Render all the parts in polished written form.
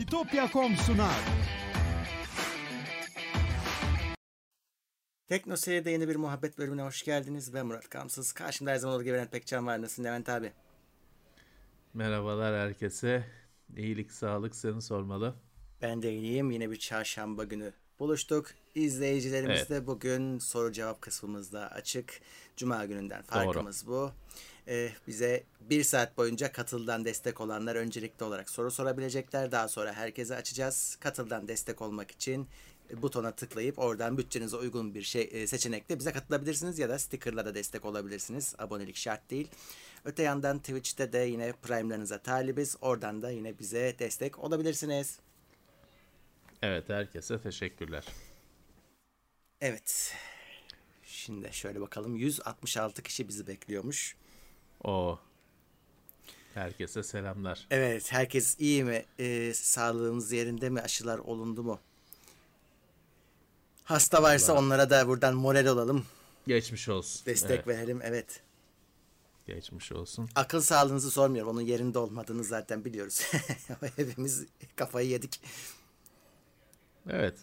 Bitopya.com sunar. Tekno Seyir'de yeni bir muhabbet bölümüne hoş geldiniz. Ben Murat Kamsız. Karşımda her zaman olduğu gibi Levent Pekcan var. Nasılsın Levent abi? Merhabalar herkese. İyilik, sağlık seni sormalı. Ben de iyiyim. Yine bir çarşamba günü buluştuk. İzleyicilerimiz Evet. de bugün soru cevap kısmımızda açık. Cuma gününden farkımız bu. Bize bir saat boyunca Katıl'dan destek olanlar öncelikli olarak soru sorabilecekler. Daha sonra herkese açacağız. Katıl'dan destek olmak için butona tıklayıp oradan bütçenize uygun bir seçenekle bize katılabilirsiniz ya da stickerla da destek olabilirsiniz. Abonelik şart değil. Öte yandan Twitch'te de yine Prime'larınıza talibiz. Oradan da yine bize destek olabilirsiniz. Evet, herkese teşekkürler. Evet. Şimdi şöyle bakalım. 166 kişi bizi bekliyormuş. Herkese selamlar. Evet. Herkes iyi mi? Sağlığınız yerinde mi? Aşılar olundu mu? Hasta varsa Allah. onlara da buradan moral olalım. Geçmiş olsun. Destek Evet, verelim. Evet. geçmiş olsun. Akıl sağlığınızı sormuyorum. Onun yerinde olmadığını zaten biliyoruz. Hepimiz kafayı yedik. Evet.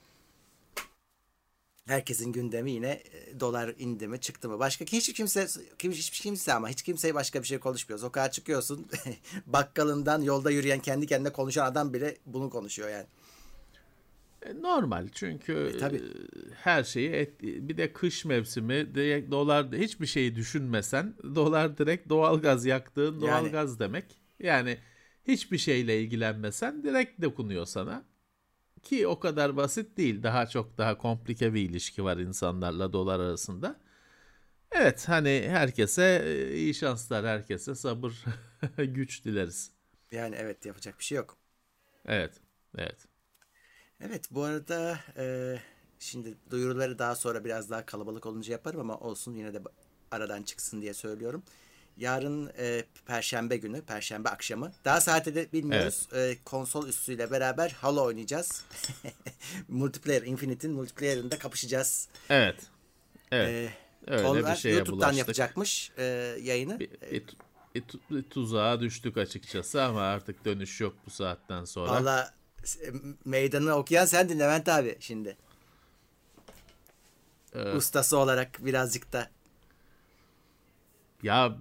Herkesin gündemi yine dolar indi mi çıktı mı? Başka hiç kimse ama hiç kimseye başka bir şey konuşmuyor. Sokağa çıkıyorsun. Bakkalından yolda yürüyen kendi kendine konuşan adam bile bunu konuşuyor yani. Normal çünkü Tabii. her şeyi bir de kış mevsimi direkt dolar hiçbir şeyi düşünmesen dolar direkt doğalgaz yaktığın doğalgaz demek. Yani hiçbir şeyle ilgilenmesen direkt dokunuyor sana. Ki o kadar basit değil. Daha komplike bir ilişki var insanlarla dolar arasında. Evet, hani herkese iyi şanslar, herkese sabır, güç dileriz. Yani evet, yapacak bir şey yok. Evet, evet. Evet, bu arada şimdi duyuruları daha sonra biraz daha kalabalık olunca yaparım ama olsun, yine de aradan çıksın diye söylüyorum. Yarın Perşembe günü, Perşembe akşamı. Daha saati de bilmiyoruz. Konsol üssüyle beraber Halo oynayacağız. Multiplayer, Infinite'in multiplayer'ında kapışacağız. Evet, evet. Öyle bir Onlar şeye YouTube'dan bulaştık. yapacakmış yayını. Bir tuzağa düştük açıkçası ama artık dönüş yok bu saatten sonra. Valla meydanı okuyan sendin Levent abi şimdi. Ustası olarak birazcık da. Ya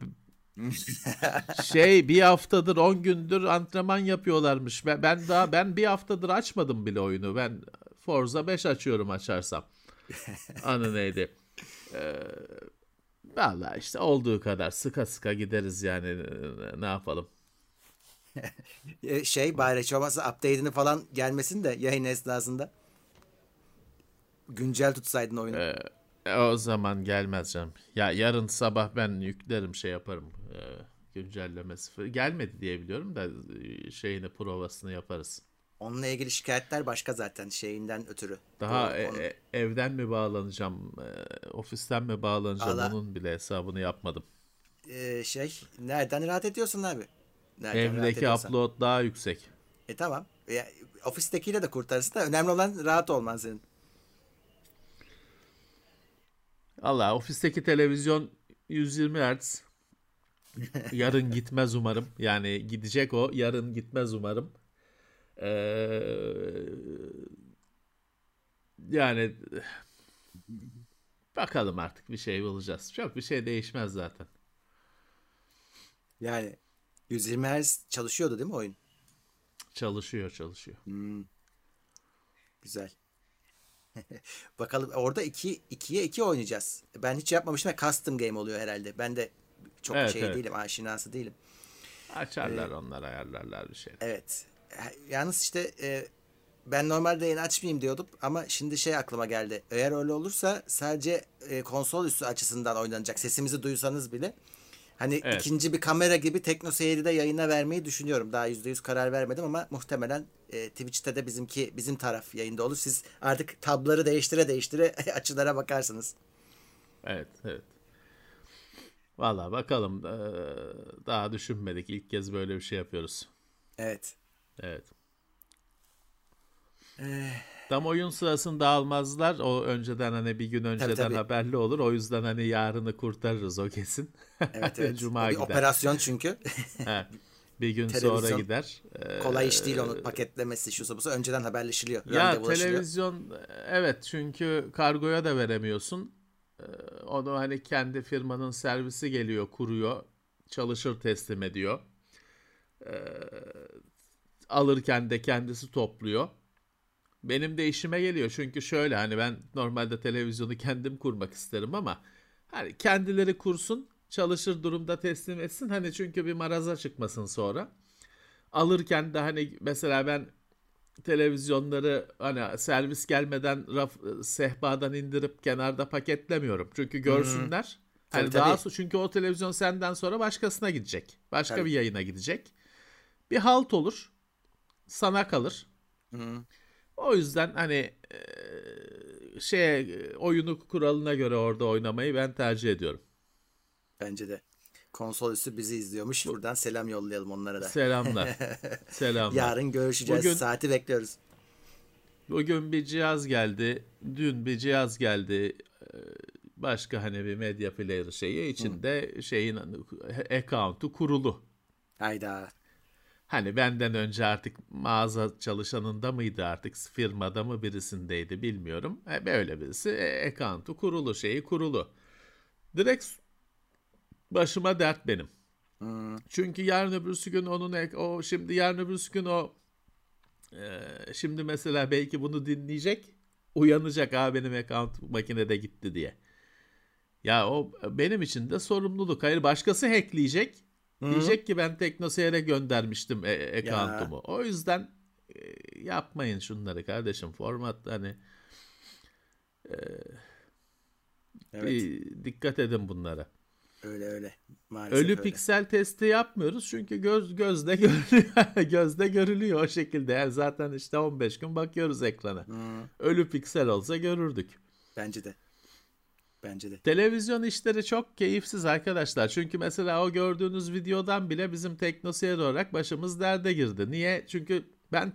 bir haftadır 10 gündür antrenman yapıyorlarmış. Ben bir haftadır açmadım bile oyunu. Ben Forza 5 açıyorum açarsam. Anı neydi? Vallahi işte olduğu kadar sıka sıka gideriz yani, ne yapalım. Bari hiç olmazsa update'ini falan gelmesin de yayın esnasında. Güncel tutsaydın oyunu. O zaman gelmez canım. Ya yarın sabah ben yüklerim, yaparım. Güncellemesi gelmedi diye biliyorum da provasını yaparız. Onunla ilgili şikayetler başka zaten şeyinden ötürü. Daha evden mi bağlanacağım, ofisten mi bağlanacağım, Valla, onun bile hesabını yapmadım. nereden rahat ediyorsun abi? Nereden rahat Evdeki ediyorsan. upload daha yüksek. Tamam. Ofistekiyle de kurtarırsın da önemli olan rahat olman senin. Allah, ofisteki televizyon 120 Hz. Yarın gitmez umarım. Yani gidecek o. Yarın gitmez umarım. Yani bakalım, artık bir şey bulacağız. Çok bir şey değişmez zaten. Yani 120 Hz çalışıyordu değil mi oyun? Çalışıyor. Güzel. Bakalım, orada 2'ye 2 oynayacağız. Ben hiç yapmamıştım. Custom game oluyor herhalde. Ben de çok Evet. değilim, aşinası değilim. Açarlar onlar, ayarlarlar bir şey. Evet. Yalnız işte ben normalde yayın açmayayım diyordum ama şimdi aklıma geldi. Eğer öyle olursa sadece konsol üstü açısından oynanacak. Sesimizi duysanız bile. Hani Evet. ikinci bir kamera gibi Tekno Seyir'de yayına vermeyi düşünüyorum. Daha %100 karar vermedim ama muhtemelen Twitch'te de bizim taraf yayında olur. Siz artık tabları değiştire açılara bakarsınız. Evet. Vallahi bakalım. Daha düşünmedik. İlk kez böyle bir şey yapıyoruz. Evet. Evet. Tam oyun sırasında almazlar. O önceden, hani bir gün önceden Tabii. haberli olur. O yüzden hani yarını kurtarırız o kesin. Evet. Cuma O bir gider. operasyon çünkü. He. Bir gün sonra Televizyon gider. kolay iş değil onu paketlemesi, şusu busu. Önceden haberleşiliyor. Ya Randevulaşılıyor. televizyon, evet, çünkü kargoya da veremiyorsun. Onu hani kendi firmanın servisi geliyor, kuruyor, çalışır teslim ediyor. Ee, Alırken de kendisi topluyor. Benim de işime geliyor çünkü şöyle, hani ben normalde televizyonu kendim kurmak isterim ama hani kendileri kursun, çalışır durumda teslim etsin, hani çünkü bir maraza çıkmasın sonra. Alırken de hani mesela ben televizyonları hani servis gelmeden sehpadan indirip kenarda paketlemiyorum. Çünkü Hmm, görsünler. tabii Hani daha tabii. çünkü o televizyon senden sonra başkasına gidecek. Başka bir Tabii. yayına gidecek. Bir halt olur, sana kalır. Hmm, O yüzden hani oyunu kuralına göre orada oynamayı ben tercih ediyorum. bence de. Konsol üstü bizi izliyormuş. Bu, Buradan selam yollayalım onlara da. selamlar. Selamlar. Yarın görüşeceğiz. Bugün Saati bekliyoruz. bugün bir cihaz geldi. Dün bir cihaz geldi. Başka hani bir medya player şeyi Hmm. içinde şeyin account'u kurulu. Hayda. Hani benden önce artık mağaza çalışanında mıydı, artık firmada mı birisindeydi bilmiyorum. Böyle birisi account'u kurulu, şeyi kurulu. Direkt başıma dert benim. Hmm. Çünkü yarın öbürsü gün şimdi yarın öbürsü gün şimdi mesela belki bunu dinleyecek, uyanacak, benim account makinede gitti diye. Ya o benim için de sorumluluk. Hayır, başkası hackleyecek. Hı. Diyecek ki ben TeknoSeyir'e göndermiştim Ya account'umu. O yüzden yapmayın şunları kardeşim. Format hani evet. bir dikkat edin bunlara. Öyle öyle. Maalesef Ölü öyle. piksel testi yapmıyoruz çünkü gözde görülüyor. Gözde görülüyor o şekilde. Yani zaten işte 15 gün bakıyoruz ekrana. Hı. Ölü piksel olsa görürdük. Bence de. Bence de. Televizyon işleri çok keyifsiz arkadaşlar. Çünkü mesela o gördüğünüz videodan bile bizim teknoseyir olarak başımız derde girdi. Niye? Çünkü ben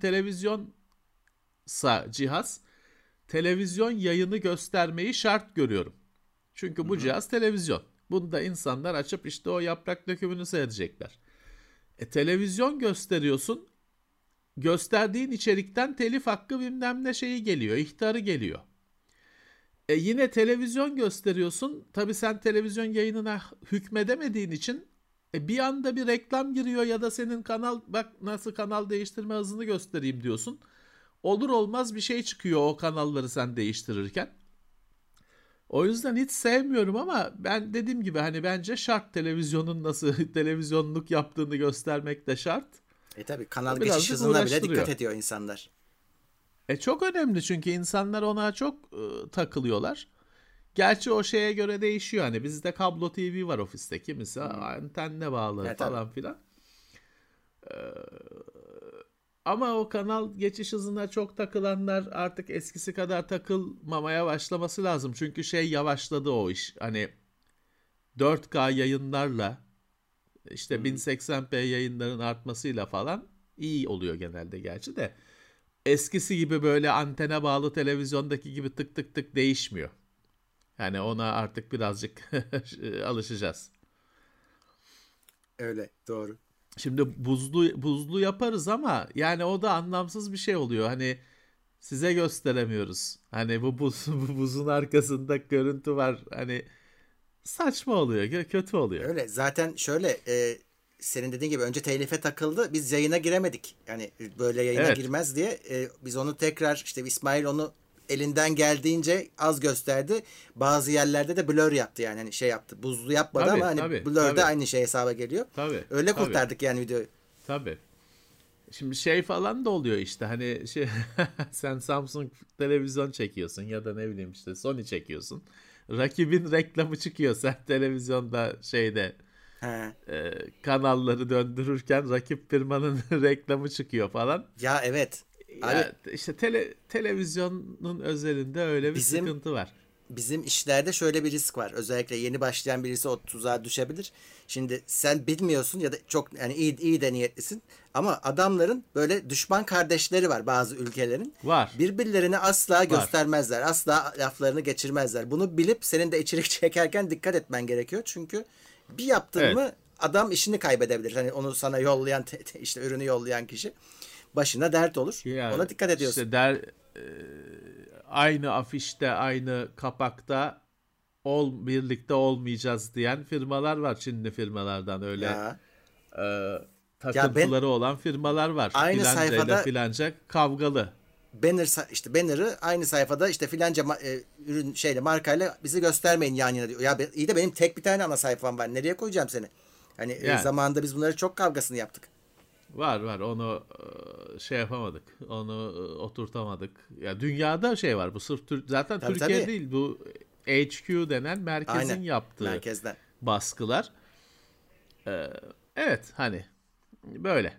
cihaz, televizyon yayını göstermeyi şart görüyorum. Hı Çünkü bu hı. cihaz televizyon. Bunda insanlar açıp işte o yaprak dökümünü seyredecekler. Televizyon gösteriyorsun. Gösterdiğin içerikten telif hakkı bilmem ne şeyi geliyor, ihtarı geliyor. Yine televizyon gösteriyorsun. Tabii sen televizyon yayınına hükmedemediğin için bir anda bir reklam giriyor ya da senin kanal, bak nasıl kanal değiştirme hızını göstereyim diyorsun. Olur olmaz bir şey çıkıyor o kanalları sen değiştirirken. O yüzden hiç sevmiyorum ama ben dediğim gibi hani bence şart, televizyonun nasıl televizyonluk yaptığını göstermek de şart. Tabii kanal O geçiş birazcık hızına bile dikkat uğraştırıyor. ediyor insanlar. Çok önemli çünkü insanlar ona çok takılıyorlar. Gerçi o şeye göre değişiyor. Hani bizde kablo TV var ofiste. Kimisi Hı. antenle bağlı Tabii. falan filan. Ama o kanal geçiş hızına çok takılanlar artık eskisi kadar takılmamaya başlaması lazım. Çünkü yavaşladı o iş. Hani 4K yayınlarla işte Hı. 1080p yayınların artmasıyla falan iyi oluyor genelde gerçi de. Eskisi gibi böyle antene bağlı televizyondaki gibi tık tık tık değişmiyor. Yani ona artık birazcık alışacağız. Öyle. Doğru. Şimdi buzlu yaparız ama yani o da anlamsız bir şey oluyor. Hani size gösteremiyoruz. Hani bu buzun arkasında görüntü var. Hani saçma oluyor, kötü oluyor. Öyle. Zaten şöyle senin dediğin gibi önce telife takıldı. Biz yayına giremedik. Yani böyle yayına Evet, girmez diye biz onu tekrar işte İsmail onu elinden geldiğince az gösterdi. Bazı yerlerde de blur yaptı yani hani şey yaptı. Buzlu yapmadı ama tabii hani tabii blur da tabii aynı şey hesaba geliyor. tabii Öyle tabii kurtardık yani videoyu. tabii. Şimdi falan da oluyor işte hani sen Samsung televizyon çekiyorsun ya da ne bileyim işte Sony çekiyorsun. Rakibin reklamı çıkıyor sen televizyonda He. kanalları döndürürken rakip firmanın reklamı çıkıyor falan. Ya evet. Abi Ya işte televizyonun özelinde öyle bir bizim sıkıntı var. bizim işlerde şöyle bir risk var. Özellikle yeni başlayan birisi o tuzağa düşebilir. Şimdi sen bilmiyorsun ya da çok yani iyi de niyetlisin. Ama adamların böyle düşman kardeşleri var bazı ülkelerin. Var, Birbirlerini asla var. göstermezler. Asla laflarını geçirmezler. Bunu bilip senin de içerik çekerken dikkat etmen gerekiyor. Çünkü bir yaptın Evet, mı adam işini kaybedebilir. Hani onu sana yollayan işte ürünü yollayan kişi başına dert olur. Ya, Ona dikkat ediyorsun. İşte aynı afişte, aynı kapakta birlikte olmayacağız diyen firmalar var. Çinli firmalardan öyle Ya. takıntıları olan firmalar var. Aynı Filanca ile sayfada filanca kavgalı. Banner'ı aynı sayfada işte filanca ürün markayla bizi göstermeyin yan yana diyor. Ya iyi de benim tek bir tane ana sayfam var. Nereye koyacağım seni? Hani Yani. zamanında biz bunları çok kavgasını yaptık. Var onu yapamadık. Onu oturtamadık. Ya dünyada var. Bu sırf zaten Tabii, Türkiye tabii. değil. Bu HQ denen merkezin Aynen. yaptığı Merkezden. baskılar. Evet, hani böyle.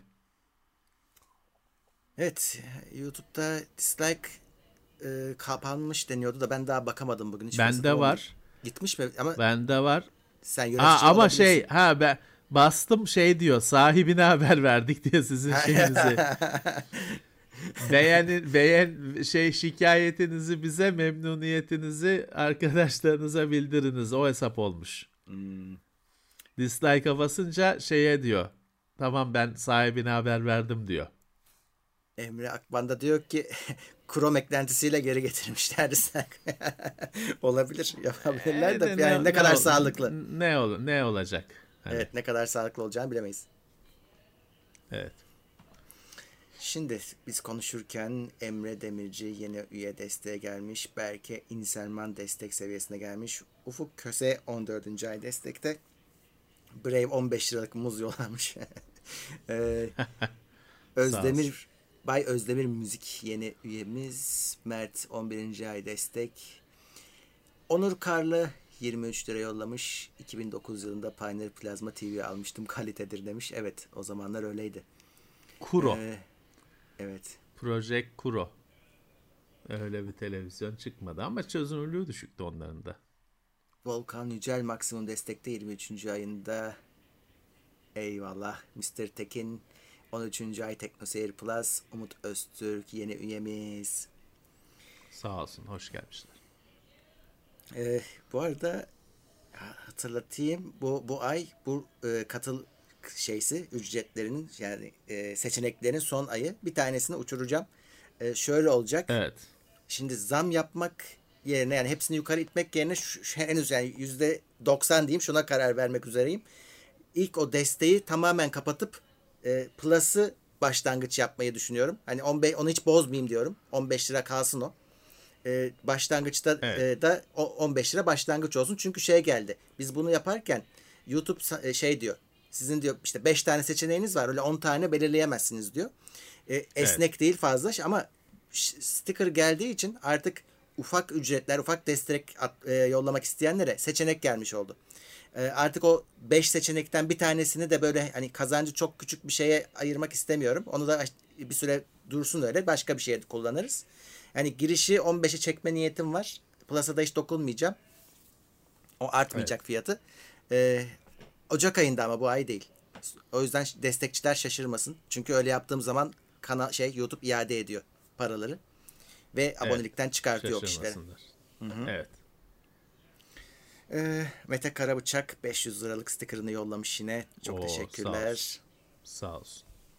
Evet, YouTube'da dislike kapanmış deniyordu da ben daha bakamadım bugün. Hiç fırsatım Bende olmadı. var. Gitmiş mi? Ama Bende var. sen yönetici Ama olabilirsin. ben bastım diyor. Sahibine haber verdik diye sizin şeyinizi. Şikayetinizi bize, memnuniyetinizi arkadaşlarınıza bildiriniz. O hesap olmuş. Dislike'a basınca diyor. Tamam, ben sahibine haber verdim diyor. Emre Akban da diyor ki Chrome eklentisiyle geri getirmişler. Olabilir. Yapabilirler de yani ne kadar sağlıklı. Ne olacak? Hani. Evet, ne kadar sağlıklı olacağını bilemeyiz. Evet. Şimdi biz konuşurken Emre Demirci yeni üye desteğe gelmiş. Berke İnselman destek seviyesine gelmiş. Ufuk Köse 14. ay destekte. Brave 15 liralık muz yollamış. Bay Özdemir Müzik yeni üyemiz. Mert 11. ay destek. Onur Karlı 23 lira yollamış. 2009 yılında Pioneer Plazma TV almıştım. Kalitedir demiş. Evet, o zamanlar öyleydi. Kuro. Evet. Project Kuro. Öyle bir televizyon çıkmadı ama çözünürlüğü düşüktü onların da. Volkan Yücel maksimum destekte 23. ayında. Eyvallah. Mr. Tekin 13. ay TeknoSeyir Plus. Umut Öztürk yeni üyemiz. Sağ olsun. Hoş gelmişler. Bu arada hatırlatayım. Bu ay katıl ücretlerinin yani seçeneklerin son ayı. Bir tanesini uçuracağım. Şöyle olacak. Evet. Şimdi zam yapmak yerine yani hepsini yukarı itmek yerine henüz yani %90 diyeyim, şuna karar vermek üzereyim. İlk o desteği tamamen kapatıp plus'ı başlangıç yapmayı düşünüyorum. Hani 15, onu hiç bozmayayım diyorum. 15 lira kalsın o. Başlangıçta da o 15 lira başlangıç olsun. Çünkü geldi. Biz bunu yaparken YouTube diyor. Sizin diyor işte 5 tane seçeneğiniz var. Öyle 10 tane belirleyemezsiniz diyor. Esnek değil fazla ama sticker geldiği için artık ufak ücretler, ufak destek yollamak isteyenlere seçenek gelmiş oldu. Artık o 5 seçenekten bir tanesini de böyle hani kazancı çok küçük bir şeye ayırmak istemiyorum. Onu da bir süre dursun öyle. Başka bir şeye kullanırız. Yani girişi 15'e çekme niyetim var. Plus'a da hiç dokunmayacağım. O artmayacak fiyatı. Ocak ayında ama bu ay değil. O yüzden destekçiler şaşırmasın. Çünkü öyle yaptığım zaman YouTube iade ediyor paraları. Ve abonelikten çıkartıyor o kişileri. Evet. Mete Karabıçak 500 liralık sticker'ını yollamış yine. Çok teşekkürler. Sağ olsun.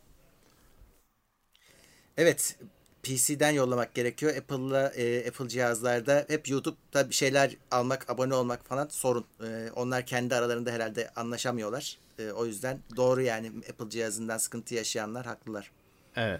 Evet. PC'den yollamak gerekiyor. Apple cihazlarda hep YouTube'da bir şeyler almak, abone olmak falan sorun. Onlar kendi aralarında herhalde anlaşamıyorlar. O yüzden doğru yani Apple cihazından sıkıntı yaşayanlar haklılar. Evet.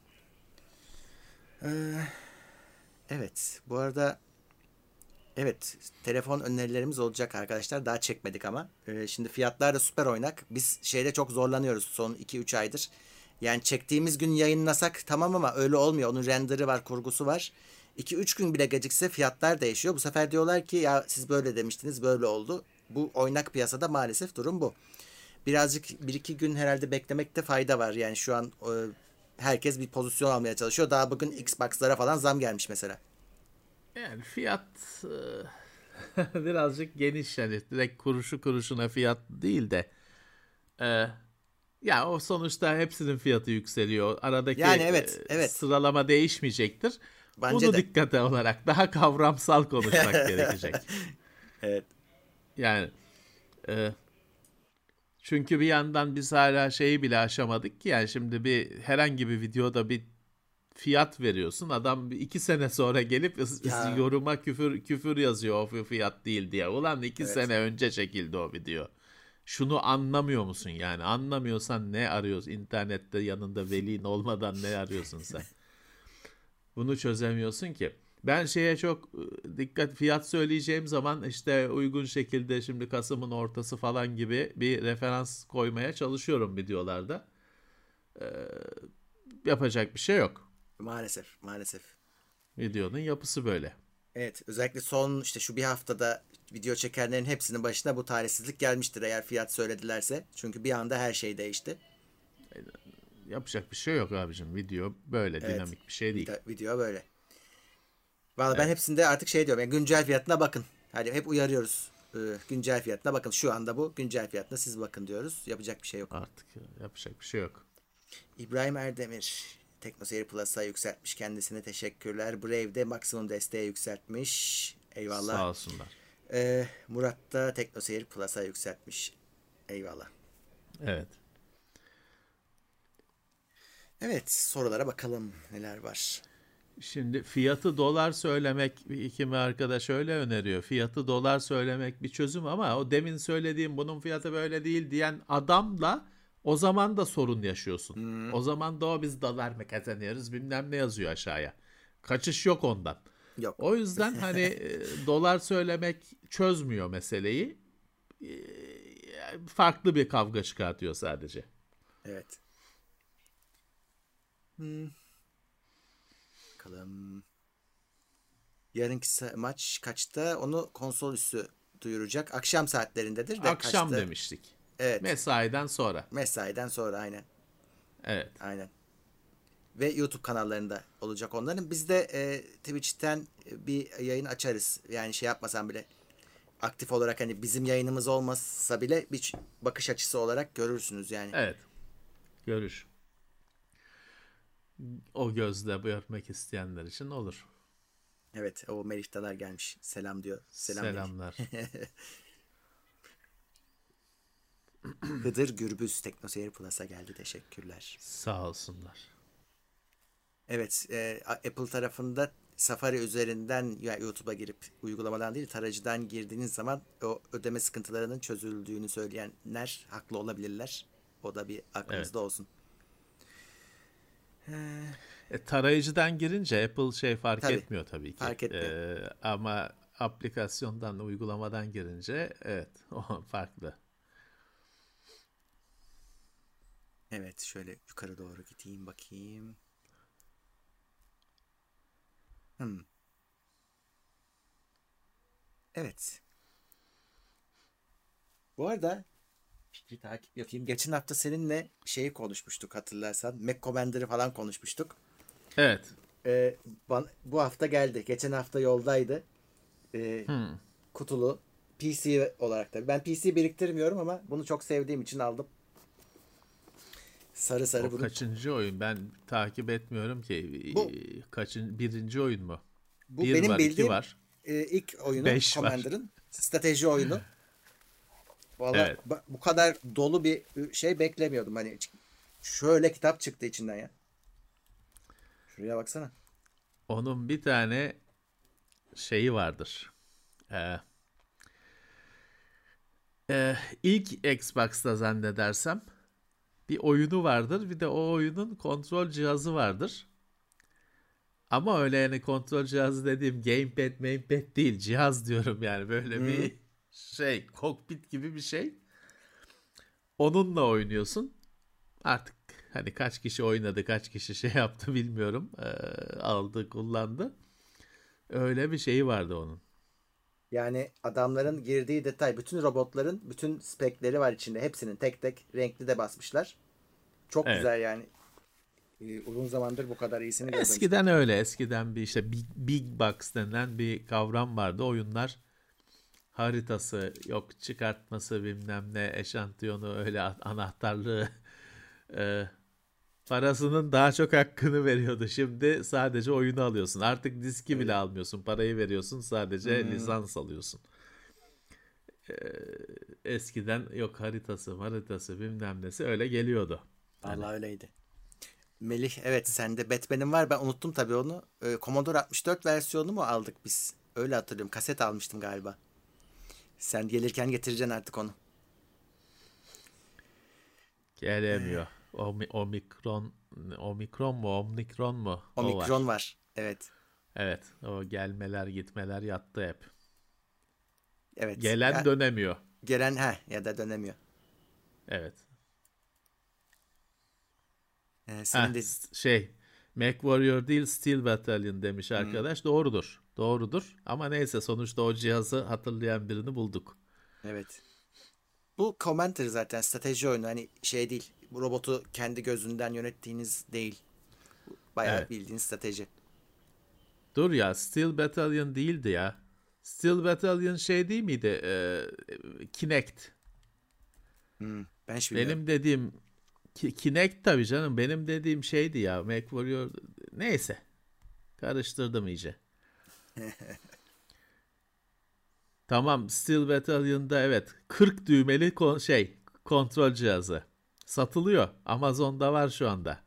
Evet. Bu arada telefon önerilerimiz olacak arkadaşlar. Daha çekmedik ama. Şimdi fiyatlar da süper oynak. Biz çok zorlanıyoruz son 2-3 aydır. Yani çektiğimiz gün yayınlasak tamam ama öyle olmuyor. Onun render'ı var, kurgusu var. 2-3 gün bile gecikse fiyatlar değişiyor. Bu sefer diyorlar ki ya siz böyle demiştiniz, böyle oldu. Bu oynak piyasada maalesef durum bu. Birazcık 1-2 gün herhalde beklemekte fayda var. Yani şu an herkes bir pozisyon almaya çalışıyor. Daha bugün Xbox'lara falan zam gelmiş mesela. Yani fiyat birazcık geniş, yani direkt kuruşu kuruşuna fiyat değil de ya o sonuçta hepsinin fiyatı yükseliyor. Aradaki yani evet. Sıralama değişmeyecektir. Bence bunu de. dikkate alarak daha kavramsal konuşmak gerekecek. Evet. Yani Çünkü bir yandan biz hala şeyi bile aşamadık ki, yani şimdi bir herhangi bir videoda bir fiyat veriyorsun. Adam 2 sene sonra gelip Ya yoruma küfür yazıyor, o fiyat değil diye. Ulan 2 sene evet. önce çekildi o video. Şunu anlamıyor musun yani? Anlamıyorsan ne arıyorsun? İnternette yanında velin olmadan ne arıyorsun sen? Bunu çözemiyorsun ki. Ben şeye çok fiyat söyleyeceğim zaman işte uygun şekilde şimdi Kasım'ın ortası falan gibi bir referans koymaya çalışıyorum videolarda. Ee, Yapacak bir şey yok. Maalesef, maalesef. Videonun yapısı böyle. Evet, özellikle son işte şu bir haftada video çekenlerin hepsinin başına bu talihsizlik gelmiştir eğer fiyat söyledilerse. Çünkü bir anda her şey değişti. Yapacak bir şey yok abicim. Video böyle Evet, dinamik bir şey değil. video böyle. Vallahi ben Evet. hepsinde artık şey diyorum. Yani güncel fiyatına bakın. Hani hep uyarıyoruz. Güncel fiyatına bakın. Şu anda bu güncel fiyatına siz bakın diyoruz. Yapacak bir şey yok. Artık yapacak bir şey yok. İbrahim Erdemir TeknoSeyir Plus'a yükseltmiş kendisine, teşekkürler. Brave'de maksimum desteğe yükseltmiş. Eyvallah. Sağ olsunlar. Murat da TeknoSeyir Plus'a yükseltmiş. Eyvallah. Evet. Evet, sorulara bakalım neler var. Şimdi fiyatı dolar söylemek, kimi arkadaş öyle öneriyor. Fiyatı dolar söylemek bir çözüm ama o demin söylediğim bunun fiyatı böyle değil diyen adamla o zaman da sorun yaşıyorsun. Hmm, O zaman da o biz dolar mı kazanıyoruz bilmem ne yazıyor aşağıya. Kaçış yok ondan. yok. O yüzden hani dolar söylemek çözmüyor meseleyi. Farklı bir kavga çıkartıyor sadece. Evet. Hmm, bakalım. Yarınki maç kaçta? Onu konsol üssü duyuracak. Akşam saatlerindedir de Akşam kaçta? demiştik. Evet. Mesaiden sonra. Mesaiden sonra aynen. Evet. Aynen. Ve YouTube kanallarında olacak onların. Biz de Twitch'ten bir yayın açarız. Yani şey yapmasam bile aktif olarak hani bizim yayınımız olmasa bile bir bakış açısı olarak görürsünüz yani. Evet. Görüş. O gözle görmek isteyenler için olur. Evet, o Melih'talar gelmiş. Selam diyor. Selam Melih. Selamlar. Hıdır Gürbüz TeknoSeyir Plus'a geldi. Teşekkürler. Sağ olsunlar. Evet, Apple tarafında Safari üzerinden yani YouTube'a girip uygulamadan değil tarayıcıdan girdiğiniz zaman o ödeme sıkıntılarının çözüldüğünü söyleyenler haklı olabilirler. O da bir Evet. aklınızda olsun. Tarayıcıdan girince Apple şey fark Tabii, etmiyor tabii ki. fark etmiyor. Ama aplikasyondan, uygulamadan girince evet, o farklı. Evet, şöyle yukarı doğru gideyim bakayım. Hmm. Evet. Bu arada bir takip yapayım. Geçen hafta seninle şeyi konuşmuştuk hatırlarsan. Mac Commander'ı falan konuşmuştuk. Evet. Ee, bu hafta geldi. Geçen hafta yoldaydı. Ee, Hmm. Kutulu. PC olarak da. Ben PC biriktirmiyorum ama bunu çok sevdiğim için aldım. Sarı sarı O bunu. kaçıncı oyun? Ben takip etmiyorum ki. Bu Birinci oyun mu? bu Bir benim var, iki bildiğim var, ilk oyunu 5 var. Commander'ın strateji oyunu. Valla Evet. bu kadar dolu bir şey beklemiyordum. Hani şöyle kitap çıktı içinden ya. Şuraya baksana. Onun bir tane şeyi vardır. Ee, ilk Xbox'ta zannedersem bir oyunu vardır. Bir de o oyunun kontrol cihazı vardır. Ama öyle yani kontrol cihazı dediğim gamepad değil. Cihaz diyorum yani böyle Hı, bir şey, kokpit gibi bir şey. Onunla oynuyorsun. Artık hani kaç kişi oynadı, kaç kişi şey yaptı bilmiyorum. Aldı, kullandı. Öyle bir şeyi vardı onun. yani adamların girdiği detay, bütün robotların bütün spekleri var içinde. Hepsinin tek tek renkli de basmışlar. Çok Evet. güzel yani. Uzun zamandır bu kadar iyisini görmemiştim. Eskiden öyle. Eskiden bir işte big box denilen bir kavram vardı. Oyunlar haritası yok, çıkartması bilmem ne, eşantiyonu, öyle anahtarlığı e, parasının daha çok hakkını veriyordu. Şimdi sadece oyunu alıyorsun. Artık diski bile Öyle. almıyorsun. Parayı veriyorsun, sadece Hmm, lisans alıyorsun. eskiden yok haritası bilmem nesi öyle geliyordu. Hani Vallahi öyleydi. Melih, evet, sende Batman'in var, ben unuttum tabii onu. Commodore 64 versiyonu mu aldık biz? Öyle hatırlıyorum. Kaset almıştım galiba. Sen gelirken getireceksin artık onu. gelemiyor. Omikron mu Omikron mu o Omikron var. var. Evet. Evet o gelmeler gitmeler yattı hep. Evet. Gelen Ya dönemiyor. gelen ya da dönemiyor. Evet. Senin de MechWarrior değil Steel Battalion demiş hmm, arkadaş. Doğrudur. Doğrudur. Ama neyse sonuçta o cihazı hatırlayan birini bulduk. evet. Bu Commander zaten strateji oyunu, hani şey değil. Bu robotu kendi gözünden yönettiğiniz değil. Bayağı Evet. bildiğin strateji. Dur ya Steel Battalion değildi ya. Steel Battalion şey değil miydi? Kinect. Ben hiç bilmiyorum. Benim dediğim Kinect tabii canım. Benim dediğim şeydi ya. MechWarrior neyse. Karıştırdım iyice. Tamam Steel Battalion'da evet 40 düğmeli kontrol cihazı. Satılıyor. Amazon'da var şu anda.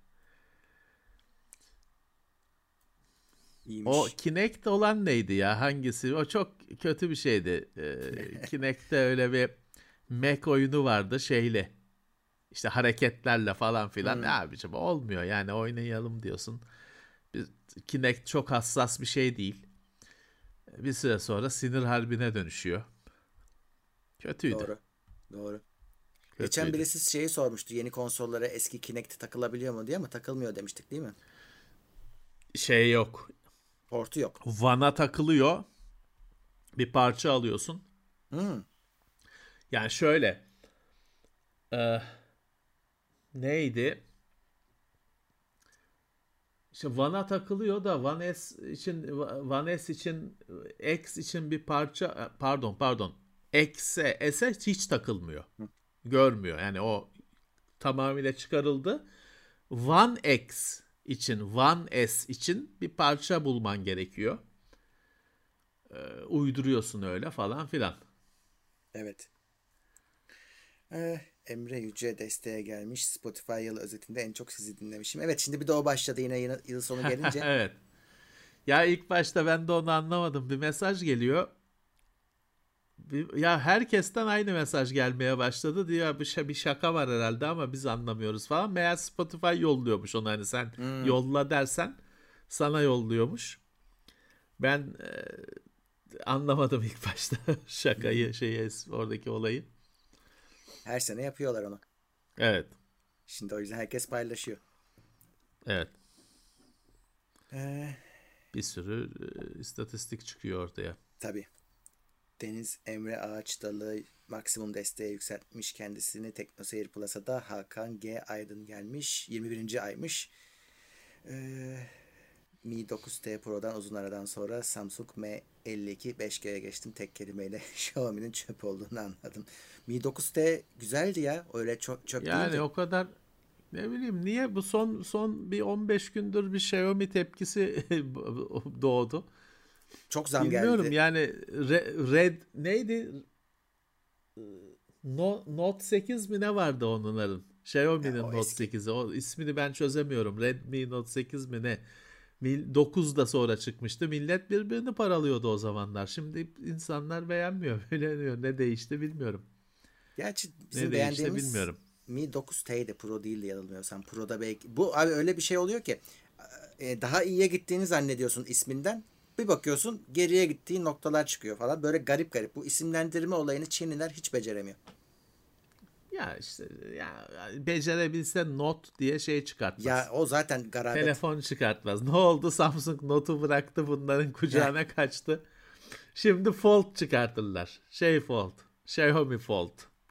O İyiymiş. Kinect olan neydi ya? Hangisi? O çok kötü bir şeydi. Kinect'te öyle bir Mac oyunu vardı şeyle. İşte hareketlerle falan filan. Ne Hmm, abicim olmuyor yani oynayalım diyorsun. Bir- Kinect çok hassas bir şey değil. Bir süre sonra sinir harbine dönüşüyor. Kötüydü. doğru. Doğru. Geçen Kötüydü. birisi şeyi sormuştu. Yeni konsollara eski Kinect takılabiliyor mu diye, ama takılmıyor demiştik değil mi? Şey yok. Portu yok. Van'a takılıyor. Bir parça alıyorsun. Hmm, Yani şöyle. e, neydi? İşte Van'a takılıyor da Van S için X için bir parça pardon S'e hiç takılmıyor. Görmüyor. Yani o tamamıyla çıkarıldı. Van S için bir parça bulman gerekiyor. Uyduruyorsun öyle falan filan. evet. Emre Yüce desteğe gelmiş. Spotify yılı özetinde en çok sizi dinlemişim. Evet, şimdi bir de o başladı yine yıl sonu gelince. Evet. Ya ilk başta ben de onu anlamadım. Bir mesaj geliyor. Ya herkesten aynı mesaj gelmeye başladı diyor. Bir şaka var herhalde ama biz anlamıyoruz falan. Meğer Spotify yolluyormuş onu hani sen Hmm, yolla dersen sana yolluyormuş. Ben anlamadım ilk başta şakayı oradaki olayı. her sene yapıyorlar onu. Evet. Şimdi o yüzden herkes paylaşıyor. Evet. Ee, Bir sürü istatistik çıkıyor ortaya. tabii. Deniz Emre Ağaçdalı maksimum desteğe yükseltmiş kendisini. TeknoSeyir Plus'a da Hakan G. Aydın gelmiş. 21. aymış. Ee, Mi 9T Pro'dan uzun aradan sonra Samsung M52 5G'ye geçtim. Tek kelimeyle Xiaomi'nin çöp olduğunu anladım. Mi 9T güzeldi ya. Öyle çok çöp Yani değildi. o kadar ne bileyim niye bu son bir 15 gündür bir Xiaomi tepkisi doğdu. Çok zam Bilmiyorum geldi. yani Red neydi? Note 8 mi ne vardı onların? Ya, Xiaomi'nin o Note eski. 8'i. O ismini ben çözemiyorum. Redmi Note 8 mi ne? 9 da sonra çıkmıştı. Millet birbirini paralıyordu o zamanlar. Şimdi insanlar beğenmiyor. Beğeniyor. Ne değişti bilmiyorum. Gerçi Ne bizim değişti beğendiğimiz bilmiyorum. Mi 9T'ydi. Pro değildi yanılmıyorsam. Pro'da belki. Bu abi öyle bir şey oluyor ki daha iyiye gittiğini zannediyorsun isminden. Bir bakıyorsun geriye gittiğin noktalar çıkıyor falan. Böyle garip garip. Bu isimlendirme olayını Çinliler hiç beceremiyor. Ya işte ya becerebilse Note diye şey Ya çıkartmaz. o zaten garabet. Telefon çıkartmaz. Ne oldu? Samsung Note'u bıraktı bunların Heh. kucağına kaçtı. Şimdi Fold çıkartırlar. Fold. Xiaomi Fold.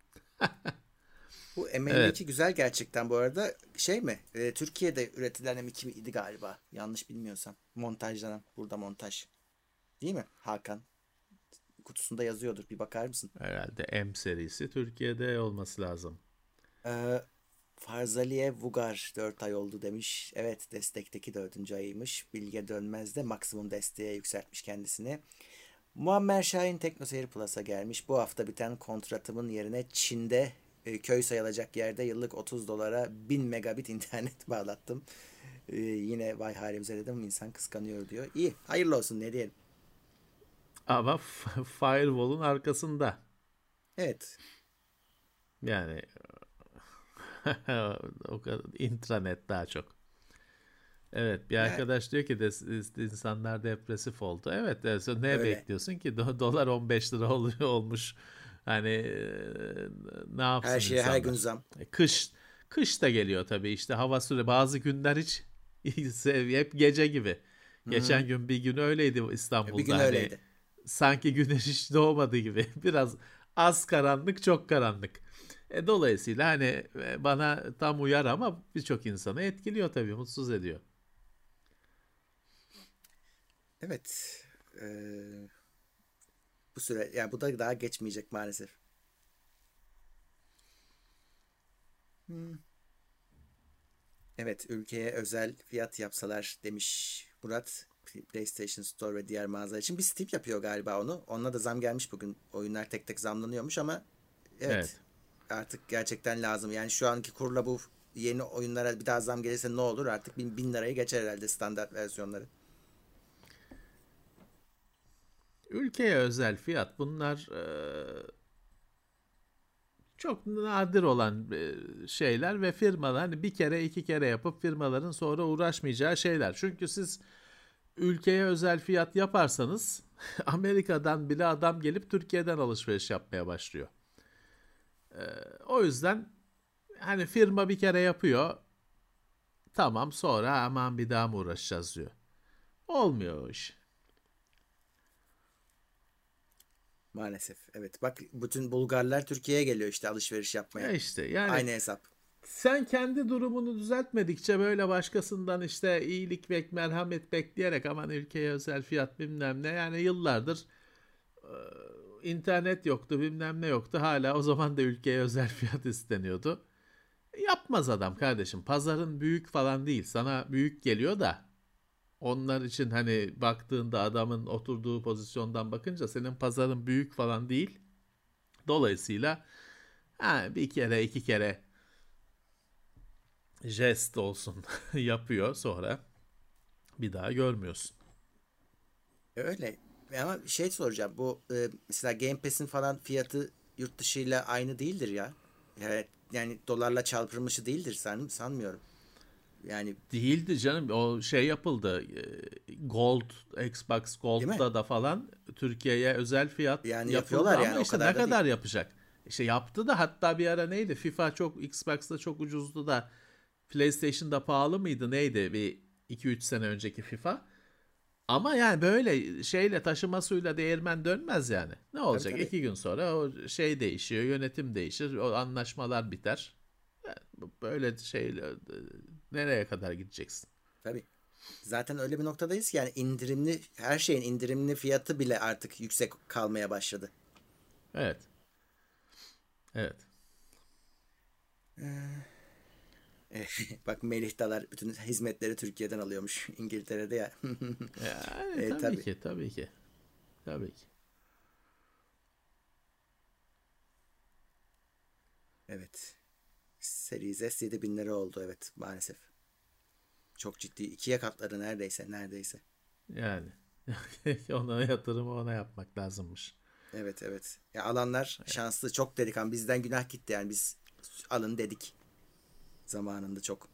Bu Evet. M52 güzel gerçekten bu arada. Şey mi? Türkiye'de üretilen M2 idi galiba. Yanlış bilmiyorsam. Montajlanan. Burada montaj. Değil mi Hakan? Kutusunda yazıyordur. Bir bakar mısın? Herhalde M serisi Türkiye'de olması lazım. Ee, Farzaliye Vugar 4 ay oldu demiş. Evet, destekteki 4. ayıymış. Bilge Dönmez de maksimum desteğe yükseltmiş kendisini. Muammer Şahin TeknoSeyir Plus'a gelmiş. Bu hafta biten kontratımın yerine Çin'de köy sayılacak yerde yıllık $30 1000 megabit internet bağlattım. Yine vay halimize dedim, insan kıskanıyor diyor. İyi, hayırlı olsun, ne diyelim. Ama firewall'un arkasında. Evet. Yani o kadar intranet daha çok. Evet, bir Yani arkadaş diyor ki insanlar depresif oldu. Evet, evet, ne öyle. bekliyorsun ki? Dolar 15 lira olmuş. Hani ne Her yapsın şeye her gün insanlar? zam. Kış da geliyor tabii, işte hava süre bazı günler hiç hep gece gibi. Hı-hı. Geçen gün bir gün öyleydi Bir gün İstanbul'da, hani öyleydi. sanki güneş hiç doğmadı gibi. Biraz az karanlık, çok karanlık. Dolayısıyla hani bana tam uyar ama birçok insanı etkiliyor tabii, mutsuz ediyor. Evet. Bu süre, yani bu da daha geçmeyecek maalesef. Hı. Evet, ülkeye özel fiyat yapsalar demiş Murat. PlayStation Store ve diğer mağazalar için bir Steam yapıyor galiba onu. Onunla da zam gelmiş bugün. Oyunlar tek tek zamlanıyormuş ama evet, Evet. artık gerçekten lazım. Yani şu anki kurla bu yeni oyunlara bir daha zam gelirse ne olur? Artık 1000 lirayı geçer herhalde standart versiyonları. Ülkeye özel fiyat, bunlar çok nadir olan şeyler ve firmalar hani bir kere iki kere yapıp firmaların sonra uğraşmayacağı şeyler. Çünkü siz ülkeye özel fiyat yaparsanız Amerika'dan bile adam gelip Türkiye'den alışveriş yapmaya başlıyor. O yüzden hani firma bir kere yapıyor, tamam, sonra aman bir daha mı uğraşacağız diyor. Olmuyor o iş. Maalesef. Evet. Bak, bütün Bulgarlar Türkiye'ye geliyor işte alışveriş Ya yapmaya. işte yani, Aynı hesap. sen kendi durumunu düzeltmedikçe böyle başkasından işte iyilik ve merhamet bekleyerek aman ülkeye özel fiyat bilmem ne, yani yıllardır e, internet yoktu, bilmem ne yoktu, hala o zaman da ülkeye özel fiyat isteniyordu. Yapmaz adam kardeşim, pazarın büyük falan değil, sana büyük geliyor da onlar için hani baktığında adamın oturduğu pozisyondan bakınca senin pazarın büyük falan değil. Dolayısıyla bir kere iki kere jest olsun yapıyor, sonra bir daha görmüyorsun. Öyle. Ama şey soracağım. Bu mesela Game Pass'in falan fiyatı yurt dışıyla aynı değildir ya. Yani dolarla çarpılmışı değildir, sanmıyorum. Yani Değildi canım, o şey yapıldı, Gold, Xbox değil mi? Gold'da da falan Türkiye'ye özel fiyat Yani yapıldı yapıyorlar, yani ama o işte ne kadar da değil. kadar yapacak? İşte yaptı da, hatta bir ara neydi, FIFA çok, Xbox'ta çok ucuzdu da PlayStation'da pahalı mıydı neydi, bir iki üç sene önceki FIFA. Ama yani böyle şeyle, taşıma suyla değirmen dönmez yani. Ne Tabii, olacak? tabii. 2 gün sonra o şey değişiyor, yönetim değişir, o anlaşmalar biter. Yani böyle şeyle nereye kadar gideceksin? Tabii. Zaten öyle bir noktadayız ki yani indirimli, her şeyin indirimli fiyatı bile artık yüksek kalmaya başladı. Evet, evet. Bak, Melih Dalar bütün hizmetleri Türkiye'den alıyormuş İngiltere'de ya. Yani tabii Tabii. ki, tabii ki, tabii ki. Evet. Series S 7.000 lira oldu, evet, maalesef. Çok ciddi. İkiye katladı neredeyse. Neredeyse. Yani ona yatırımı ona yapmak lazımmış. Evet, evet. Ya alanlar şanslı. Çok dedik ama bizden günah gitti yani, biz alın dedik. Zamanında çok.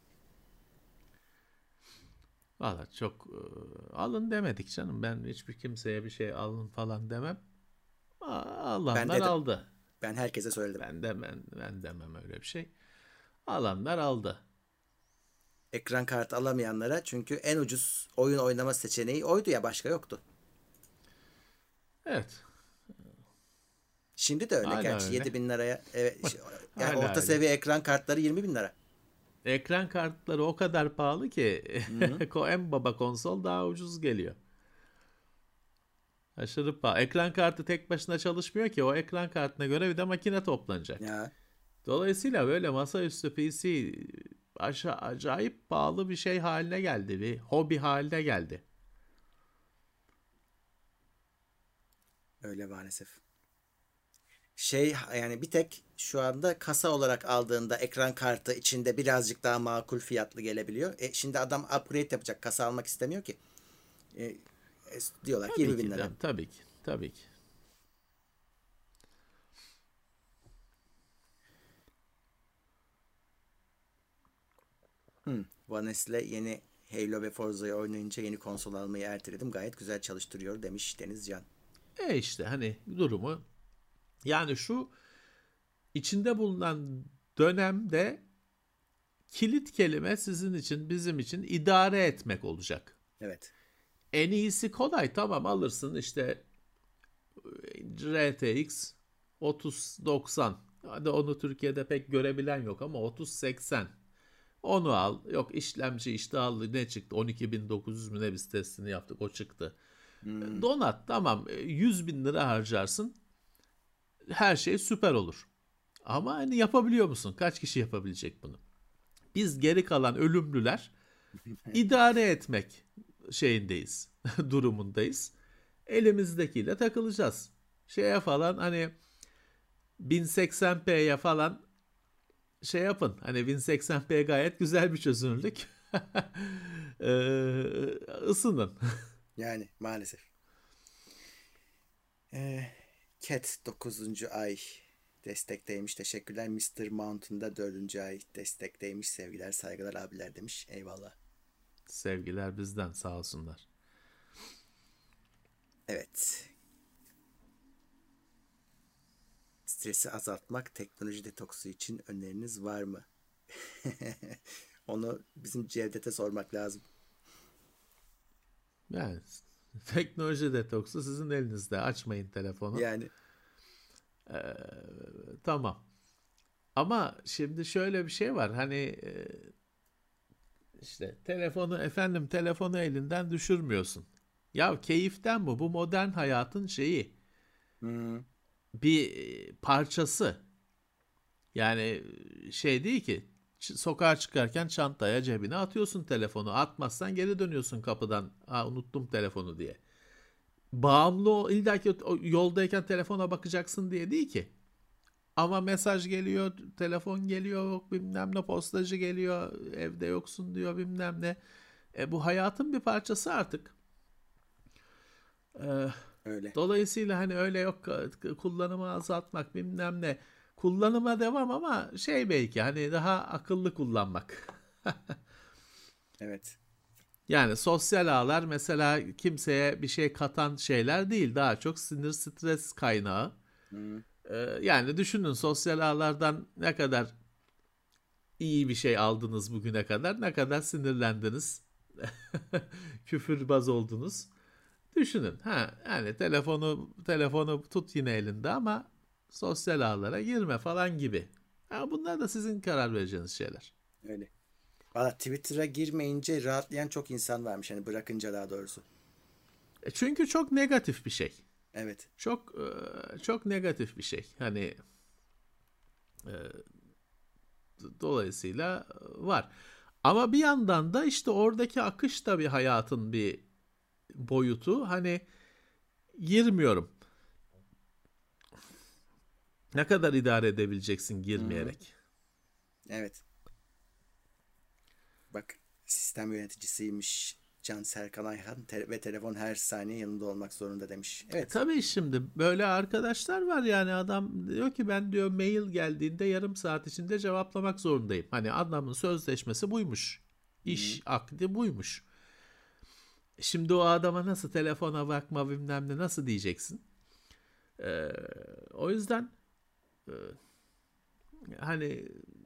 Valla çok alın demedik canım. Ben hiçbir kimseye bir şey alın falan demem. Ben Alanlar dedim. aldı. Ben herkese söyledim. Ben demem öyle bir şey. Alanlar aldı. Ekran kartı alamayanlara, çünkü en ucuz oyun oynama seçeneği oydu ya, başka yoktu. Evet. Şimdi de öyle Hala gerçi, öyle. 7.000 liraya, evet, yani Hala orta öyle. seviye ekran kartları 20.000 lira. Ekran kartları o kadar pahalı ki Hı hı. en baba konsol daha ucuz geliyor. Aşırı pahalı. Ekran kartı tek başına çalışmıyor ki. O ekran kartına göre bir de makine toplanacak. Ya Dolayısıyla böyle masaüstü PC acayip pahalı bir şey haline geldi. Bir hobi haline geldi. Öyle maalesef. Yani bir tek şu anda kasa olarak aldığında ekran kartı içinde birazcık daha makul fiyatlı gelebiliyor. Şimdi adam upgrade yapacak. Kasa almak istemiyor ki. E, Diyorlar ki Tabii 20 bin ki lira. de, tabii ki, tabii ki. Vanes'le yeni Halo ve Forza'yı oynayınca yeni konsol almayı erteledim. Gayet güzel çalıştırıyor demiş Denizcan. İşte hani durumu, yani şu içinde bulunan dönemde kilit kelime sizin için, bizim için idare etmek olacak. Evet. En iyisi kolay, tamam, alırsın işte RTX 3090. Hadi onu Türkiye'de pek görebilen yok ama 3080. Onu al. Yok, işlemci iştahlı ne çıktı? 12.900 mü ne, biz testini yaptık, o çıktı. Donat, tamam, 100 bin lira harcarsın. Her şey süper olur. Ama hani yapabiliyor musun? Kaç kişi yapabilecek bunu? Biz geri kalan ölümlüler idare etmek şeyindeyiz, durumundayız. Elimizdekiyle takılacağız. Şeye falan hani 1080p'ye falan şey yapın. Hani 1080p gayet güzel bir çözünürlük. Isının. Yani maalesef. Cat 9. ay destekteymiş. Teşekkürler. Mr. Mountain da 4. ay destekteymiş. Sevgiler, saygılar abiler demiş. Eyvallah. Sevgiler bizden, sağ olsunlar. Evet. Stresi azaltmak, teknoloji detoksu için öneriniz var mı? Onu bizim Cevdet'e sormak lazım. Yani teknoloji detoksu sizin elinizde. Açmayın telefonu. Yani Tamam. Ama şimdi şöyle bir şey var. Hani işte telefonu elinden düşürmüyorsun. Ya keyiften bu. Bu modern hayatın şeyi. hmm, Bir parçası. Yani şey değil ki, sokağa çıkarken çantaya, cebine atıyorsun telefonu. Atmazsan geri dönüyorsun kapıdan. Unuttum telefonu diye. Bağımlı illa ki yoldayken telefona bakacaksın diye değil ki. Ama mesaj geliyor, telefon geliyor, yok bilmem ne, postacı geliyor, evde yoksun diyor, bilmem ne. Bu hayatın bir parçası artık. E, öyle. Dolayısıyla hani öyle yok kullanımı azaltmak bilmem ne. Kullanıma devam ama şey, belki hani daha akıllı kullanmak. Evet. Yani sosyal ağlar mesela kimseye bir şey katan şeyler değil. Daha çok sinir, stres kaynağı. Hmm, Yani düşünün, sosyal ağlardan ne kadar iyi bir şey aldınız bugüne kadar, ne kadar sinirlendiniz, küfürbaz oldunuz. Düşünün. Yani telefonu tut yine elinde ama sosyal ağlara girme falan gibi. Bunlar da sizin karar vereceğiniz şeyler. öyle. Valla Twitter'a girmeyince rahatlayan çok insan varmış. Hani bırakınca daha doğrusu. Çünkü çok negatif bir şey. Evet. Çok negatif bir şey. Hani e, dolayısıyla var. Ama bir yandan da işte oradaki akış da bir hayatın bir boyutu. Hani girmiyorum. Ne kadar idare edebileceksin Hmm, girmeyerek? evet. Bak, sistem yöneticisiymiş Can Serkan Ayhan ve telefon her saniye yanında olmak zorunda demiş. Evet. Tabii şimdi böyle arkadaşlar var, yani adam diyor ki ben diyor mail geldiğinde yarım saat içinde cevaplamak zorundayım. Hani adamın sözleşmesi buymuş. Hmm, İş akdi buymuş. Şimdi o adama nasıl telefona bakma bilmem ne nasıl diyeceksin? Ee, O yüzden e, hani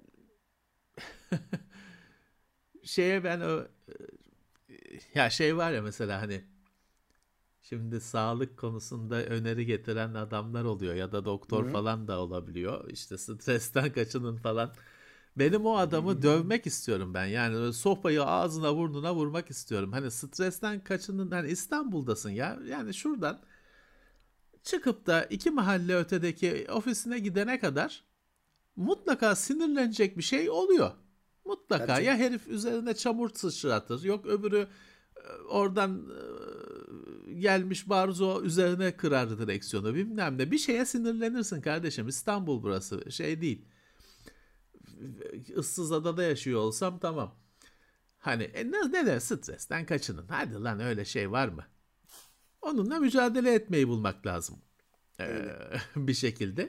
şeye ben ya şey var ya, mesela hani şimdi sağlık konusunda öneri getiren adamlar oluyor ya da doktor hmm. falan da olabiliyor. İşte stresten kaçının falan. Benim o adamı dövmek istiyorum ben. Yani öyle sopayı ağzına burnuna vurmak istiyorum. Hani stresten kaçının, hani İstanbul'dasın ya. Yani şuradan çıkıp da 2 mahalle ötedeki ofisine gidene kadar mutlaka sinirlenecek bir şey oluyor. Tabii Mutlaka canım. ya herif üzerine çamur sıçratır, yok öbürü oradan gelmiş barzo üzerine kırar direksiyonu bilmem ne. Bir şeye sinirlenirsin kardeşim. İstanbul burası şey değil. Issız adada yaşıyor olsam tamam. Hani ne de stresten kaçının. Hadi lan öyle şey var mı? Onunla mücadele etmeyi bulmak lazım. Bir şekilde.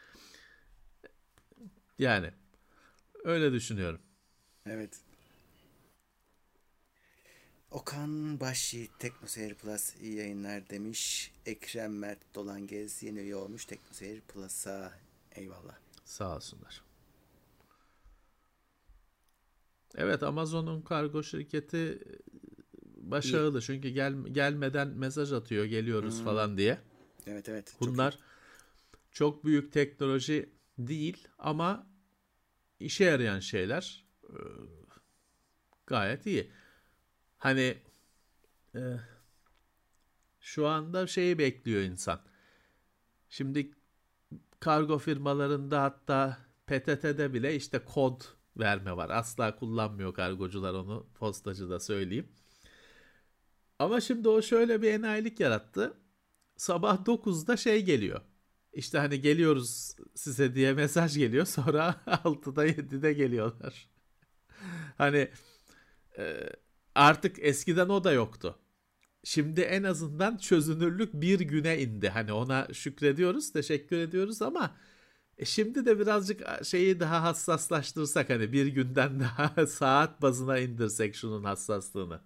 Yani öyle düşünüyorum. Evet. Okan Başyiğit Teknoseyir Plus iyi yayınlar demiş. Ekrem Mert Dolangez yeni üye olmuş Teknoseyir Plus'a. Eyvallah. Sağ olsunlar. Evet, Amazon'un kargo şirketi başarılı. İyi. Çünkü gelmeden mesaj atıyor geliyoruz falan diye. Evet. Bunlar çok büyük teknoloji değil ama işe yarayan şeyler. Gayet iyi. Hani şu anda şeyi bekliyor insan. Şimdi kargo firmalarında hatta PTT'de bile işte kod verme var. Asla kullanmıyor kargocular onu, postacı da söyleyeyim. Ama şimdi o şöyle bir enayilik yarattı. Sabah 9'da şey geliyor. İşte hani geliyoruz size diye mesaj geliyor. Sonra 6'da 7'de geliyorlar. Hani artık eskiden o da yoktu. Şimdi en azından çözünürlük bir güne indi. Hani ona şükrediyoruz, teşekkür ediyoruz ama şimdi de birazcık şeyi daha hassaslaştırsak, hani bir günden daha saat bazına indirsek şunun hassaslığını.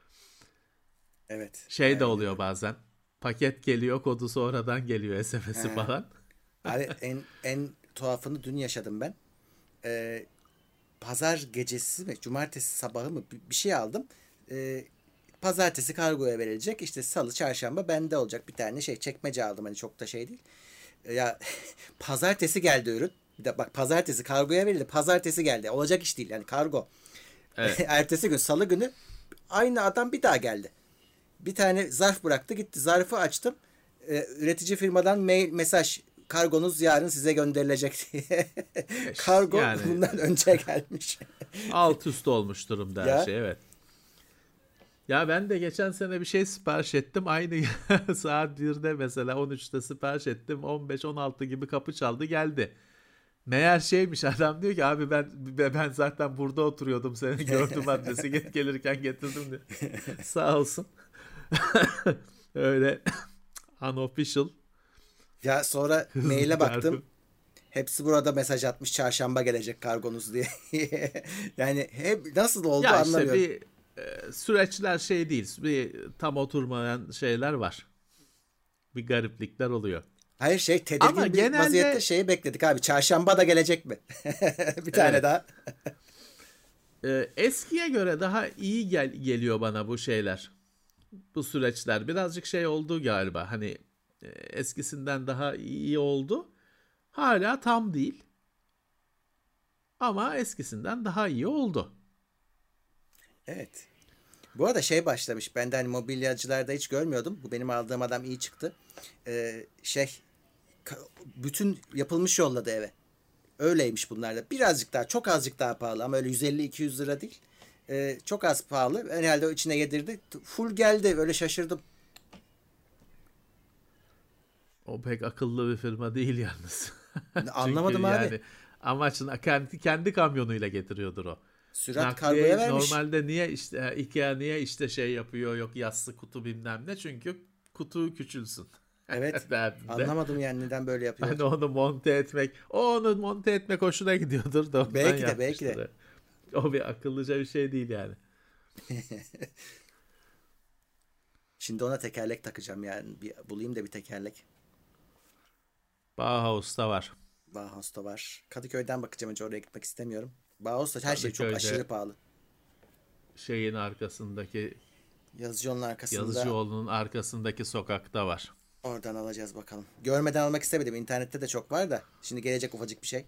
Evet. Şey de oluyor bazen. Paket geliyor, kodu sonradan geliyor, SMS'i falan. Abi en tuhafını dün yaşadım ben. Pazar gecesi mi, cumartesi sabahı mı bir şey aldım. Pazartesi kargoya verilecek. İşte salı, çarşamba bende olacak bir tane şey çekmece aldım. Hani çok da şey değil. Ya pazartesi geldi ürün. Bir de bak, pazartesi kargoya verildi. Pazartesi geldi. Olacak iş değil yani kargo. Evet. Ertesi gün salı günü aynı adam bir daha geldi. Bir tane zarf bıraktı gitti. Zarfı açtım. Üretici firmadan mail mesaj. Kargonuz yarın size gönderilecek diye. Kargo yani, bundan önce gelmiş. Alt üst olmuş durumda her şey, evet. Ya ben de geçen sene bir şey sipariş ettim. Aynı saat 1'de mesela 13'te sipariş ettim. 15-16 gibi kapı çaldı geldi. Meğer şeymiş, adam diyor ki abi ben zaten burada oturuyordum, seni gördüm adresi gelirken getirdim diyor. Sağ olsun. Öyle unofficial. Ya sonra maile baktım. Hepsi burada mesaj atmış, çarşamba gelecek kargonuz diye. Yani hep nasıl oldu ya anlamıyorum. Ya işte süreçler şey değil. Bir tam oturmayan şeyler var. Bir gariplikler oluyor. Hayır tedirgin ama bir genelde vaziyette şeyi bekledik abi. Çarşamba da gelecek mi? Bir tane daha. Eskiye göre daha iyi geliyor bana bu şeyler. Bu süreçler birazcık şey oldu galiba. Hani eskisinden daha iyi oldu. Hala tam değil. Ama eskisinden daha iyi oldu. Evet. Bu arada başlamış. Ben de hani mobilyacılarda hiç görmüyordum. Bu benim aldığım adam iyi çıktı. Bütün yapılmış yolladı eve. Öyleymiş bunlar da. Birazcık daha, çok azıcık daha pahalı ama öyle 150-200 lira değil. Çok az pahalı. Herhalde o içine yedirdi. Full geldi. Öyle şaşırdım. O pek akıllı bir firma değil yalnız. Anlamadım abi. Yani amaçın kendi kamyonuyla getiriyordur o. Sürat kargoya vermiş. Normalde niye işte IKEA niye işte şey yapıyor, yok yassı kutu bilmem ne, çünkü kutu küçülsün. Evet. Anlamadım yani neden böyle yapıyor. Hani onu monte etmek hoşuna gidiyordur da. Belki de. O bir akıllıca bir şey değil yani. Şimdi ona tekerlek takacağım yani. Bulayım da bir tekerlek. Bauhaus'ta var. Bauhaus'ta var. Kadıköy'den bakacağım, önce oraya gitmek istemiyorum. Bauhaus'ta her şey çok aşırı pahalı. Şeyin arkasındaki, Yazıcıoğlu'nun arkasındaki sokakta var. Oradan alacağız bakalım. Görmeden almak istemedim. İnternette de çok var da. Şimdi gelecek ufacık bir şey.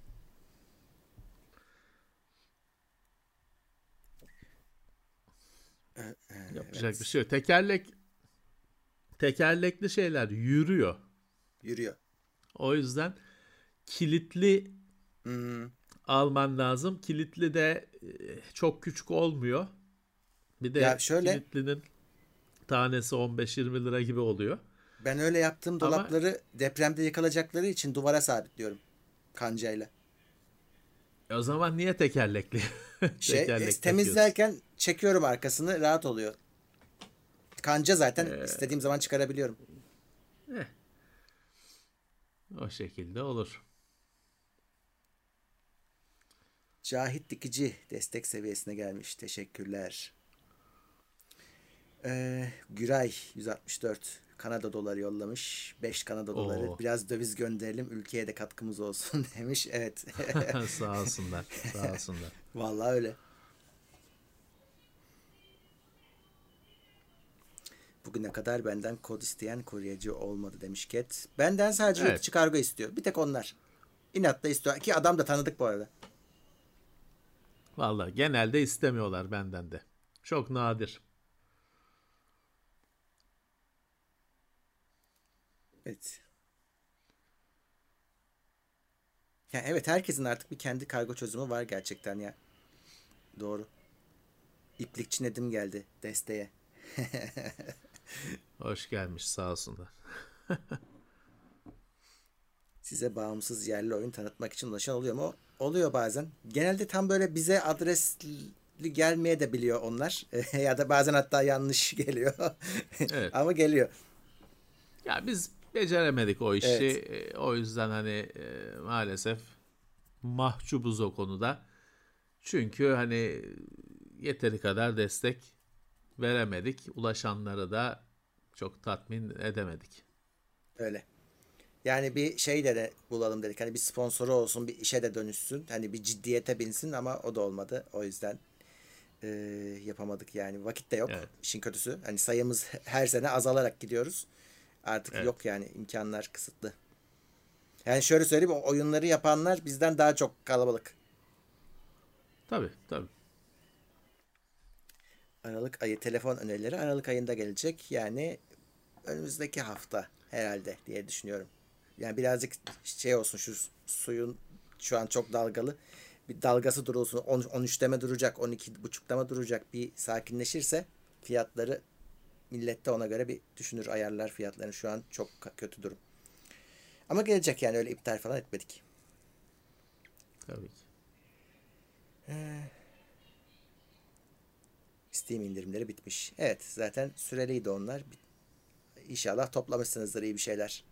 Yapacak bir şey yok. Tekerlekli şeyler yürüyor. O yüzden kilitli alman lazım. Kilitli de çok küçük olmuyor. Bir de kilitlinin Tanesi 15-20 lira gibi oluyor. Ben öyle yaptığım Ama dolapları depremde yıkılacakları için duvara sabitliyorum kancayla. o zaman niye tekerlekli tekerlek takıyorsun? Temizlerken çekiyorum arkasını, rahat oluyor. Kanca zaten Ee, istediğim zaman çıkarabiliyorum. eh, o şekilde olur. Cahit Dikici destek seviyesine gelmiş. Teşekkürler. Güray 164 Kanada doları yollamış. 5 Kanada doları. Oo. Biraz döviz gönderelim. Ülkeye de katkımız olsun demiş. Evet. Sağ olsunlar. Sağ olsunlar. Vallahi öyle. Bugüne kadar benden kod isteyen kuryeci olmadı demiş Ket. Benden sadece yurt Evet. içi kargo istiyor. Bir tek onlar. İnatla istiyor. Ki adam da tanıdık bu arada. Vallahi genelde istemiyorlar benden de. Çok nadir. Evet. Yani evet, herkesin artık bir kendi kargo çözümü var gerçekten ya. Doğru. İplikçi Nedim geldi desteğe. Hoş gelmiş, sağ olsunlar. Size bağımsız yerli oyun tanıtmak için ulaşan oluyor mu? Oluyor bazen. Genelde tam böyle bize adresli gelmeye de biliyor onlar. Ya da bazen hatta yanlış geliyor. Evet. Ama geliyor. Ya biz beceremedik o işi. Evet. O yüzden hani maalesef mahcubuz o konuda. Çünkü hani yeteri kadar destek veremedik. Ulaşanları da çok tatmin edemedik. Öyle. Yani bir şey de bulalım dedik. Hani bir sponsoru olsun, bir işe de dönüşsün. Hani bir ciddiyete binsin ama o da olmadı. O yüzden e, yapamadık yani. Vakit de yok. Evet. İşin kötüsü. Hani sayımız her sene azalarak gidiyoruz. Artık Evet. yok yani, imkanlar kısıtlı. Yani şöyle söyleyeyim, o oyunları yapanlar bizden daha çok kalabalık. Tabii, tabii. Aralık ayı telefon önerileri Aralık ayında gelecek. Yani önümüzdeki hafta herhalde diye düşünüyorum. Yani birazcık şey olsun, şu suyun şu an çok dalgalı. Bir dalgası durulsun. 13'te mi duracak, 12,5'ta mı duracak? Bir sakinleşirse fiyatları millet de ona göre bir düşünür, ayarlar fiyatlarını. Şu an çok kötü durum. Ama gelecek yani, öyle iptal falan etmedik. Tabii ki. Steam indirimleri bitmiş. Evet, zaten süreliydi onlar. İnşallah toplamışsınızdır iyi bir şeyler.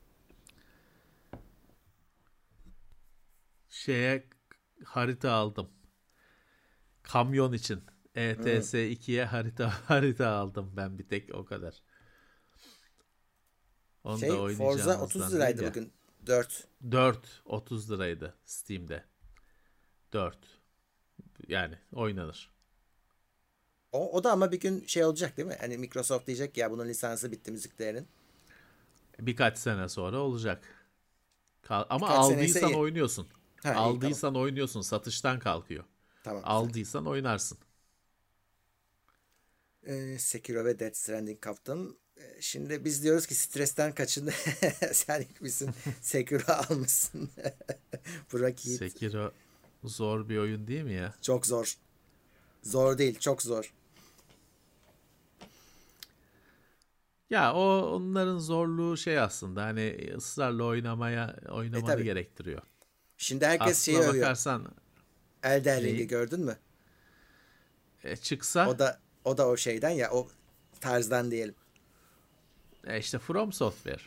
Şeye harita aldım. Kamyon için. Hmm. ETS 2'ye harita aldım ben, bir tek o kadar. Onu da Forza 30 oynayacağımızdan değil liraydı ya. bugün. 4. 4.30 liraydı Steam'de. 4. Yani oynanır. O da ama bir gün şey olacak değil mi? Hani Microsoft diyecek ya, bunun lisansı bitti müziklerinin. Birkaç sene sonra olacak. Ama Birkaç sene ise aldıysan iyi. oynuyorsun. Ha, iyi, tamam. Aldıysan oynuyorsun. Satıştan kalkıyor. Tamam, güzel. Aldıysan oynarsın. Sekiro ve Death Stranding kaptım. Şimdi biz diyoruz ki stresten kaçın. Sen gitmişsin Sekiro almışsın. Burak Yiğit. Sekiro zor bir oyun değil mi ya? Çok zor. Zor değil, çok zor. Ya onların zorluğu şey aslında, hani ısrarla oynamanı Tabi. gerektiriyor. Şimdi herkes şeyi Aslına övüyor. bakarsan Elden Ring'i neyi gördün mü? çıksa O da o şeyden ya, o tarzdan diyelim. işte From Software.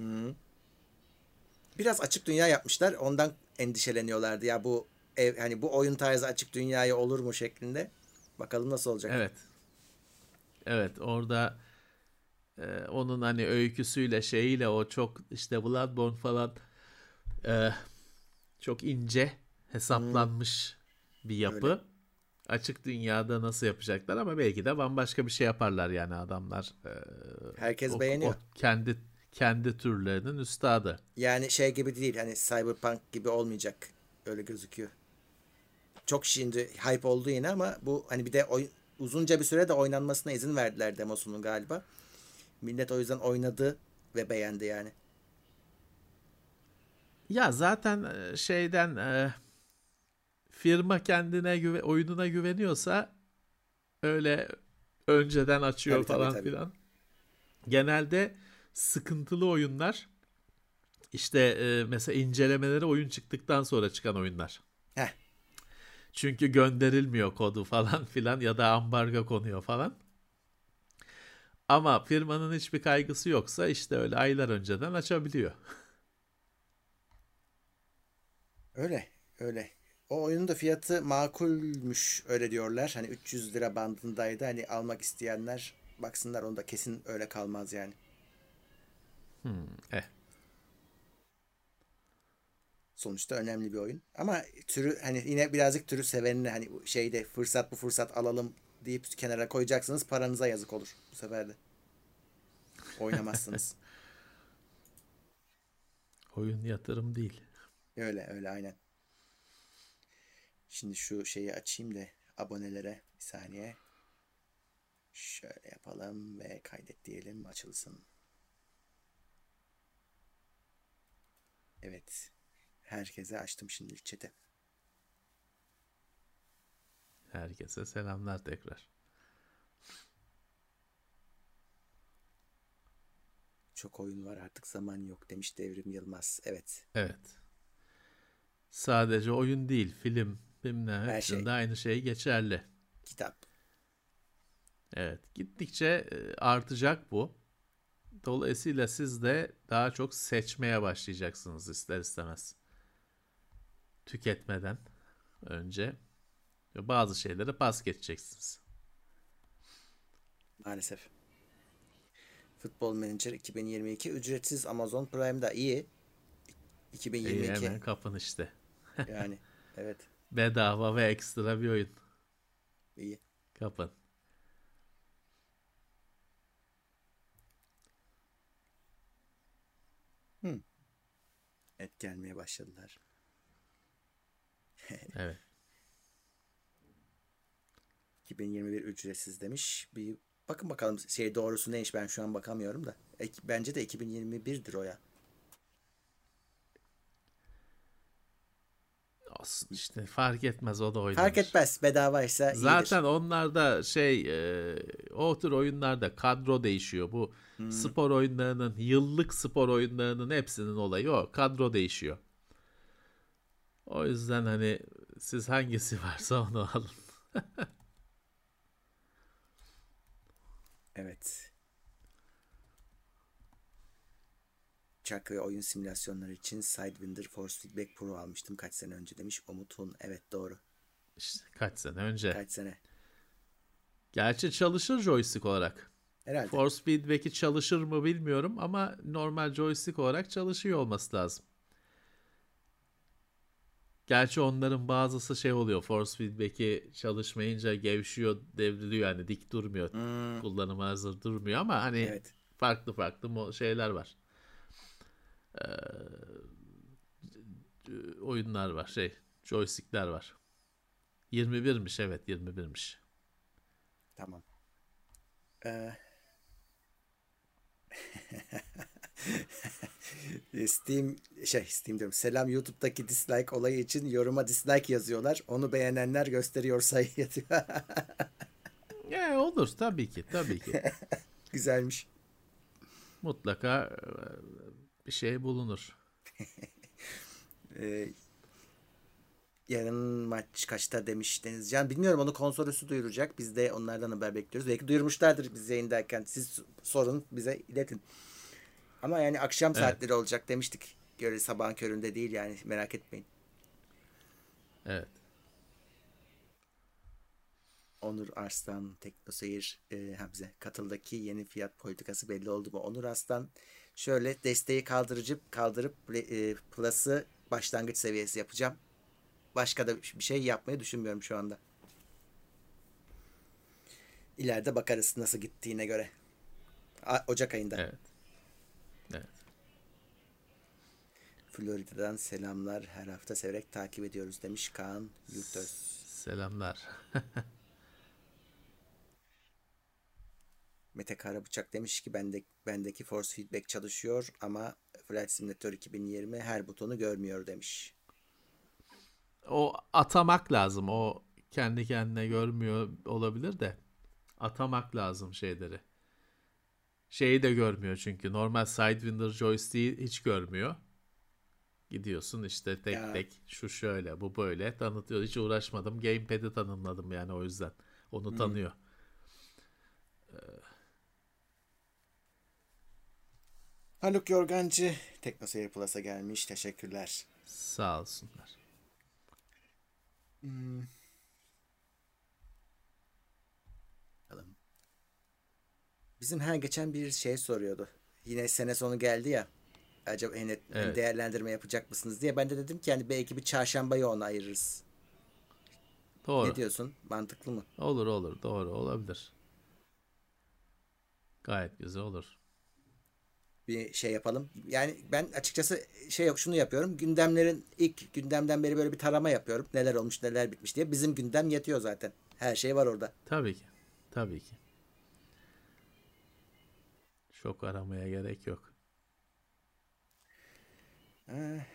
Biraz açık dünya yapmışlar. Ondan endişeleniyorlardı. Ya bu hani bu oyun tarzı açık dünyaya olur mu şeklinde. Bakalım nasıl olacak. Evet. Evet, orada onun hani öyküsüyle şeyiyle, o çok işte Bloodborne falan e, çok ince Hmm, hesaplanmış bir öyle. yapı. Açık dünyada nasıl yapacaklar, ama belki de bambaşka bir şey yaparlar yani adamlar. Herkes O beğeniyor. kendi türlerinin üstadı. Yani şey gibi değil. Hani Cyberpunk gibi olmayacak. Öyle gözüküyor. Çok şimdi hype oldu yine ama bu hani bir de uzunca bir süre de oynanmasına izin verdiler demosunun galiba. Millet o yüzden oynadı ve beğendi yani. Ya zaten şeyden firma oyununa güveniyorsa öyle önceden açıyor Tabii, tabii, falan tabii. filan. Genelde sıkıntılı oyunlar işte mesela incelemelere oyun çıktıktan sonra çıkan oyunlar. Heh. Çünkü gönderilmiyor kodu falan filan ya da ambargo konuyor falan. Ama firmanın hiçbir kaygısı yoksa işte öyle aylar önceden açabiliyor. Öyle, öyle. O oyunun da fiyatı makulmüş öyle diyorlar. Hani 300 lira bandındaydı. Hani almak isteyenler baksınlar, onda kesin öyle kalmaz yani. Eh, Sonuçta önemli bir oyun. Ama türü hani yine birazcık türü sevenine hani şeyde fırsat bu fırsat alalım deyip kenara koyacaksınız, paranıza yazık olur bu sefer de. Oynamazsınız. oyun yatırım değil. Öyle öyle aynen. Şimdi şu şeyi açayım da abonelere bir saniye. Şöyle yapalım ve kaydet diyelim, açılsın. Evet. Herkese açtım şimdi chat'e. Herkese selamlar tekrar. Çok oyun var artık, zaman yok demiş Devrim Yılmaz. Evet. Evet. Sadece oyun değil, film, bilmem Her hepsinde şey. aynı şey geçerli. Kitap. Evet, gittikçe artacak bu. Dolayısıyla siz de daha çok seçmeye başlayacaksınız ister istemez. Tüketmeden önce ve bazı şeyleri pas geçeceksiniz. Maalesef. Futbol Manager 2022 ücretsiz Amazon Prime'da, iyi. İyi, 2022 hemen kapın işte. yani. Evet. Bedava ve ekstra bir oyun. İyi. Kapın. Hı. Evet, gelmeye başladılar. Evet. 2021 ücretsiz demiş. Bir bakın bakalım şey doğrusu neymiş, ben şu an bakamıyorum da. Bence de 2021'dir o ya. Olsun işte, fark etmez, o da Fark oynanır. etmez. Bedavaysa iyidir. Zaten onlarda o tür oyunlarda kadro değişiyor. Bu Hmm, spor oyunlarının, yıllık spor oyunlarının hepsinin olayı o. Kadro değişiyor. O yüzden hani siz hangisi varsa onu alın. evet. Uçak ve oyun simülasyonları için Sidewinder Force Feedback Pro almıştım kaç sene önce demiş Umut'un. Evet, doğru. İşte kaç sene önce. Kaç sene? Gerçi çalışır joystick olarak. Herhalde. Force feedback'i çalışır mı bilmiyorum ama normal joystick olarak çalışıyor olması lazım. Gerçi onların bazısı şey oluyor. Force feedback'i çalışmayınca gevşiyor, devriliyor, yani dik durmuyor. Hmm, Kullanıma hazır durmuyor ama hani evet. farklı farklı şeyler var. Ee, oyunlar var, joystickler var. 21'miş, evet 21'miş. Tamam. Ee, Steam diyorum. Selam, YouTube'daki dislike olayı için yoruma dislike yazıyorlar. Onu beğenenler gösteriyor sayı yazıyor. Olur tabii ki, tabii ki. Güzelmiş. Mutlaka bir şey bulunur. Ee, Yarın maç kaçta demiş Denizcan. Bilmiyorum, onu konsol üstü duyuracak. Biz de onlardan haber bekliyoruz. Belki duyurmuşlardır biz yayındayken. Siz sorun, bize iletin. Ama yani akşam Evet, saatleri olacak demiştik. Göre sabahın köründe değil yani, merak etmeyin. evet. Onur Arslan, Teknoseyir, Hamze. Katıldaki yeni fiyat politikası belli oldu mu? Onur Arslan, şöyle desteği kaldırıp Plus'ı başlangıç seviyesi yapacağım. Başka da bir şey yapmayı düşünmüyorum şu anda. İleride bakarız nasıl gittiğine göre. Ocak ayında. Evet. Evet. Florida'dan selamlar. Her hafta severek takip ediyoruz demiş Kaan Yurtöz. Selamlar. Mete Karabıçak demiş ki bendeki force feedback çalışıyor ama Flight Simulator 2020 her butonu görmüyor demiş. O atamak lazım. O kendi kendine görmüyor olabilir de atamak lazım şeyleri. Şeyi de görmüyor çünkü. Normal Sidewinder joystick'i hiç görmüyor. Gidiyorsun işte tek Ya. tek şu şöyle bu böyle tanıtıyor. Hiç uğraşmadım. Gamepad'i tanımladım yani o yüzden. Onu Hmm. tanıyor. Haluk Yorgancı TeknoSeyir Plus'a gelmiş. Teşekkürler. Sağ olsunlar. Hmm. Bakalım. Bizim her geçen bir şey soruyordu. Yine sene sonu geldi ya. Acaba hani Evet. değerlendirme yapacak mısınız diye. Ben de dedim ki hani belki bir çarşambayı ona ayırırız. Ne Doğru. diyorsun? Mantıklı mı? Olur olur. Doğru olabilir. Gayet güzel olur. Bir şey yapalım. Yani ben açıkçası şey yok, şunu yapıyorum. Gündemlerin ilk gündemden beri böyle bir tarama yapıyorum. Neler olmuş neler bitmiş diye. Bizim gündem yetiyor zaten. Her şey var orada. Tabii ki. Tabii ki. Çok aramaya gerek yok. Ha,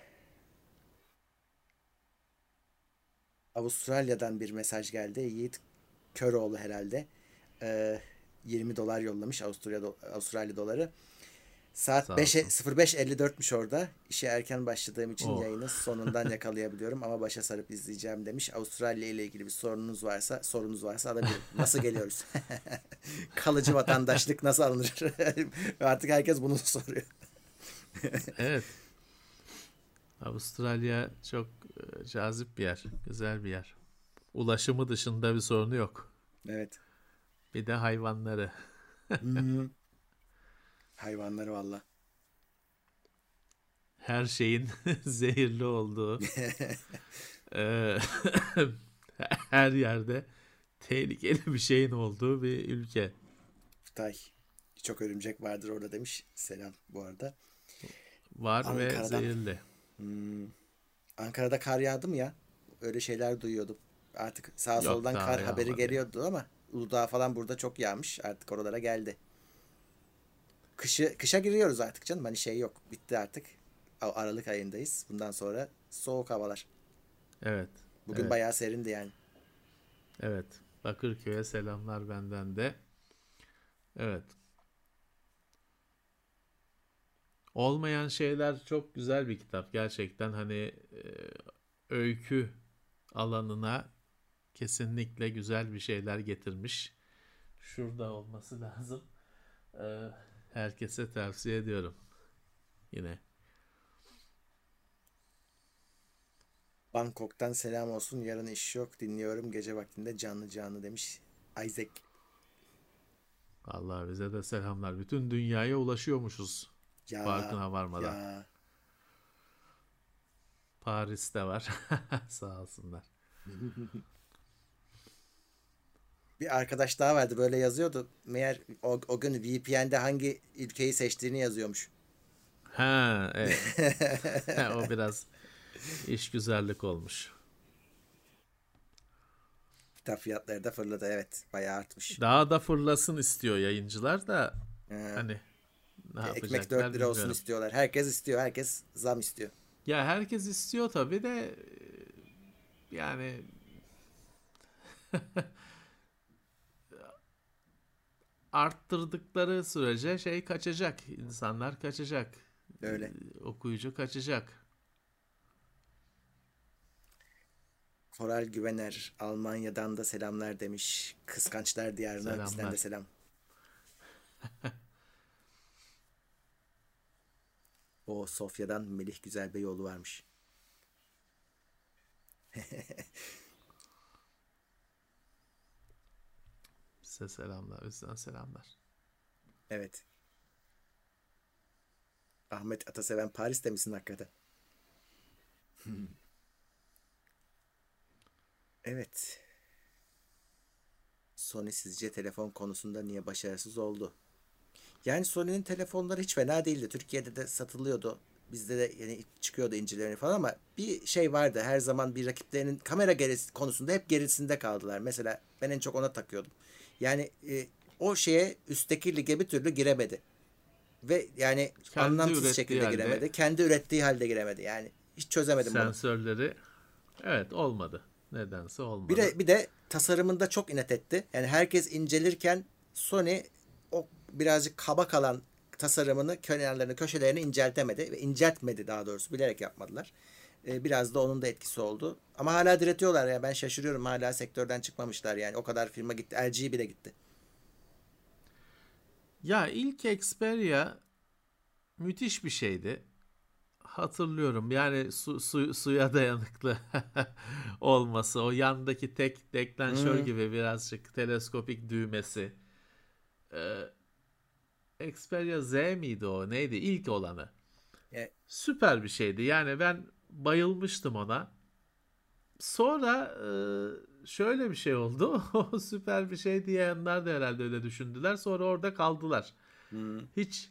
Avustralya'dan bir mesaj geldi. Yiğit Köroğlu herhalde. Ee, 20 dolar yollamış, Avustralya doları. Saat Sağ 5'e olsun. 05.54'müş orada. İşe erken başladığım için Oh. yayını sonundan yakalayabiliyorum ama başa sarıp izleyeceğim demiş. Avustralya ile ilgili bir sorunuz varsa alabilirim. Nasıl geliyoruz? Kalıcı vatandaşlık nasıl alınır? Artık herkes bunu soruyor. Evet. Avustralya çok cazip bir yer. Güzel bir yer. Ulaşımı dışında bir sorunu yok. Evet. Bir de hayvanları. Hmm. Hayvanları valla. Her şeyin zehirli olduğu. e, her yerde tehlikeli bir şeyin olduğu bir ülke. Kutay. Çok örümcek vardır orada demiş. Selam bu arada. Var ve Ankara'dan. zehirli. Hmm. Ankara'da kar yağdı mı ya? Öyle şeyler duyuyordum. Artık sağ Yok soldan daha kar haberi yağmadı ya. geliyordu ama Uludağ falan burada çok yağmış. Artık oralara geldi. Kışa giriyoruz artık canım. Hani şey yok. Bitti artık. Aralık ayındayız. Bundan sonra soğuk havalar. Evet. Bugün Evet. bayağı serindi yani. Evet. Bakırköy'e selamlar benden de. Evet. Olmayan şeyler çok güzel bir kitap. Gerçekten hani öykü alanına kesinlikle güzel bir şeyler getirmiş. Şurada olması lazım. E, herkese tavsiye ediyorum. Yine. Bangkok'tan selam olsun. Yarın iş yok. Dinliyorum gece vaktinde canlı canlı demiş. Isaac. Allah bize de selamlar. Bütün dünyaya ulaşıyormuşuz. Ya Farkına varmadan. ya. Paris'te var. Sağ olsunlar. Bir arkadaş daha vardı böyle yazıyordu. Meğer o gün VPN'de hangi ülkeyi seçtiğini yazıyormuş. Ha, o biraz işgüzarlık olmuş. Kitap fiyatları da fırladı, evet. Bayağı artmış. Daha da fırlasın istiyor yayıncılar da Ee, hani ne ekmek 4 yapacaklar lira olsun bilmiyorum. istiyorlar. Herkes istiyor. Herkes zam istiyor. Ya herkes istiyor tabii de yani arttırdıkları sürece şey kaçacak. İnsanlar kaçacak. Öyle. Okuyucu kaçacak. Koral Güvener Almanya'dan da selamlar demiş. Kıskançlar diyarına bizden de Selamlar. selam. O Sofya'dan Melih Güzelbeyoğlu varmış. Size selamlar. Bizden selamlar. Evet. Ahmet Ataseven Paris'te misin hakikaten? Evet. Sony sizce telefon konusunda niye başarısız oldu? Yani Sony'nin telefonları hiç fena değildi. Türkiye'de de satılıyordu. Bizde de yani çıkıyordu incelerini falan ama bir şey vardı. Her zaman bir rakiplerinin kamera gerisi konusunda hep gerisinde kaldılar. Mesela ben en çok ona takıyordum. Yani o şeye üstteki lige bir türlü giremedi. Ve yani Kendi anlamsız ürettiği şekilde halde giremedi. Kendi ürettiği halde giremedi. Yani hiç çözemedim bunu. sensörleri evet olmadı. Nedense Bir olmadı. de, bir de tasarımında çok inat etti. Yani herkes incelirken Sony o birazcık kaba kalan tasarımını, kenarlarını, köşelerini inceltemedi ve inceltmedi, daha doğrusu bilerek yapmadılar. Biraz da onun da etkisi oldu. Ama hala diretiyorlar ya, ben şaşırıyorum, hala sektörden çıkmamışlar yani. O kadar firma gitti. LG bile gitti. Ya ilk Xperia müthiş bir şeydi. Hatırlıyorum yani suya dayanıklı olması, o yandaki tek deklanşör Hmm. gibi birazcık teleskopik düğmesi. Ee, Xperia Z miydi o? Neydi? İlk olanı. E, Süper bir şeydi. Yani ben bayılmıştım ona. Sonra şöyle bir şey oldu. O süper bir şey diyenler de herhalde öyle düşündüler. Sonra orada kaldılar. hmm. Hiç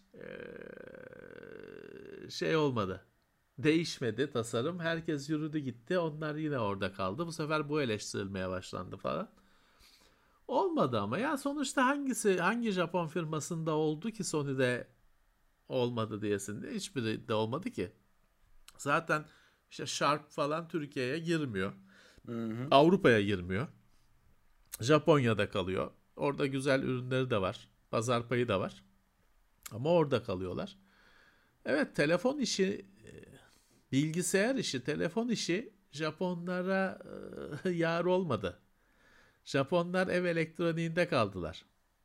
şey olmadı. Değişmedi tasarım. Herkes yürüdü gitti. Onlar yine orada kaldı. Bu sefer bu eleştirilmeye başlandı falan. Olmadı ama ya sonuçta hangi Japon firmasında oldu ki Sony'de olmadı diyesin de hiçbiri de olmadı ki. Zaten işte Sharp falan Türkiye'ye girmiyor. Hı hı. Avrupa'ya girmiyor. Japonya'da kalıyor. Orada güzel ürünleri de var. Pazar payı da var. Ama orada kalıyorlar. Evet, telefon işi, bilgisayar işi, telefon işi Japonlara yar olmadı. Japonlar ev elektroniğinde kaldılar.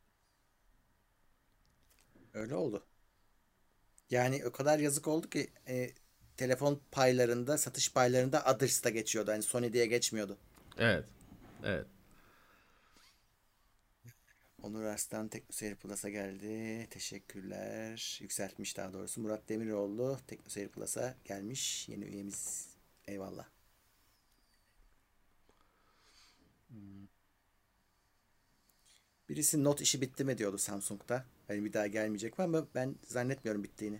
Öyle oldu. Yani o kadar yazık oldu ki telefon paylarında, satış paylarında Others da geçiyordu. Hani Sony diye geçmiyordu. Evet. Evet. Onur Arslan TeknoSeyir Plus'a geldi. Teşekkürler. Yükseltmiş daha doğrusu. Murat Demiroğlu TeknoSeyir Plus'a gelmiş. Yeni üyemiz. Eyvallah. Birisi not işi bitti mi diyordu Samsung'da. Hani bir daha gelmeyecek mi, ama ben zannetmiyorum bittiğini.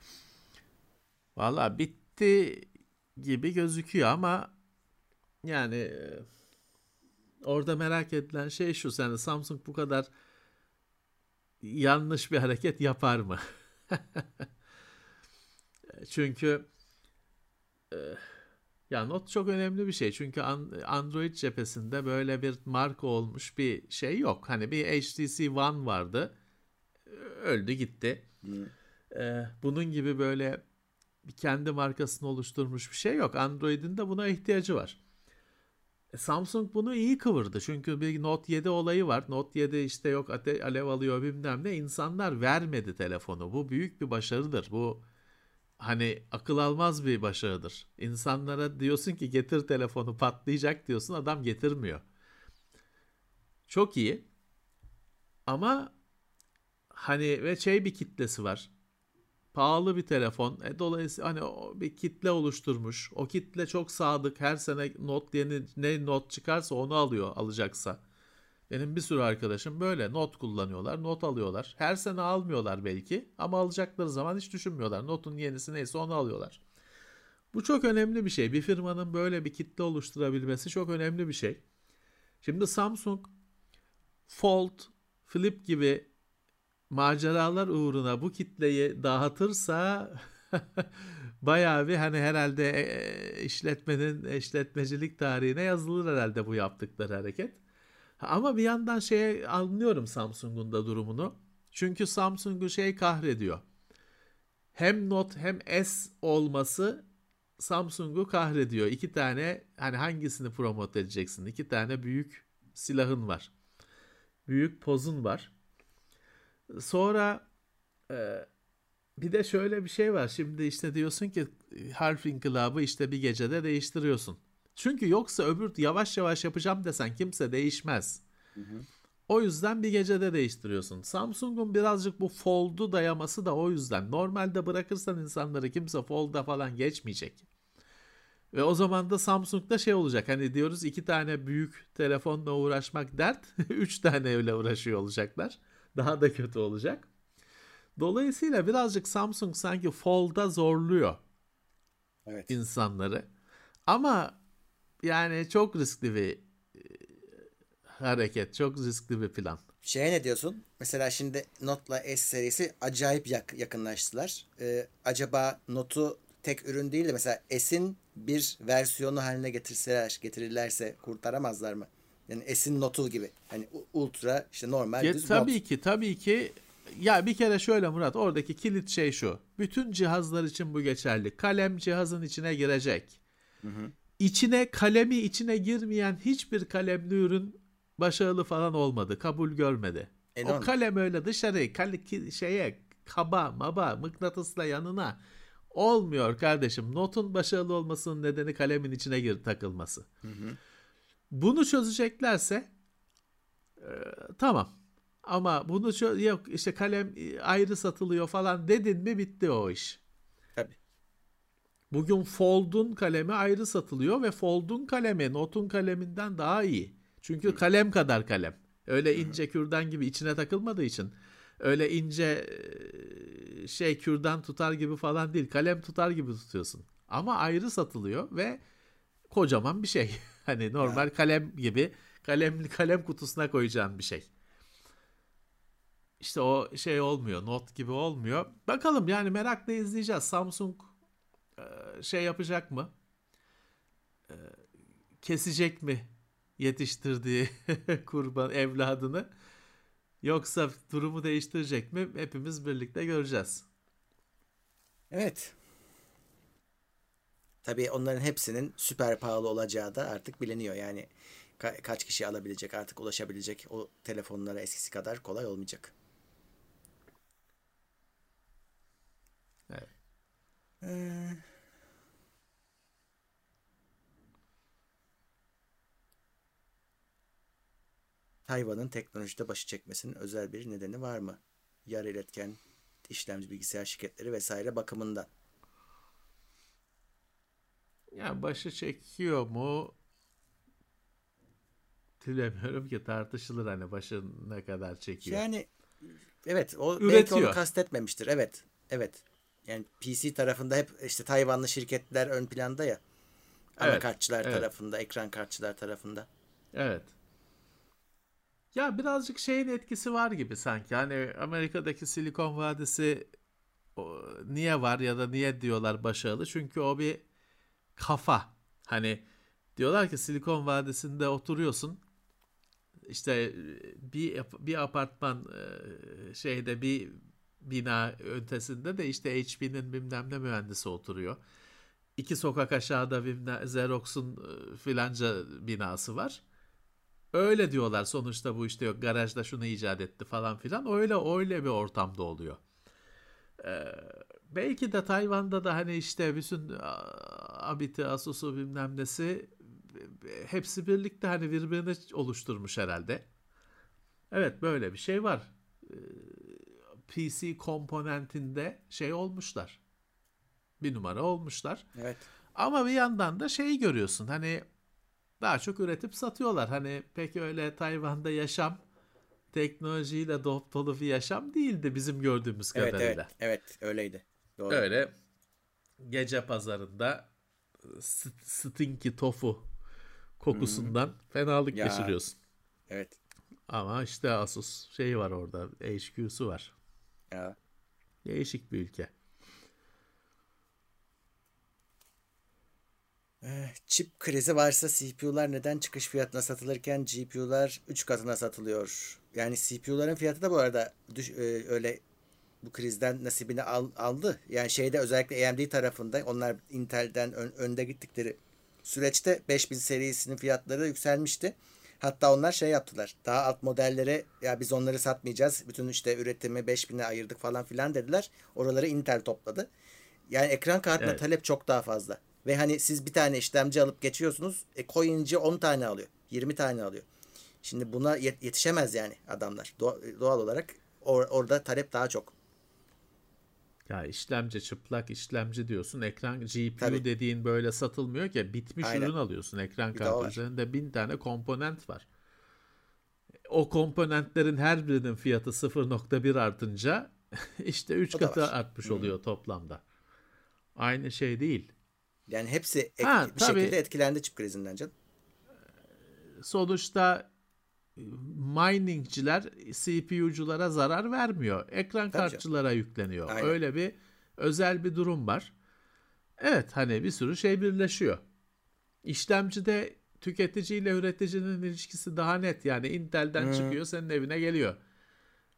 Valla bitti gibi gözüküyor ama yani orada merak edilen şey şu. Yani Samsung bu kadar yanlış bir hareket yapar mı? Çünkü ya not çok önemli bir şey. Çünkü Android cephesinde böyle bir marka olmuş bir şey yok. Hani bir HTC One vardı. Öldü gitti. Hmm. Bunun gibi böyle bir kendi markasını oluşturmuş bir şey yok. Android'in de buna ihtiyacı var. Samsung bunu iyi kıvırdı. Çünkü bir Note 7 olayı var. Note 7 işte yok alev alıyor bilmem ne. İnsanlar vermedi telefonu. Bu büyük bir başarıdır. Bu hani akıl almaz bir başarıdır. İnsanlara diyorsun ki getir telefonu patlayacak diyorsun, adam getirmiyor. Çok iyi ama hani ve şey bir kitlesi var. Pahalı bir telefon. Dolayısıyla hani o bir kitle oluşturmuş. O kitle çok sadık. Her sene Note yeni ne not çıkarsa onu alıyor alacaksa. Benim bir sürü arkadaşım böyle not kullanıyorlar, not alıyorlar. Her sene almıyorlar belki ama alacakları zaman hiç düşünmüyorlar. Notun yenisi neyse onu alıyorlar. Bu çok önemli bir şey. Bir firmanın böyle bir kitle oluşturabilmesi çok önemli bir şey. Şimdi Samsung Fold, Flip gibi maceralar uğruna bu kitleyi dağıtırsa bayağı bir hani herhalde işletmecilik tarihine yazılır herhalde bu yaptıkları hareket. Ama bir yandan şeye anlıyorum Samsung'un da durumunu. Çünkü Samsung'u şey kahrediyor. Hem Note hem S olması Samsung'u kahrediyor. İki tane hani hangisini promote edeceksin? İki tane büyük silahın var. Büyük pozun var. Sonra bir de şöyle bir şey var. Şimdi işte diyorsun ki harf inkılabı işte bir gecede değiştiriyorsun. Çünkü yoksa öbür yavaş yavaş yapacağım desen kimse değişmez. Hı hı. O yüzden bir gecede değiştiriyorsun. Samsung'un birazcık bu Fold'u dayaması da o yüzden. Normalde bırakırsan insanları kimse Fold'a falan geçmeyecek. Ve o zaman da Samsung'da şey olacak. Hani diyoruz iki tane büyük telefonla uğraşmak dert. Üç taneyle uğraşıyor olacaklar. Daha da kötü olacak. Dolayısıyla birazcık Samsung sanki Fold'a zorluyor Evet. insanları. Ama yani çok riskli bir hareket. Çok riskli bir plan. Şeye ne diyorsun? Mesela şimdi Note'la S serisi acayip yakınlaştılar. Acaba Note'u tek ürün değil de mesela S'in bir versiyonu haline getirirlerse kurtaramazlar mı? Yani S'in Note'u gibi. Hani Ultra, işte normal düz Note. Tabii ki Ya bir kere şöyle Murat, oradaki kilit şey şu. Bütün cihazlar için bu geçerli. Kalem cihazın içine girecek. Hı hı. Kalemi içine girmeyen hiçbir kalemli ürün başarılı falan olmadı. Kabul görmedi. O Normal. kalem öyle dışarı kaba maba mıknatısla yanına olmuyor kardeşim. Notun başarılı olmasının nedeni kalemin içine takılması. Hı hı. Bunu çözeceklerse tamam. Ama bunu yok işte kalem ayrı satılıyor falan dedin mi bitti o iş. Tabii. Bugün Fold'un kalemi ayrı satılıyor ve Fold'un kalemi Note'un kaleminden daha iyi. Çünkü kalem kadar kalem. Öyle ince kürdan gibi içine takılmadığı için öyle ince kürdan tutar gibi falan değil. Kalem tutar gibi tutuyorsun. Ama ayrı satılıyor ve kocaman bir şey. Hani normal Ya. kalem gibi kalem kutusuna koyacağın bir şey. İşte o şey olmuyor. Not gibi olmuyor. Bakalım yani merakla izleyeceğiz. Samsung yapacak mı? Kesecek mi yetiştirdiği kurban evladını? Yoksa durumu değiştirecek mi? Hepimiz birlikte göreceğiz. Evet. Tabii onların hepsinin süper pahalı olacağı da artık biliniyor. Yani kaç kişi alabilecek, artık ulaşabilecek o telefonlara eskisi kadar kolay olmayacak. Evet. Ee, Tayvan'ın teknolojide başı çekmesinin özel bir nedeni var mı? Yarı iletken işlemci bilgisayar şirketleri vesaire bakımından. Ya başı çekiyor mu? Bilemiyorum ki, tartışılır hani başı ne kadar çekiyor. Yani evet, o belki onu Üretiyor. kastetmemiştir. Evet. Evet. Yani PC tarafında hep işte Tayvanlı şirketler ön planda ya. Evet. Anakartçılar Evet. tarafında, ekran kartçılar tarafında. Evet. Ya birazcık şeyin etkisi var gibi sanki. Hani Amerika'daki Silikon Vadisi niye var ya da niye diyorlar başarılı? Çünkü o bir kafa. Hani diyorlar ki Silikon Vadisi'nde oturuyorsun. İşte bir apartman bir bina ötesinde de işte HP'nin bilmem ne mühendisi oturuyor. İki sokak aşağıda Xerox'un filanca binası var. Öyle diyorlar sonuçta, bu işte yok garajda şunu icat etti falan filan. Öyle bir ortamda oluyor. Ee, Belki de Tayvan'da da hani işte bütün Abit'i, Asus'u bilmem nesi hepsi birlikte hani birbirini oluşturmuş herhalde. Evet, böyle bir şey var. Ee, PC komponentinde olmuşlar. Bir numara olmuşlar. Evet. Ama bir yandan da şeyi görüyorsun. Hani daha çok üretip satıyorlar. Hani pek öyle Tayvan'da yaşam teknolojiyle dop dolu bir yaşam değildi bizim gördüğümüz Evet, evet, kadarıyla. evet, öyleydi. Doğru. Öyle gece pazarında stinky tofu Hı hı. kokusundan fenalık Ya, geçiriyorsun. evet. Ama işte Asus var orada, HQ'su var. Ya. Değişik bir ülke. Çip krizi varsa CPU'lar neden çıkış fiyatına satılırken GPU'lar 3 katına satılıyor? Yani CPU'ların fiyatı da bu arada öyle bu krizden nasibini aldı. Yani şeyde özellikle AMD tarafında onlar Intel'den önde gittikleri süreçte 5000 serisinin fiyatları yükselmişti. Hatta onlar şey yaptılar. Daha alt modellere ya biz onları satmayacağız. Bütün işte üretimi 5000'e ayırdık falan filan dediler. Oraları Intel topladı. Yani ekran kartına Evet. talep çok daha fazla. Ve hani siz bir tane işlemci alıp geçiyorsunuz. Coinci 10 tane alıyor. 20 tane alıyor. Şimdi buna yetişemez yani adamlar. Doğal olarak orada talep daha çok. Ya işlemci, çıplak işlemci diyorsun. Ekran GPU Tabii. dediğin böyle satılmıyor ki. Bitmiş Aynen. ürün alıyorsun. Ekran Bir de o kartı var. üzerinde 1000 tane komponent var. O komponentlerin her birinin fiyatı 0,1 artınca işte 3 O da katı var. artmış Hı. oluyor toplamda. Aynı şey değil. Yani hepsi Ha bir şekilde tabii, etkilendi çip krizinden canım. sonuçta miningciler CPU'culara zarar vermiyor. Ekran Tabii canım. kartçılara yükleniyor. Aynen. Öyle bir özel bir durum var. Evet, hani bir sürü şey birleşiyor. İşlemcide tüketiciyle üreticinin ilişkisi daha net. Yani Intel'den Hı. çıkıyor, senin evine geliyor.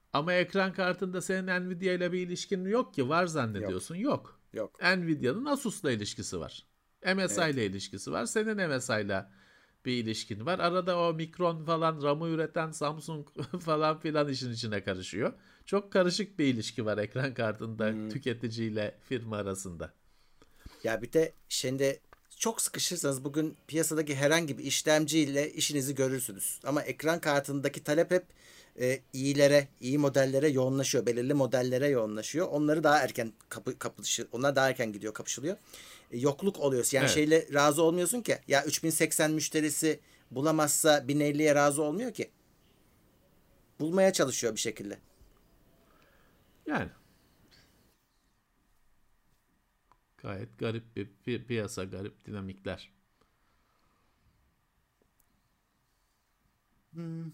Ama ekran kartında senin Nvidia ile bir ilişkin yok ki. Var Yok. zannediyorsun. Yok. Yok. Nvidia'nın Asus'la ilişkisi var. MSI Evet. ile ilişkisi var. Senin MSI ile bir ilişkin var. Arada o Micron falan RAM'ı üreten Samsung falan filan işin içine karışıyor. Çok karışık bir ilişki var ekran kartında Hmm. tüketiciyle firma arasında. Ya bir de şimdi çok sıkışırsanız bugün piyasadaki herhangi bir işlemciyle işinizi görürsünüz. Ama ekran kartındaki talep hep iyilere, iyi modellere yoğunlaşıyor. Belirli modellere yoğunlaşıyor. Onları daha erken onlar daha erken gidiyor, kapışılıyor. Yokluk oluyor. Yani Evet. şeyle razı olmuyorsun ki. Ya 3080 müşterisi bulamazsa 1050'ye razı olmuyor ki. Bulmaya çalışıyor bir şekilde. Yani gayet garip bir piyasa, garip dinamikler. Hmm.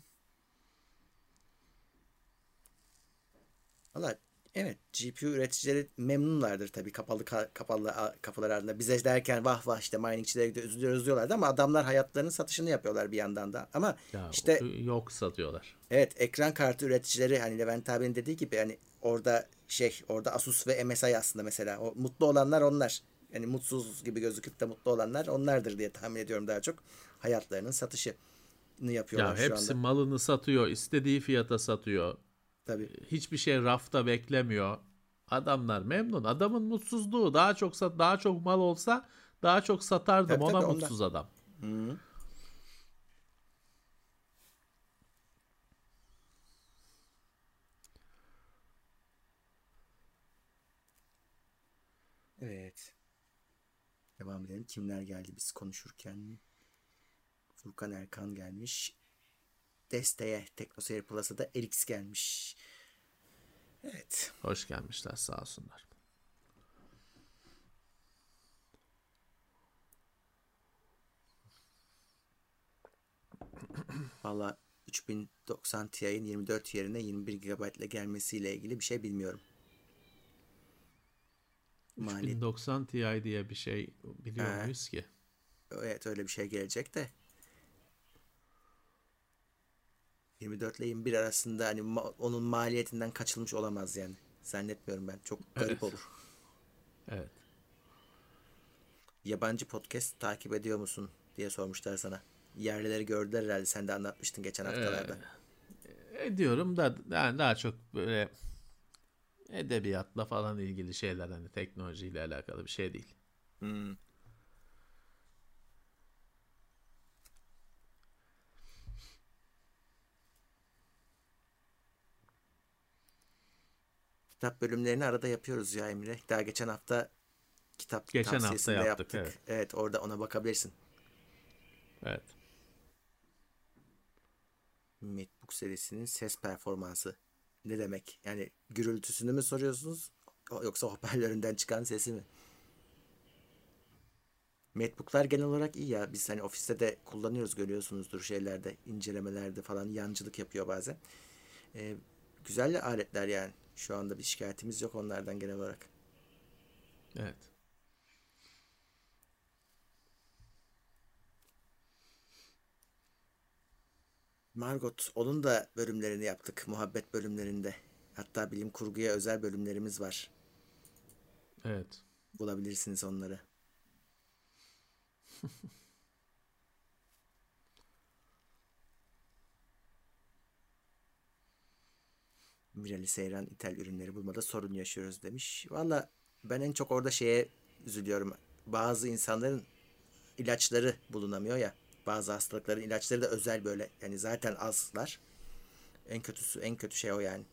Valla evet, GPU üreticileri memnunlardır tabii kapalı kapılar ardında. Bize derken vah vah işte miningçilere gidiyor, üzülüyoruz diyorlardı ama adamlar hayatlarının satışını yapıyorlar bir yandan da. Ama Ya işte yok satıyorlar. evet, ekran kartı üreticileri hani Levent abinin dediği gibi hani orada Asus ve MSI aslında mesela o mutlu olanlar onlar. Yani mutsuz gibi gözüküp de mutlu olanlar onlardır diye tahmin ediyorum daha çok. Hayatlarının satışını yapıyorlar Ya şu hepsi anda. malını satıyor, istediği fiyata satıyor. Tabii. Hiçbir şey rafta beklemiyor. Adamlar memnun. Adamın mutsuzluğu daha çok daha çok mal olsa daha çok satardım. Tabii Ona tabii ondan. mutsuz adam. Hı. Evet. Devam edelim. Kimler geldi biz konuşurken? Furkan Erkan gelmiş. Desteğe TeknoSeyir Plus'a da Elix gelmiş. Evet. Hoş gelmişler sağ olsunlar. Valla 3090 Ti'nin 24 yerine 21 GB ile gelmesiyle ilgili bir şey bilmiyorum. Maliyet. 3090 Ti diye bir şey biliyor Ee, muyuz ki? evet, öyle bir şey gelecek de 24 ile 21 arasında hani onun maliyetinden kaçılmış olamaz yani. Zannetmiyorum ben. Çok garip Evet. olur. Evet. Yabancı podcast takip ediyor musun diye sormuşlar sana. Yerlileri gördüler herhalde. Sen de anlatmıştın geçen Ee, haftalarda. ediyorum da yani daha çok böyle edebiyatla falan ilgili şeyler, hani teknolojiyle alakalı bir şey değil. Hmm. Kitap bölümlerini arada yapıyoruz ya Emre. Daha geçen hafta kitap Geçen hafta tavsiyesinde yaptık, evet. yaptık. Evet, orada ona bakabilirsin. Evet. MacBook serisinin ses performansı ne demek? Yani gürültüsünü mü soruyorsunuz yoksa hoparlöründen çıkan sesi mi? MacBook'lar genel olarak iyi ya. Biz hani ofiste de kullanıyoruz, görüyorsunuzdur şeylerde, incelemelerde falan yancılık yapıyor bazen. Ee, güzel aletler yani. Şu anda bir şikayetimiz yok onlardan genel olarak. Evet. Margot, onun da bölümlerini yaptık. Muhabbet bölümlerinde. Hatta bilim kurguya özel bölümlerimiz var. Evet. Bulabilirsiniz onları. Mirali Seyran ithal ürünleri bulmada sorun yaşıyoruz demiş. Valla ben en çok orada şeye üzülüyorum. Bazı insanların ilaçları bulunamıyor ya. Bazı hastalıkların ilaçları da özel böyle. Yani zaten azlar. En kötü şey o yani.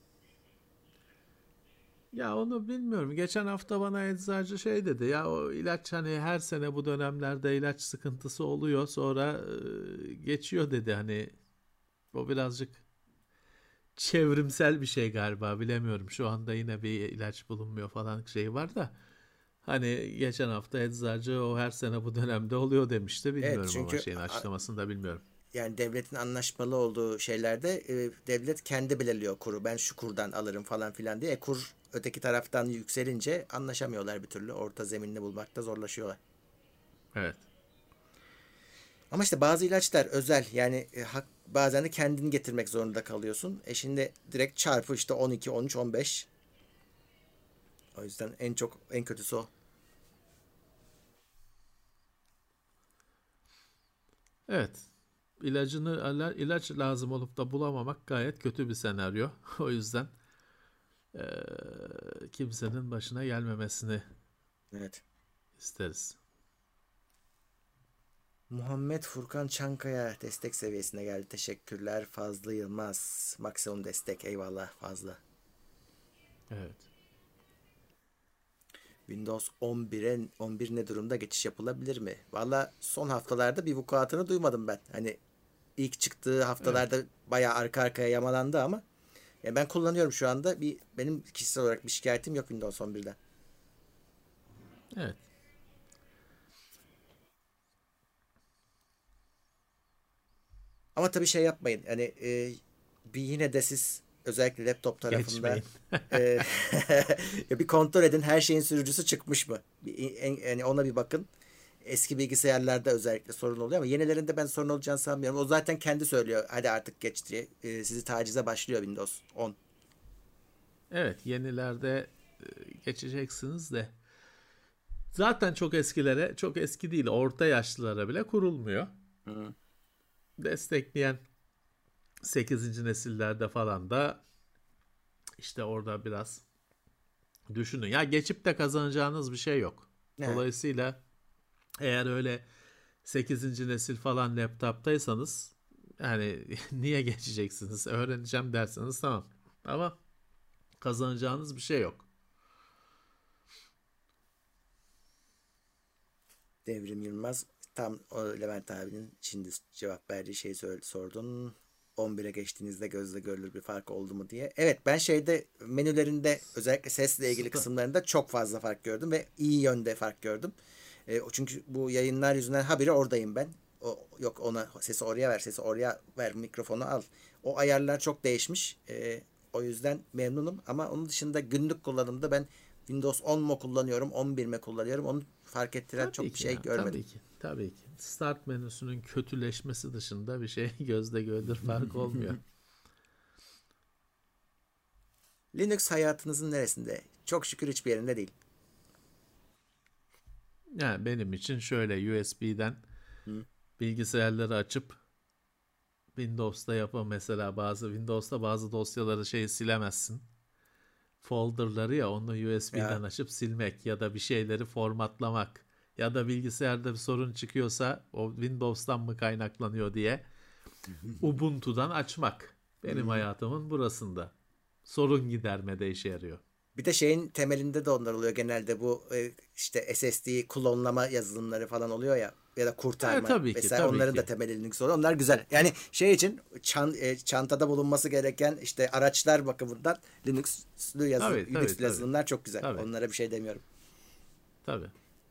Ya onu bilmiyorum. Geçen hafta bana eczacı şey dedi. Ya o ilaç hani her sene bu dönemlerde ilaç sıkıntısı oluyor. Sonra geçiyor dedi. Hani o birazcık çevrimsel bir şey galiba. Bilemiyorum. Şu anda yine bir ilaç bulunmuyor falan şey var da. Hani geçen hafta eczacı o her sene bu dönemde oluyor demişti. Evet, Bilmiyorum ama çünkü şeyin açıklamasını da bilmiyorum. yani devletin anlaşmalı olduğu şeylerde devlet kendi belirliyor kuru. Ben şu kurdan alırım falan filan diye. Kur öteki taraftan yükselince anlaşamıyorlar bir türlü. Orta zeminini bulmakta zorlaşıyorlar. Evet. Ama işte bazı ilaçlar özel yani bazen de kendini getirmek zorunda kalıyorsun. Şimdi direkt çarpı işte 12, 13, 15. O yüzden en kötüsü o. Evet. İlaç lazım olup da bulamamak gayet kötü bir senaryo. O yüzden kimsenin başına gelmemesini Evet. isteriz. Muhammed Furkan Çankaya destek seviyesine geldi. Teşekkürler. Fazlı Yılmaz. Maksimum destek. Eyvallah Fazlı. Evet. Windows 11 ne durumda, geçiş yapılabilir mi? Valla son haftalarda bir vukuatını duymadım ben. Hani ilk çıktığı Evet. haftalarda bayağı arka arkaya yamalandı ama ya ben kullanıyorum şu anda. Benim kişisel olarak bir şikayetim yok Windows 11'den. Evet. Ama tabii şey yapmayın. Hani bir yine de siz özellikle laptop tarafında Geçmeyin. e, ya bir kontrol edin, her şeyin sürücüsü çıkmış mı? Yani ona bir bakın. Eski bilgisayarlarda özellikle sorun oluyor ama yenilerinde ben sorun olacağını sanmıyorum. O zaten kendi söylüyor. Hadi artık geç diye. Sizi tacize başlıyor Windows 10. Evet, yenilerde geçeceksiniz de zaten çok eskilere, çok eski değil, orta yaşlılara bile kurulmuyor. Hı. Destekleyen 8. nesillerde falan da işte orada biraz düşünün. Ya geçip de kazanacağınız bir şey yok. Evet. Dolayısıyla eğer öyle 8. nesil falan laptoptaysanız yani niye geçeceksiniz? Öğreneceğim derseniz tamam. Ama kazanacağınız bir şey yok. Devrim Yılmaz, tam o Levent abinin şimdi cevap verdiği şeyi sordun. 11'e geçtiğinizde gözle görülür bir fark oldu mu diye. Evet, ben şeyde menülerinde özellikle sesle ilgili Sta- kısımlarında çok fazla fark gördüm ve iyi yönde fark gördüm. Çünkü bu yayınlar yüzünden habire oradayım ben. Yok, ona sesi oraya ver, sesi oraya ver, mikrofonu al. O ayarlar çok değişmiş. O yüzden memnunum ama onun dışında günlük kullanımda ben Windows 10 mu kullanıyorum, 11 mi kullanıyorum, onu fark ettiren Tabii çok bir ki şey ya, görmedim. tabii ki, tabii ki. Start menüsünün kötüleşmesi dışında bir şey gözle görülür fark olmuyor. Linux hayatınızın neresinde? Çok şükür hiçbir yerinde değil. Yani benim için şöyle USB'den Hı. bilgisayarları açıp Windows'ta mesela Windows'ta bazı dosyaları silemezsin. Folder'ları ya onu USB'den Ya açıp silmek ya da bir şeyleri formatlamak ya da bilgisayarda bir sorun çıkıyorsa o Windows'tan mı kaynaklanıyor diye Ubuntu'dan açmak. Benim Hı. hayatımın burasında. Sorun gidermede işe yarıyor. Bir de şeyin temelinde de onlar oluyor genelde, bu işte SSD klonlama yazılımları falan oluyor ya, ya da kurtarma Tabii ki, vesaire, tabii onların da ki. temeli Linux oluyor. Onlar güzel. Yani şey için çantada bulunması gereken işte araçlar bakımından Tabii, tabii, Linux tabii. yazılımlar çok güzel. Tabii, Onlara bir şey demiyorum. tabii.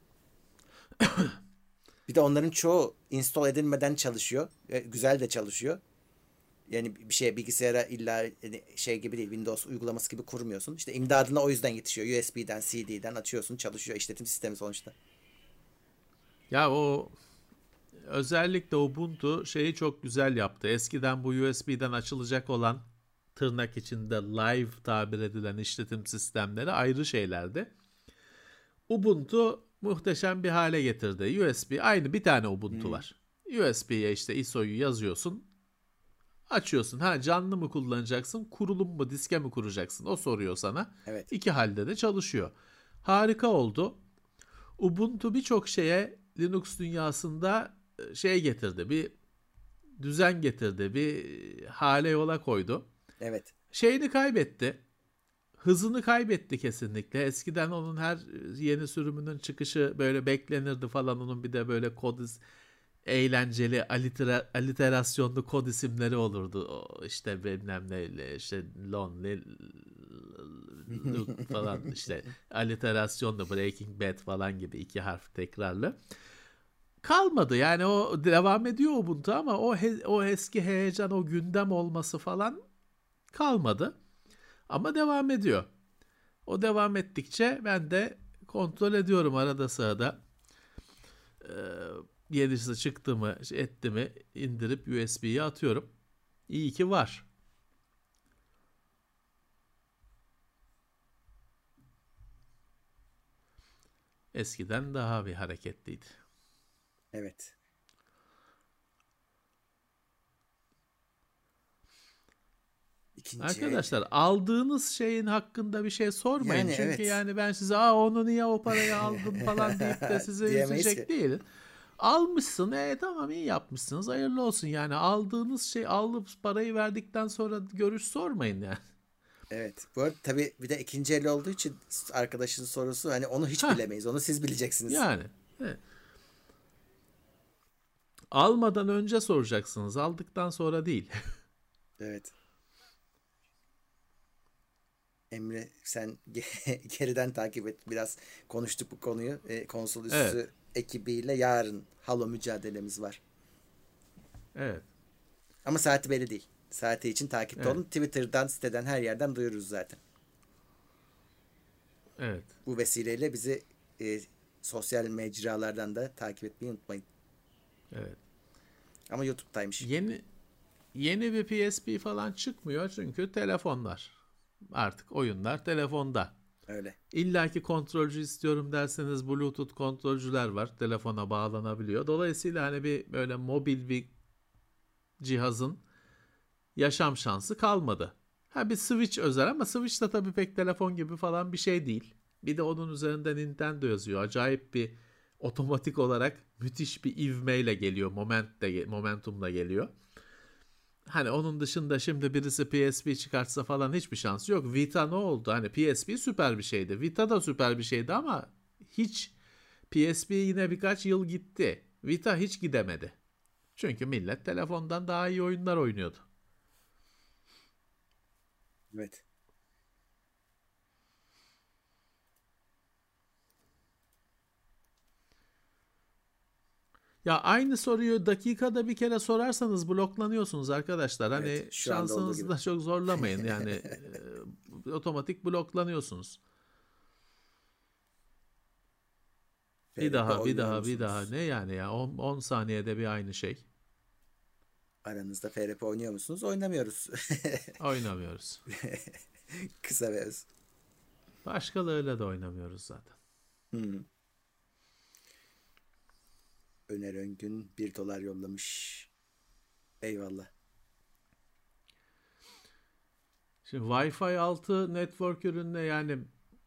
Bir de onların çoğu install edilmeden çalışıyor. Güzel de çalışıyor. Yani bir şey bilgisayara illa şey gibi değil, Windows uygulaması gibi kurmuyorsun. İşte imdadına o yüzden yetişiyor. USB'den, CD'den açıyorsun, çalışıyor. İşletim sistemi sonuçta. Ya o özellikle Ubuntu çok güzel yaptı. Eskiden bu USB'den açılacak olan tırnak içinde live tabir edilen işletim sistemleri ayrı şeylerdi. Ubuntu muhteşem bir hale getirdi. USB aynı bir tane Ubuntu Hmm. var. USB'ye işte ISO'yu yazıyorsun, açıyorsun. Ha canlı mı kullanacaksın, kurulum mu, diske mi kuracaksın? O soruyor sana. Evet. İki halde de çalışıyor. Harika oldu. Ubuntu birçok şeye Linux dünyasında getirdi. Bir düzen getirdi. Bir hale yola koydu. Evet. Şeyini kaybetti. Hızını kaybetti kesinlikle. Eskiden onun her yeni sürümünün çıkışı böyle beklenirdi falan. Onun bir de böyle eğlenceli aliterasyonlu kod isimleri olurdu. O işte bilmem ne işte Lonely Luke falan işte aliterasyonlu Breaking Bad falan gibi iki harf tekrarlı. Kalmadı yani o devam ediyor Ubuntu ama o eski heyecan o gündem olması falan kalmadı. Ama devam ediyor. O devam ettikçe ben de kontrol ediyorum arada sırada. Yenisi çıktı mı etti mi indirip USB'ye atıyorum. İyi ki var. Eskiden daha bir hareketliydi. Evet. İkinci el. Arkadaşlar aldığınız şeyin hakkında bir şey sormayın. Yani Çünkü evet. yani ben size onu niye o paraya aldın falan deyip de size Diyemeyiz ki. üzecek değilim. Almışsın, tamam iyi yapmışsınız, hayırlı olsun. Yani aldığınız şey, alıp parayı verdikten sonra görüş sormayın yani. Evet. Bu arada tabii bir de ikinci el olduğu için arkadaşın sorusu hani onu hiç Hah, bilemeyiz. Onu siz bileceksiniz. yani. Evet. Almadan önce soracaksınız, aldıktan sonra değil. Evet. Emre sen geriden takip et. Biraz konuştuk bu konuyu. Konsol Evet, üssü ekibiyle yarın Halo mücadelemiz var. evet, Ama saati belli değil. Saati için takipte evet, olun. Twitter'dan, siteden her yerden duyururuz zaten. evet, Bu vesileyle bizi sosyal mecralardan da takip etmeyi unutmayın. evet. Ama YouTube'daymış. Yeni yeni bir PSP falan çıkmıyor çünkü telefonlar. Artık oyunlar telefonda. Öyle. İlla ki kontrolcü istiyorum derseniz Bluetooth kontrolcüler var. Telefona bağlanabiliyor. Dolayısıyla hani bir böyle mobil bir cihazın yaşam şansı kalmadı. Ha bir Switch özel ama Switch de tabii pek telefon gibi falan bir şey değil. Bir de onun üzerinde Nintendo yazıyor. Acayip bir otomatik olarak müthiş bir ivmeyle geliyor. Momentumla geliyor. Hani onun dışında şimdi birisi PSP çıkartsa falan hiçbir şansı yok. Vita ne oldu? Hani PSP süper bir şeydi. Vita da süper bir şeydi ama hiç PSP yine birkaç yıl gitti. Vita hiç gidemedi. Çünkü millet telefondan daha iyi oyunlar oynuyordu. Evet. Ya aynı soruyu dakikada bir kere sorarsanız bloklanıyorsunuz arkadaşlar. Evet. Hani Şu anda olduğu şansınızı gibi. da çok zorlamayın. Yani otomatik bloklanıyorsunuz. Bir FRP daha, bir oynuyor daha, bir daha. musunuz? Ne yani ya? 10 saniyede bir aynı şey. Aranızda FRP oynuyor musunuz? Oynamıyoruz. Oynamıyoruz. Kısa ve öz. Başkalarıyla da oynamıyoruz zaten. Hmm. Öner Öngün $1 yollamış. Eyvallah. Şimdi Wi-Fi 6 network ürününe yani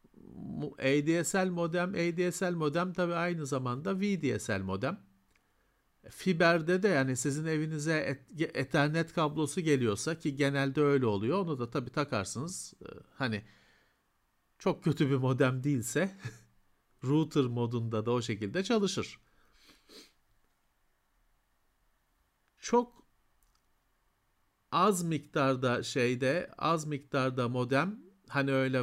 ADSL modem tabii aynı zamanda VDSL modem. Fiber'de de yani sizin evinize Ethernet kablosu geliyorsa ki genelde öyle oluyor. Onu da tabii takarsınız. Hani çok kötü bir modem değilse router modunda da o şekilde çalışır. Çok az miktarda modem hani öyle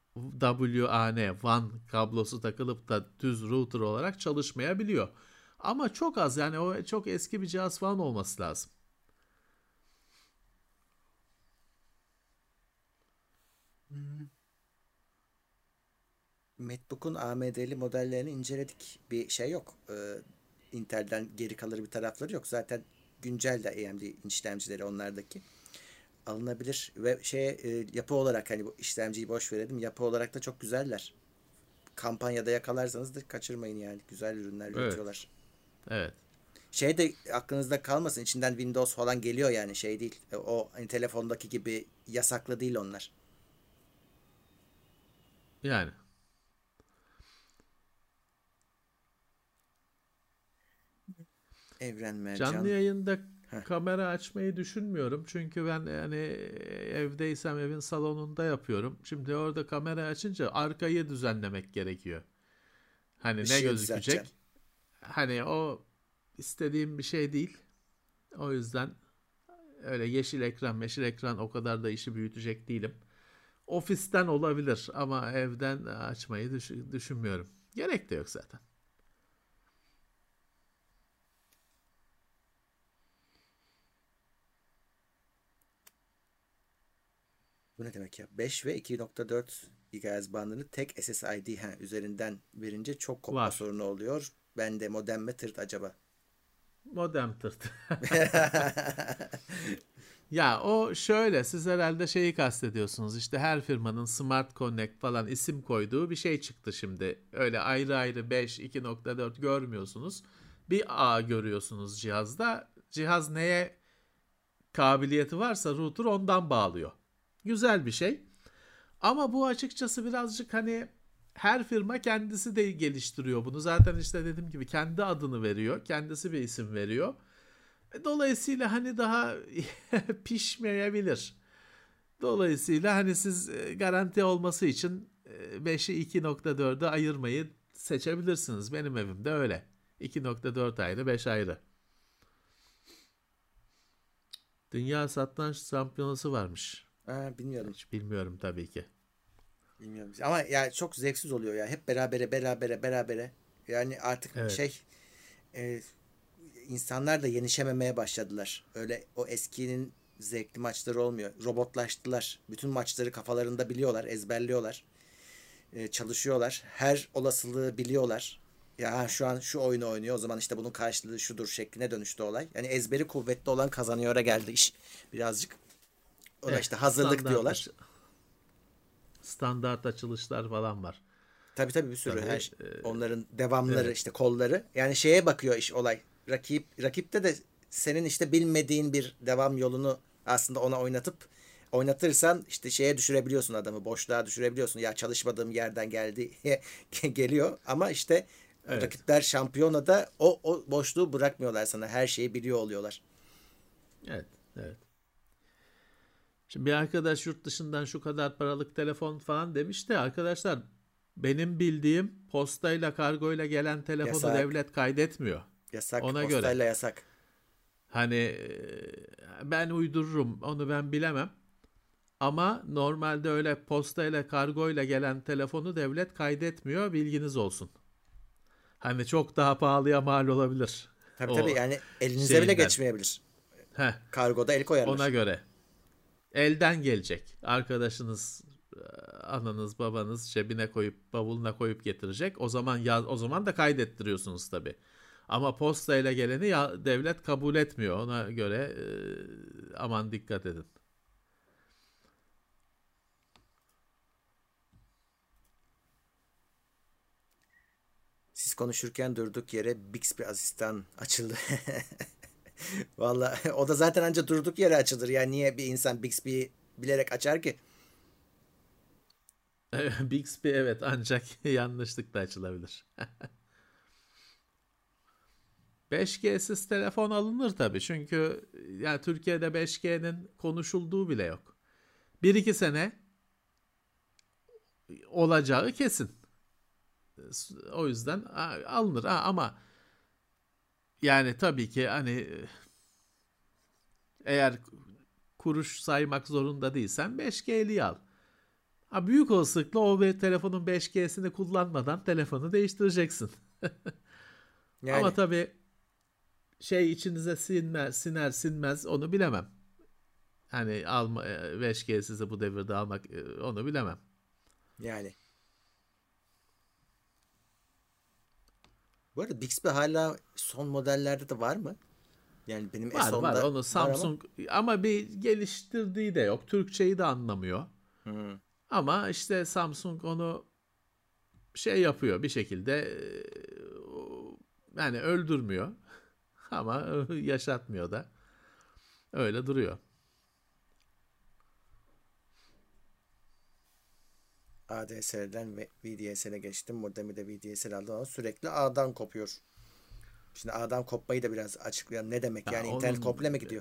WAN kablosu takılıp da düz router olarak çalışmayabiliyor. Ama çok az yani o çok eski bir cihaz falan olması lazım. Hmm. MacBook'un AMD'li modellerini inceledik. Bir şey yok. Intel'den geri kalır bir tarafları yok. Zaten güncel de AMD işlemcileri onlardaki. Alınabilir ve yapı olarak hani bu işlemciyi boş verelim. Yapı olarak da çok güzeller. Kampanyada yakalarsanız da kaçırmayın yani. Güzel ürünler Evet, üretiyorlar. evet. Şey de aklınızda kalmasın. İçinden Windows falan geliyor yani şey değil. O hani telefondaki gibi yasaklı değil onlar. Yani Evren canlı Mercan. yayında Heh, kamera açmayı düşünmüyorum. Çünkü ben yani evdeysem evin salonunda yapıyorum. Şimdi orada kamera açınca arkayı düzenlemek gerekiyor. Hani ne ışığı düzelteceksin. gözükecek? Hani o istediğim bir şey değil. O yüzden öyle yeşil ekran o kadar da işi büyütecek değilim. Ofisten olabilir ama evden açmayı düşünmüyorum. Gerek de yok zaten. Bu ne demek ya? 5 ve 2.4 GHz bandını tek SSID üzerinden verince çok kopma Var. sorunu oluyor. Ben de modem mi tırt acaba? Modem tırt. Ya o şöyle, siz herhalde şeyi kastediyorsunuz, işte her firmanın Smart Connect falan isim koyduğu bir şey çıktı şimdi. Öyle ayrı ayrı 5, 2.4 görmüyorsunuz. Bir ağ görüyorsunuz cihazda. Cihaz neye kabiliyeti varsa router ondan bağlıyor. Güzel bir şey. Ama bu açıkçası birazcık hani her firma kendisi de geliştiriyor bunu. Zaten işte dediğim gibi kendi adını veriyor. Kendisi bir isim veriyor. Dolayısıyla hani daha pişmeyebilir. Dolayısıyla hani siz garanti olması için 5'i 2.4'e ayırmayı seçebilirsiniz. Benim evimde öyle. 2.4 ayrı, 5 ayrı. Dünya Satranç Şampiyonası varmış. Bilmiyordum. Hiç bilmiyorum tabii ki. Bilmiyorum. Ama yani çok zevksiz oluyor ya. Hep berabere. Yani artık Evet. e, insanlar da yenişememeye başladılar. Öyle o eskinin zevkli maçları olmuyor. Robotlaştılar. Bütün maçları kafalarında biliyorlar, ezberliyorlar. Çalışıyorlar. Her olasılığı biliyorlar. Ya şu an şu oyunu oynuyor. O zaman işte bunun karşılığı şudur şekline dönüştü olay. Yani ezberi kuvvetli olan kazanıyora geldi iş. Birazcık. Ona işte hazırlık Standart diyorlar. standart açılışlar falan var. Tabii bir sürü Tabii. onların devamları Evet. işte kolları. Yani şeye bakıyor iş olay. Rakipte de senin işte bilmediğin bir devam yolunu aslında ona oynatırsan işte şeye düşürebiliyorsun adamı. Boşluğa düşürebiliyorsun. Ya çalışmadığım yerden geldi geliyor ama işte Evet. rakipler şampiyonada o boşluğu bırakmıyorlar sana. Her şeyi biliyor oluyorlar. Evet. Evet. Şimdi bir arkadaş yurt dışından şu kadar paralık telefon falan demiş de, arkadaşlar benim bildiğim postayla kargoyla gelen telefonu Yasak. devlet kaydetmiyor. Yasak. Ona göre. Postayla yasak. Hani ben uydururum, onu ben bilemem. Ama normalde öyle postayla kargoyla gelen telefonu devlet kaydetmiyor, bilginiz olsun. Hani çok daha pahalıya mal olabilir Tabii o yani elinize bile şeyinden. geçmeyebilir. Heh, Kargoda el ona koyarlar. göre. Elden gelecek. Arkadaşınız, ananız, babanız cebine koyup bavuluna koyup getirecek. O zaman da kaydettiriyorsunuz tabii. Ama postayla geleni ya devlet kabul etmiyor. Ona göre aman dikkat edin. Siz konuşurken durduk yere Bixby asistan açıldı. Valla o da zaten ancak durduk yere açılır. Yani niye bir insan Bixby'yi bilerek açar ki? Bixby evet, ancak yanlışlıkla açılabilir. 5G'siz telefon alınır tabii. Çünkü yani Türkiye'de 5G'nin konuşulduğu bile yok. 1-2 sene olacağı kesin. O yüzden alınır. Ama yani tabii ki hani eğer kuruş saymak zorunda değilsen 5G'liyi al. Büyük olasılıkla o telefonun 5G'sini kullanmadan telefonu değiştireceksin. Ama Yani tabii şey içinize siner sinmez onu bilemem. Hani 5G size bu devirde almak, onu bilemem. yani. Bu arada Bixby hala son modellerde de var mı? Yani benim Var S10'da onu var ama. Samsung, ama bir geliştirdiği de yok. Türkçeyi de anlamıyor. Hmm. Ama işte Samsung onu şey yapıyor bir şekilde, yani öldürmüyor ama yaşatmıyor da, öyle duruyor. ADSL'den ve VDSL'e geçtim. Modemi de VDSL aldım ama sürekli A'dan kopuyor. Şimdi A'dan kopmayı da biraz açıklayalım. Ne demek? Ya Yani internet onun komple mi gidiyor?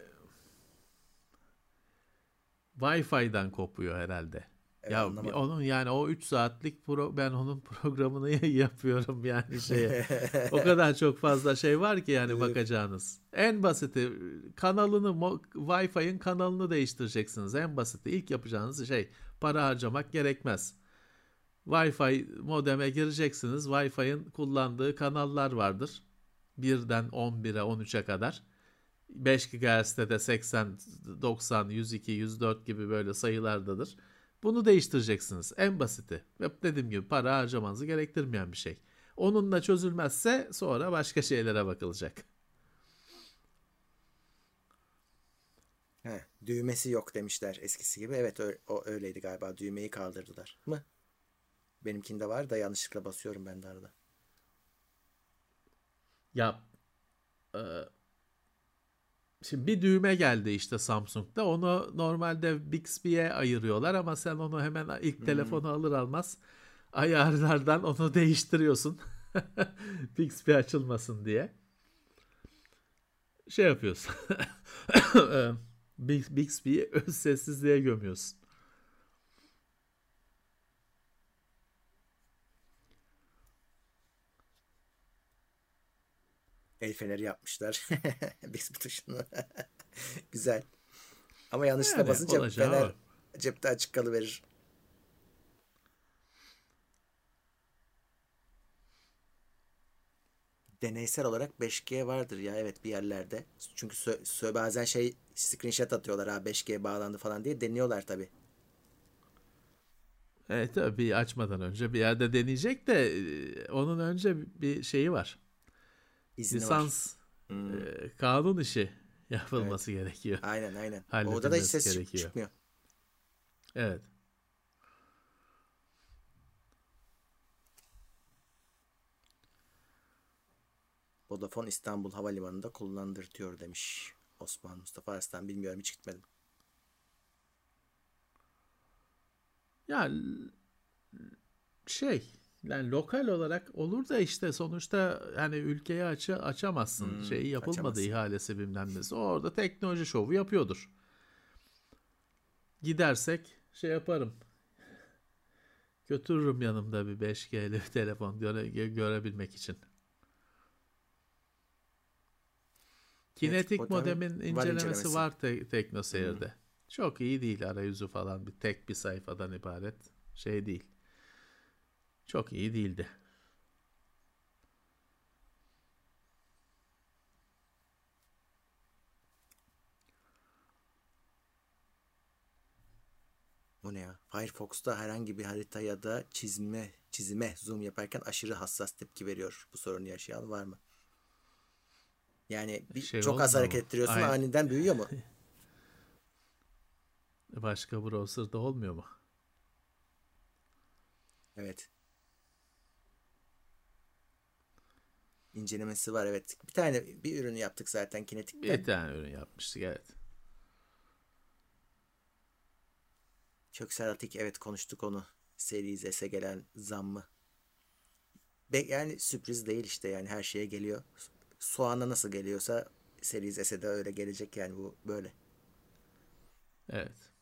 Wi-Fi'den kopuyor herhalde. Evet Ya anlamadım. onun yani o 3 saatlik ben onun programını yapıyorum yani şeye. O kadar çok fazla şey var ki yani Ee, bakacağınız. En basiti kanalını, Wi-Fi'nin kanalını değiştireceksiniz. En basiti ilk yapacağınız şey, para harcamak gerekmez. Wi-Fi modeme gireceksiniz. Wi-Fi'nin kullandığı kanallar vardır. 1'den 11'e 13'e kadar. 5 GHz'de de 80, 90, 102, 104 gibi böyle sayılardadır. Bunu değiştireceksiniz. En basiti. Ve dediğim gibi para harcamanızı gerektirmeyen bir şey. Onunla çözülmezse sonra başka şeylere bakılacak. He, düğmesi yok demişler eskisi gibi. Evet, o öyleydi galiba. Düğmeyi kaldırdılar mı? Benimkinde var da yanlışlıkla basıyorum ben de arada. Ya e, şimdi bir düğme geldi işte Samsung'da. Onu normalde Bixby'ye ayırıyorlar ama sen onu hemen ilk Hmm. telefonu alır almaz ayarlardan onu değiştiriyorsun. Bixby açılmasın diye. Şey yapıyorsun. Bixby'yi öz sessizliğe gömüyorsun. El feneri yapmışlar. Biz bu tuşunu. Güzel. Ama yanlışlıkla Yani basınca olacağı fener o. cepte açık kalıverir. Deneysel olarak 5G vardır ya, evet, bir yerlerde. Çünkü bazen screenshot atıyorlar, ha 5G bağlandı falan diye deniyorlar tabii. Evet tabii açmadan önce bir yerde deneyecek de onun önce bir şeyi var. İzni var. Lisans Hmm, kanun işi evet. yapılması gerekiyor. Aynen, aynen. Orada da hiç Halledilmesi ses gerekiyor. çıkmıyor. Evet. Vodafone İstanbul Havalimanı'nda kullandırtıyor demiş Osman Mustafa Arslan. Bilmiyorum, hiç gitmedim. Ya şey yani lokal olarak olur da işte sonuçta hani ülkeye açamazsın. Şeyi yapılmadı Açamazsın. ihalesi bilmem nesi. O orada teknoloji şovu yapıyordur. Gidersek şey yaparım. Götürürüm yanımda bir 5G'li bir telefon görebilmek için. Kinetik Kinetik modem modemin var incelemesi incelemesi. var Hmm. TeknoSeyir'de. Çok iyi değil, arayüzü falan tek bir sayfadan ibaret şey değil. Çok iyi değildi. Bu ne ya? Firefox'ta herhangi bir harita ya da çizime zoom yaparken aşırı hassas tepki veriyor. Bu sorunu yaşayan var mı? Yani Şey çok az olmuyor mu? hareket ettiriyorsun, Aynı aniden büyüyor mu? başka browser'da olmuyor mu? Evet. İncelemesi var, evet. Bir ürünü yaptık zaten Bir kinetikte. tane ürün yapmıştık evet. Köksal Atik, evet, konuştuk onu. Series S'e gelen zammı. Yani sürpriz değil işte, yani her şeye geliyor. Soğana nasıl geliyorsa Series S'e de öyle gelecek, yani bu böyle. Evet.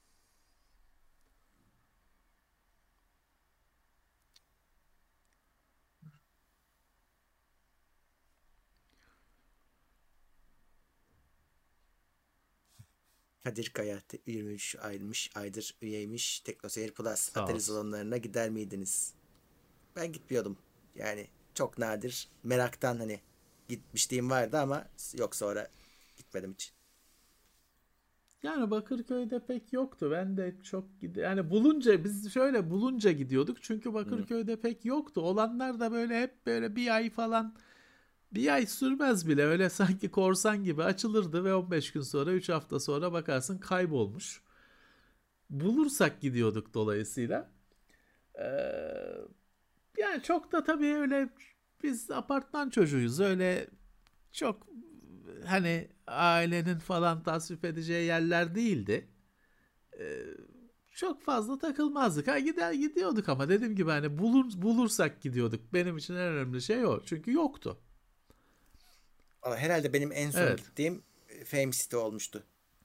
Kadir Kaya 23 aydır üyeymiş. TeknoSeyir Plus Sağ atari olsun. salonlarına gider miydiniz? Ben gitmiyordum. Yani çok nadir. Meraktan hani gitmişliğim vardı ama yok, sonra gitmedim hiç. Yani Bakırköy'de pek yoktu. Ben de çok yani bulunca biz şöyle bulunca gidiyorduk. Çünkü Hı. Bakırköy'de pek yoktu. Olanlar da böyle hep böyle bir ay falan. Bir ay sürmez bile, öyle sanki korsan gibi açılırdı ve 15 gün sonra 3 hafta sonra bakarsın kaybolmuş. Bulursak gidiyorduk dolayısıyla. Ee, Yani çok da tabii öyle biz apartman çocuğuyuz, öyle çok hani ailenin falan tasvip edeceği yerler değildi. Ee, Çok fazla takılmazdık. Ha gider gidiyorduk ama dediğim gibi hani bulursak gidiyorduk. Benim için en önemli şey o. Çünkü yoktu. Ama herhalde benim en son Evet. gittiğim Fame City olmuştu.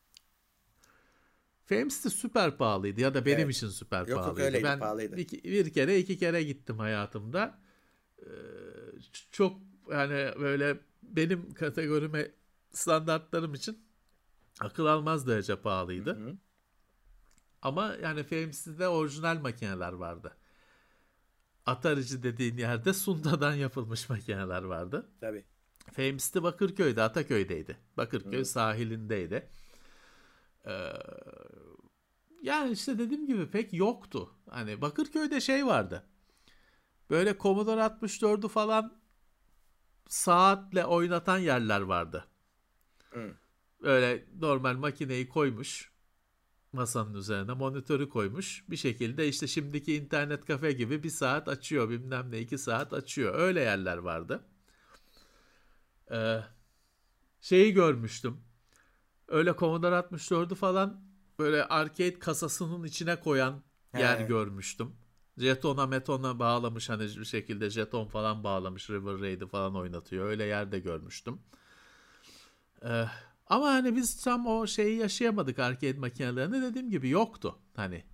Fames'te süper pahalıydı ya da benim Evet. için süper Yok yok, pahalıydı. öyleydi, Ben pahalıydı. bir kere iki kere gittim hayatımda. Ee, Çok yani böyle benim kategorime standartlarım için akıl almaz derece Hı pahalıydı. hı. Ama yani Fames'te orijinal makineler vardı. Atarici dediğin yerde Sunda'dan yapılmış makineler vardı. Tabii. Fames'te Bakırköy'de, Ataköy'deydi. Bakırköy Hı. sahilindeydi. Ee, Yani işte dediğim gibi pek yoktu. Hani Bakırköy'de şey vardı. Böyle Commodore 64'ü falan saatle oynatan yerler vardı. Hı. Öyle normal makineyi koymuş masanın üzerine, monitörü koymuş. Bir şekilde işte şimdiki internet kafe gibi 1 saat açıyor, bilmem ne 2 saat açıyor. Öyle yerler vardı. Ee, Şeyi görmüştüm. Öyle Commodore 64'ü falan böyle arcade kasasının içine koyan yer He. görmüştüm. Jetona metona bağlamış, hani bir şekilde jeton falan bağlamış, River Raid'i falan oynatıyor. Öyle yerde görmüştüm. Ee, Ama hani biz tam o şeyi yaşayamadık, arcade makinelerinde dediğim gibi yoktu. Hani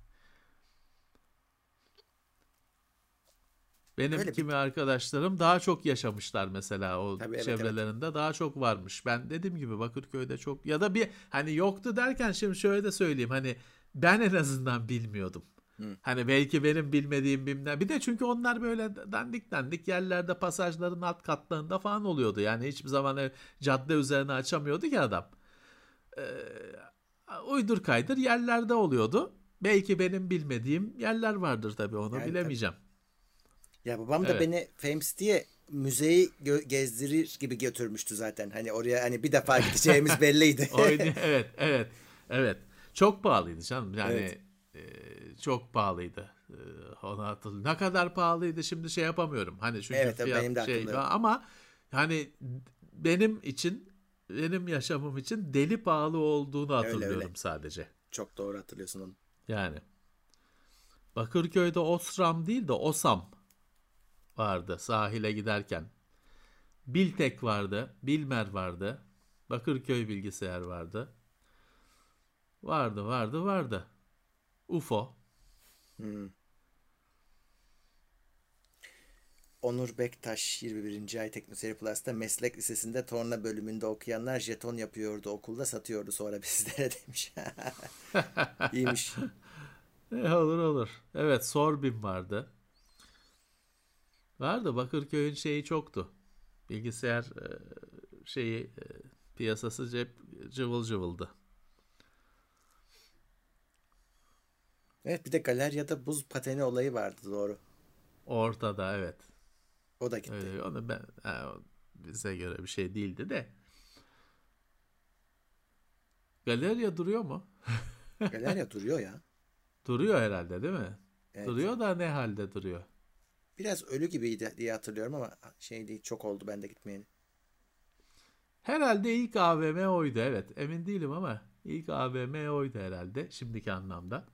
benim Öyle bir kimi arkadaşlarım daha çok yaşamışlar mesela, o tabii, evet evet. çevrelerinde daha çok varmış. Ben dediğim gibi Bakırköy'de çok, ya da bir hani yoktu derken şimdi şöyle de söyleyeyim, hani ben en azından bilmiyordum. Hı. Hani belki benim bilmediğim bilmem. Bir de çünkü onlar böyle dandik dandik yerlerde, pasajların alt katlarında falan oluyordu. Yani hiçbir zaman cadde üzerine açamıyordu ki adam. Uydur kaydır yerlerde oluyordu. Belki benim bilmediğim yerler vardır tabii, onu Yani tabii. bilemeyeceğim. Ya babam da Evet. beni Fames diye müzeyi gezdirir gibi götürmüştü zaten. Hani oraya hani bir defa gideceğimiz belliydi. Evet, evet, evet. Çok pahalıydı canım. Evet. Yani çok pahalıydı. Onu hatırlıyorum. Ne kadar pahalıydı şimdi şey yapamıyorum. Hani çünkü Evet, fiyat benim de şey aklımda. ama hani benim için, benim yaşamım için deli pahalı olduğunu Öyle öyle. hatırlıyorum sadece. Çok doğru hatırlıyorsun onu. Yani Bakırköy'de Osram değil de Osam vardı sahile giderken. Biltek vardı, Bilmer vardı. Bakırköy bilgisayar vardı. Vardı. UFO. Hmm. Onur Bektaş 21. ay Teknoseyir Plus'ta meslek lisesinde torna bölümünde okuyanlar jeton yapıyordu, okulda satıyordu sonra bizlere demiş. İyiymiş. Olur. Evet, Sorbim vardı. Vardı, Bakırköy'ün şeyi çoktu. Bilgisayar şeyi piyasası cıvıl cıvıldı. Evet, bir de Galerya'da buz pateni olayı vardı, doğru. Ortada, evet. O da gitti. Öyle, onu ben bize göre bir şey değildi de. Galerya duruyor mu? Galerya duruyor ya. Duruyor herhalde, değil mi? Evet. Duruyor da ne halde duruyor? Biraz ölü gibiydi diye hatırlıyorum ama şey değil, çok oldu ben de gitmeyeli. Herhalde ilk AVM oydu, evet. Emin değilim ama ilk AVM oydu herhalde şimdiki anlamda.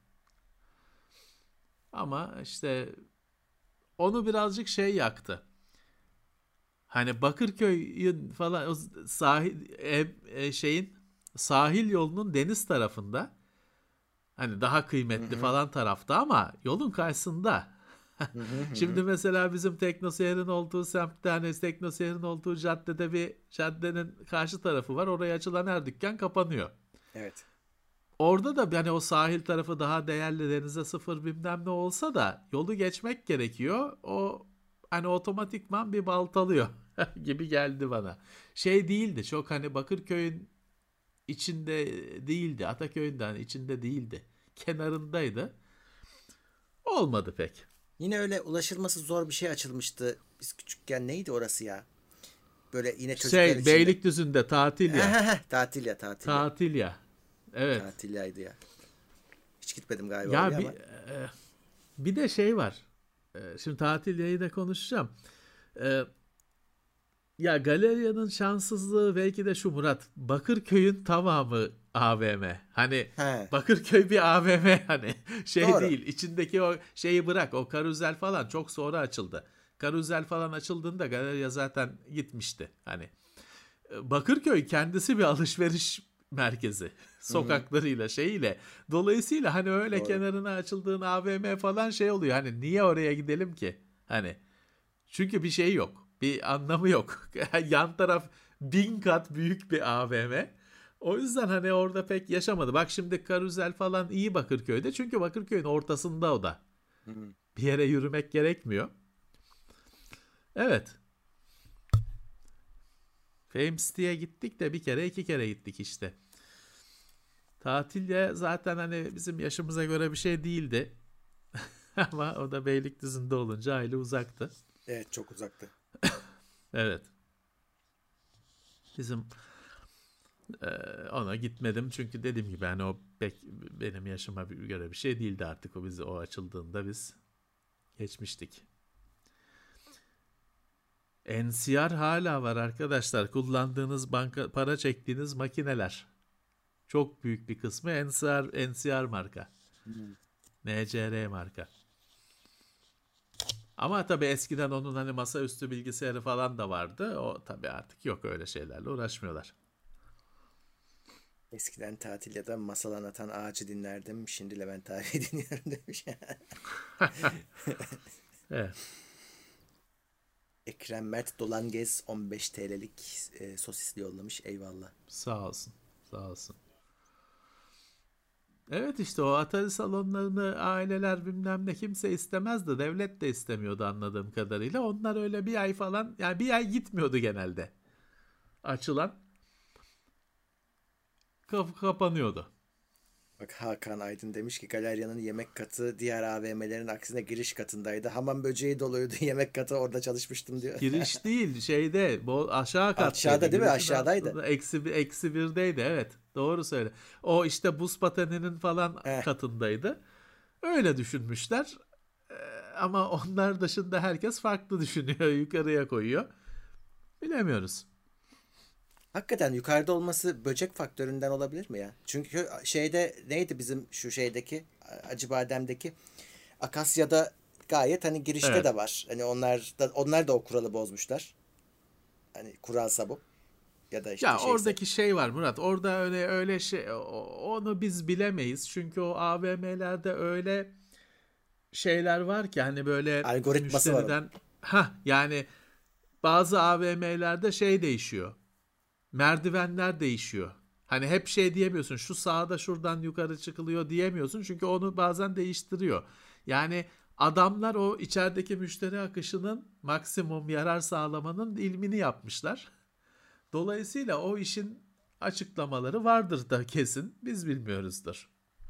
Ama işte onu birazcık şey yaktı. Hani Bakırköy'ün falan o şeyin sahil yolunun deniz tarafında, hani daha Hı kıymetli hı. falan tarafta ama yolun karşısında. Hı hı hı. Şimdi Hı. mesela bizim Teknoseyir'in olduğu semtte, hani Teknoseyir'in olduğu caddede bir caddenin karşı tarafı var. Oraya açılan her dükkan kapanıyor. Evet. Orada da yani o sahil tarafı daha değerli, denize sıfır bilmem ne olsa da yolu geçmek gerekiyor. O hani otomatikman bir baltalıyor gibi geldi bana. Şey değildi çok, hani Bakırköy'ün içinde değildi. Ataköy'ün de hani içinde değildi. Kenarındaydı. Olmadı pek. Yine öyle ulaşılması zor bir şey açılmıştı. Biz küçükken neydi orası ya? Böyle yine çocuklar Şey, içinde. Beylikdüzü'nde tatil ya. Tatil ya, tatil ya. Tatil ya. Evet. Tatil yaydı ya. Hiç gitmedim galiba Ya oraya ama. bir de şey var. Şimdi tatil yayı da konuşacağım. E, Ya Galerya'nın şanssızlığı belki de şu Murat. Bakırköy'ün tamamı AVM. Hani He, Bakırköy bir AVM, hani şey doğru. değil. İçindeki o şeyi bırak. O karuzel falan çok sonra açıldı. Karuzel falan açıldığında Galerya zaten gitmişti. Hani Bakırköy kendisi bir alışveriş merkezi. Hı hı, Sokaklarıyla şeyiyle. Dolayısıyla hani öyle doğru. kenarına açıldığın AVM falan şey oluyor. Hani niye oraya gidelim ki? Hani çünkü bir şey yok. Bir anlamı yok. Yan taraf 1.000 kat büyük bir AVM. O yüzden hani orada pek yaşamadı. Bak şimdi Karuzel falan iyi Bakırköy'de. Çünkü Bakırköy'ün ortasında o da. Hı hı. Bir yere yürümek gerekmiyor. Evet. Fame City'ye gittik de bir kere 2 kere gittik işte. Tatilde zaten hani bizim yaşımıza göre bir şey değildi. Ama o da Beylikdüzü'nde olunca aile uzaktı. Evet, çok uzaktı. Evet. Bizim Ona gitmedim çünkü dediğim gibi hani o pek benim yaşıma göre bir şey değildi artık, o açıldığında biz geçmiştik. NCR hala var arkadaşlar. Kullandığınız para çektiğiniz makineler. Çok büyük bir kısmı NCR marka. NCR marka. Ama tabii eskiden onun hani masaüstü bilgisayarı falan da vardı. O tabii artık yok, öyle şeylerle uğraşmıyorlar. Eskiden tatil ya da masal anlatan ağacı dinlerdim. Şimdi Levent abi dinliyorum demiş. Evet. Ekrem Mert Dolangez 15 TL'lik sosisli yollamış. Eyvallah. Sağ olsun. Sağ olsun. Evet, işte o Atari salonlarını aileler bilmem ne kimse istemezdi. Devlet de istemiyordu anladığım kadarıyla. Onlar öyle bir ay falan, yani bir ay gitmiyordu genelde. Açılan kapanıyordu. Bak Hakan Aydın demiş ki galeryanın yemek katı diğer AVM'lerin aksine giriş katındaydı. Hamam böceği doluydu. Yemek katı orada çalışmıştım diyor. Giriş değil şeyde, bu aşağı kattaydı. Aşağıda değil mi? Aşağıdaydı. Eksi birdeydi, evet. Doğru söyle. O işte buz pateninin falan katındaydı. Öyle düşünmüşler. Ama onlar dışında herkes farklı düşünüyor. Yukarıya koyuyor. Bilemiyoruz. Hakikaten yukarıda olması böcek faktöründen olabilir mi ya? Çünkü şeyde neydi bizim şu şeydeki Acıbadem'deki Akasya'da gayet hani girişte Evet. de var. Hani onlar da o kuralı bozmuşlar. Hani kuralsa bu. Ya da işte Ya şeyse. oradaki şey var Murat. Orada öyle şey, onu biz bilemeyiz. Çünkü o AVM'lerde öyle şeyler var ki hani böyle Algoritması var onun. müşteriden, yani bazı AVM'lerde şey değişiyor. Merdivenler değişiyor. Hani hep şey diyemiyorsun. Şu sağda şuradan yukarı çıkılıyor diyemiyorsun. Çünkü onu bazen değiştiriyor. Yani adamlar o içerideki müşteri akışının maksimum yarar sağlamanın ilmini yapmışlar. Dolayısıyla o işin açıklamaları vardır da kesin. Biz bilmiyoruzdur.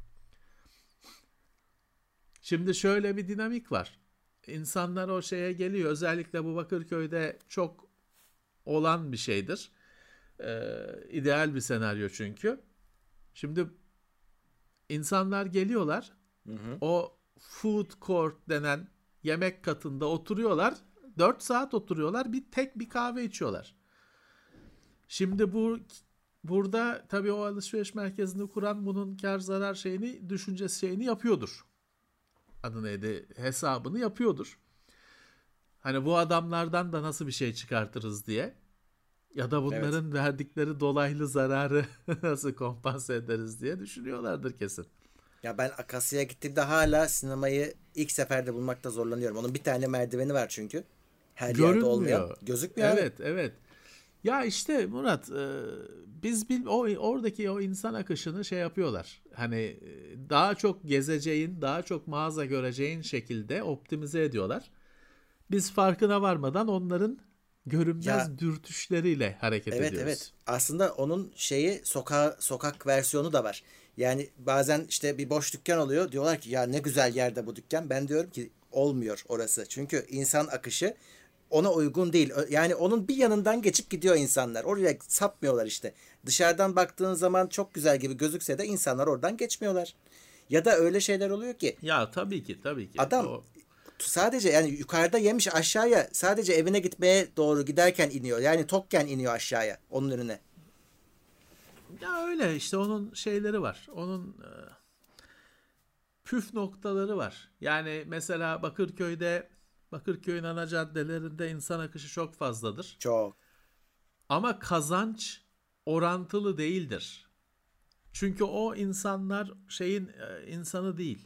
Şimdi şöyle bir dinamik var. İnsanlar o şeye geliyor. Özellikle bu Bakırköy'de çok olan bir şeydir. İdeal bir senaryo çünkü. Şimdi insanlar geliyorlar. Hı hı. O food court denen yemek katında oturuyorlar. 4 saat oturuyorlar. Tek bir kahve içiyorlar. Şimdi burada tabii o alışveriş merkezini kuran bunun kar zarar düşüncesi şeyini yapıyordur. Adı neydi? Hesabını yapıyordur. Hani bu adamlardan da nasıl bir şey çıkartırız diye. Ya da Evet. bunların verdikleri dolaylı zararı nasıl kompanse ederiz diye düşünüyorlardır kesin. Ya ben Akasya'ya gittiğimde hala sinemayı ilk seferde bulmakta zorlanıyorum. Onun bir tane merdiveni var çünkü. Her yerde olmayan. Görünmüyor. Gözükmüyor abi. Evet, evet. Ya işte Murat, biz oradaki o insan akışını şey yapıyorlar. Hani daha çok gezeceğin, daha çok mağaza göreceğin şekilde optimize ediyorlar. Biz farkına varmadan onların Ya görünmez dürtüşleriyle hareket evet evet. ediyoruz. Aslında onun şeyi sokak versiyonu da var. Yani bazen işte bir boş dükkan oluyor. Diyorlar ki ya ne güzel yerde bu dükkan. Ben diyorum ki olmuyor orası. Çünkü insan akışı ona uygun değil. Yani onun bir yanından geçip gidiyor insanlar. Oraya sapmıyorlar işte. Dışarıdan baktığın zaman çok güzel gibi gözükse de insanlar oradan geçmiyorlar. Ya da öyle şeyler oluyor ki Ya tabii ki, tabii ki. adam sadece yani yukarıda yemiş aşağıya sadece evine gitmeye doğru giderken iniyor. Yani tokken iniyor aşağıya onun önüne. Ya öyle işte, onun şeyleri var. Onun püf noktaları var. Yani mesela Bakırköy'ün ana caddelerinde insan akışı çok fazladır. Çok. Ama kazanç orantılı değildir. Çünkü o insanlar insanı değil.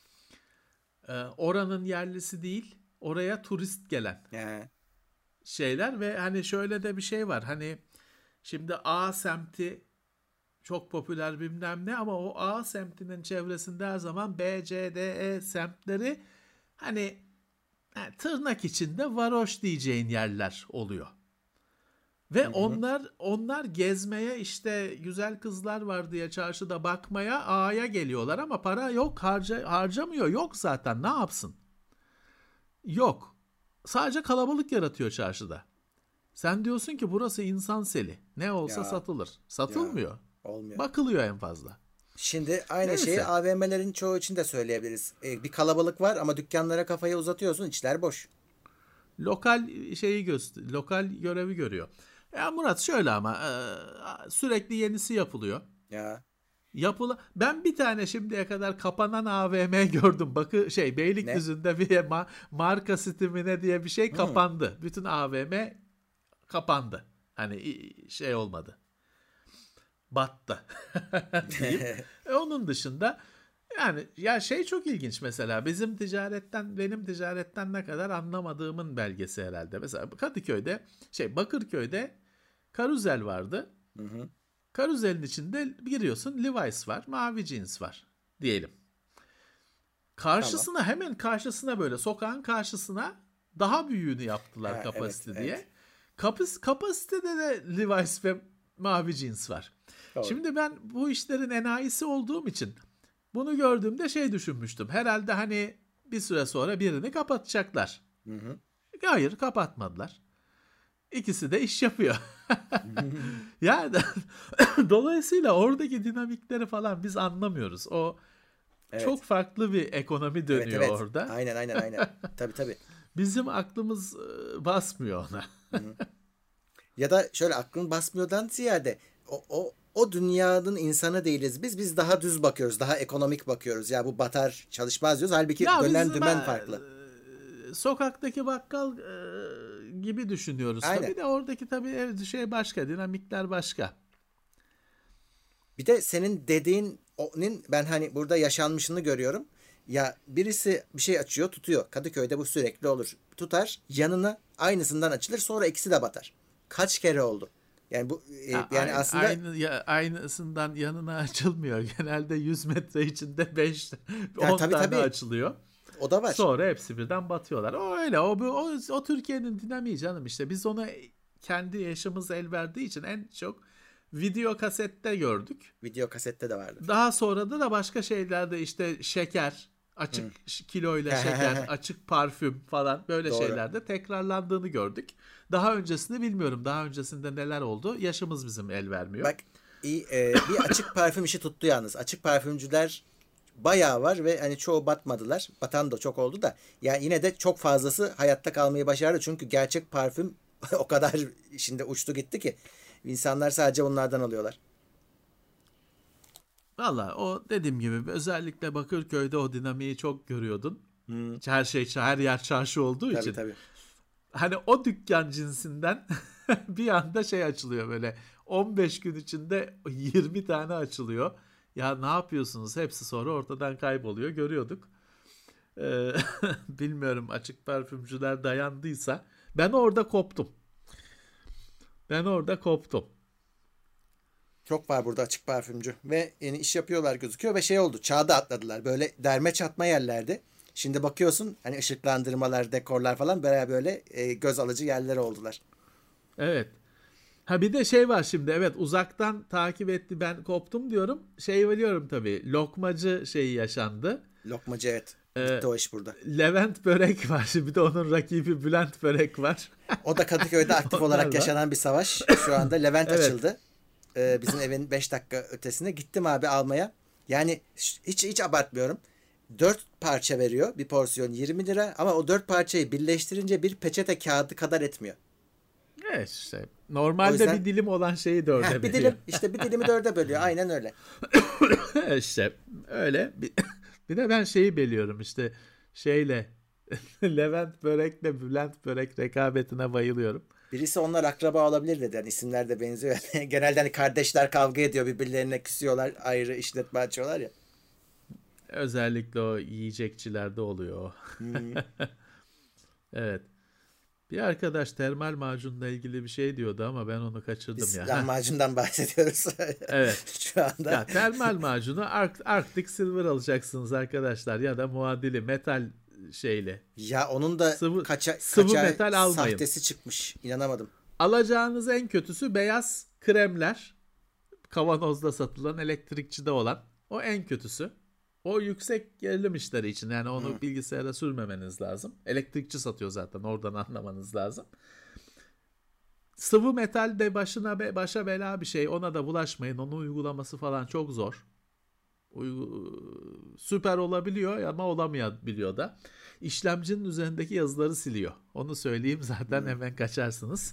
Oranın yerlisi değil. Oraya turist gelen Yani. şeyler ve hani şöyle de bir şey var. Hani şimdi A semti çok popüler bilmem ne, ama o A semtinin çevresinde her zaman B, C, D, E semtleri hani tırnak içinde varoş diyeceğin yerler oluyor. Ve Hı hı. onlar gezmeye, işte güzel kızlar var diye çarşıda bakmaya A'ya geliyorlar ama para yok, harcamıyor. Yok zaten, ne yapsın? Yok. Sadece kalabalık yaratıyor çarşıda. Sen diyorsun ki burası insan seli. Ne olsa Ya, satılır. ya Satılmıyor. olmuyor. Bakılıyor en fazla. Şimdi aynı şeyi Neyse. AVM'lerin çoğu için de söyleyebiliriz. Bir kalabalık var ama dükkanlara kafayı uzatıyorsun, içler boş. Lokal lokal görevi görüyor. Ya Murat şöyle ama sürekli yenisi yapılıyor. Ya Ben bir tane şimdiye kadar kapanan AVM gördüm. ne? Beylikdüzü'nde bir marka Stimine diye bir şey Hmm. kapandı. Bütün AVM kapandı. Hani şey olmadı. Battı diyeyim. Onun dışında yani ya şey çok ilginç mesela benim ticaretten ne kadar anlamadığımın belgesi herhalde. Mesela Bakırköy'de karuzel vardı. Hı hı. Karuzelin içinde giriyorsun, Levi's var, mavi jeans var diyelim. Tamam. Hemen karşısına, böyle sokağın karşısına daha büyüğünü yaptılar Ha, evet, kapasite evet. diye. Kapasitede de Levi's ve mavi jeans var. Doğru. Şimdi ben bu işlerin enayisi olduğum için bunu gördüğümde düşünmüştüm. Herhalde hani bir süre sonra birini kapatacaklar. Hı hı. Hayır, kapatmadılar. İkisi de iş yapıyor. Yani dolayısıyla oradaki dinamikleri falan biz anlamıyoruz. O çok Evet. farklı bir ekonomi Evet, dönüyor evet. orada. Aynen, aynen, aynen. Tabii, tabii. Bizim aklımız basmıyor ona. Hı hı. Ya da şöyle, aklın basmıyordan ziyade o dünyanın insanı değiliz biz. Biz daha düz bakıyoruz. Daha ekonomik bakıyoruz. Ya bu batar, çalışmaz diyoruz. Halbuki Ya dönen dümen farklı. sokaktaki bakkal gibi düşünüyoruz Aynen. tabii de oradaki tabii başka, dinamikler başka. Bir de senin dediğinin ben hani burada yaşanmışını görüyorum. Ya birisi bir şey açıyor, tutuyor. Kadıköy'de bu sürekli olur. Tutar, yanına aynısından açılır, sonra ikisi de batar. Kaç kere oldu? Yani bu yani aslında Aynısından yanına açılmıyor. Genelde 100 metre içinde 5 ya, 10 tabii, tane tabii, açılıyor. o da var. Sonra hepsi birden batıyorlar. O öyle. O Türkiye'nin dinamiği canım işte. Biz onu kendi yaşımız el verdiği için en çok video kasette gördük. Video kasette de vardı. Daha sonra da başka şeylerde işte şeker, Hı. kiloyla şeker, açık parfüm falan böyle Doğru. şeylerde tekrarlandığını gördük. Daha öncesini bilmiyorum. Daha öncesinde neler oldu? Yaşımız bizim el vermiyor. Bak, bir açık parfüm işi tuttu yalnız. Açık parfümcüler bayağı var ve hani çoğu batmadılar. Batan da çok oldu da. Yani yine de çok fazlası hayatta kalmayı başardı. Çünkü gerçek parfüm o kadar şimdi uçtu gitti ki insanlar sadece onlardan alıyorlar. Valla o dediğim gibi özellikle Bakırköy'de o dinamiği çok görüyordun. Hmm. Her yer çarşı olduğu Tabii, için. tabii. Hani o dükkan cinsinden bir anda açılıyor böyle. 15 gün içinde 20 tane açılıyor. Ya ne yapıyorsunuz? Hepsi sonra ortadan kayboluyor. Görüyorduk. Ee, bilmiyorum, açık parfümcüler dayandıysa. Ben orada koptum. Ben orada koptum. Çok var burada açık parfümcü ve yeni iş yapıyorlar gözüküyor ve şey oldu. Çağda atladılar. Böyle derme çatma yerlerdi. Şimdi bakıyorsun hani ışıklandırmalar, dekorlar falan böyle göz alıcı yerler oldular. Evet. Ha bir de var şimdi, evet, uzaktan takip etti, ben koptum diyorum. Biliyorum tabii, lokmacı yaşandı. Lokmacı, evet. Ee, Bitti o iş burada. Levent Börek var şimdi, bir de onun rakibi Bülent Börek var. O da Kadıköy'de aktif olarak Onlar var. yaşanan bir savaş. Şu anda Levent Evet. açıldı. Bizim evin 5 dakika ötesine. Gittim abi almaya. Yani hiç abartmıyorum. 4 parça veriyor. Bir porsiyon 20 lira. Ama o 4 parçayı birleştirince bir peçete kağıdı kadar etmiyor. Evet işte. O Normalde yüzden bir dilim olan şeyi dörde bir bölüyor. dilim, işte bir dilimi dörde bölüyor. Aynen öyle. İşte öyle. Bir de ben beliyorum işte şeyle Levent Börek'le Bülent Börek rekabetine bayılıyorum. Birisi onlar akraba olabilir dedi. Yani isimler de benziyor. Genelde hani kardeşler kavga ediyor. Birbirlerine küsüyorlar. Ayrı işletme açıyorlar ya. Özellikle o yiyecekçilerde oluyor o. Hmm. Evet. Bir arkadaş termal macunla ilgili bir şey diyordu ama ben onu kaçırdım Biz ya. lahmacundan bahsediyoruz. Evet. Şu anda. Ya termal macunu Arctic Silver alacaksınız arkadaşlar, ya da muadili metal şeyle. Ya onun da Sıvı metal almayın. sahtesi çıkmış. İnanamadım. Alacağınız en kötüsü beyaz kremler. Kavanozda satılan, elektrikçide olan. O en kötüsü. O yüksek gerilim işleri için, yani onu Hı. bilgisayara sürmemeniz lazım. Elektrikçi satıyor zaten, oradan anlamanız lazım. Sıvı metal de başa bela bir şey. Ona da bulaşmayın. Onun uygulaması falan çok zor. Süper olabiliyor ama olamayabiliyor da. İşlemcinin üzerindeki yazıları siliyor. Onu söyleyeyim, zaten hemen kaçarsınız.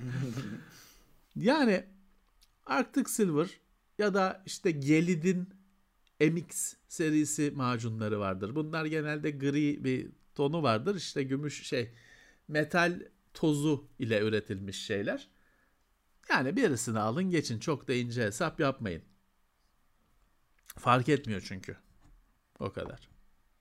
Yani Arctic Silver ya da işte Gelid'in MX serisi macunları vardır. Bunlar genelde gri bir tonu vardır. İşte gümüş metal tozu ile üretilmiş şeyler. Yani birisini alın geçin. Çok da ince hesap yapmayın. Fark etmiyor çünkü. O kadar.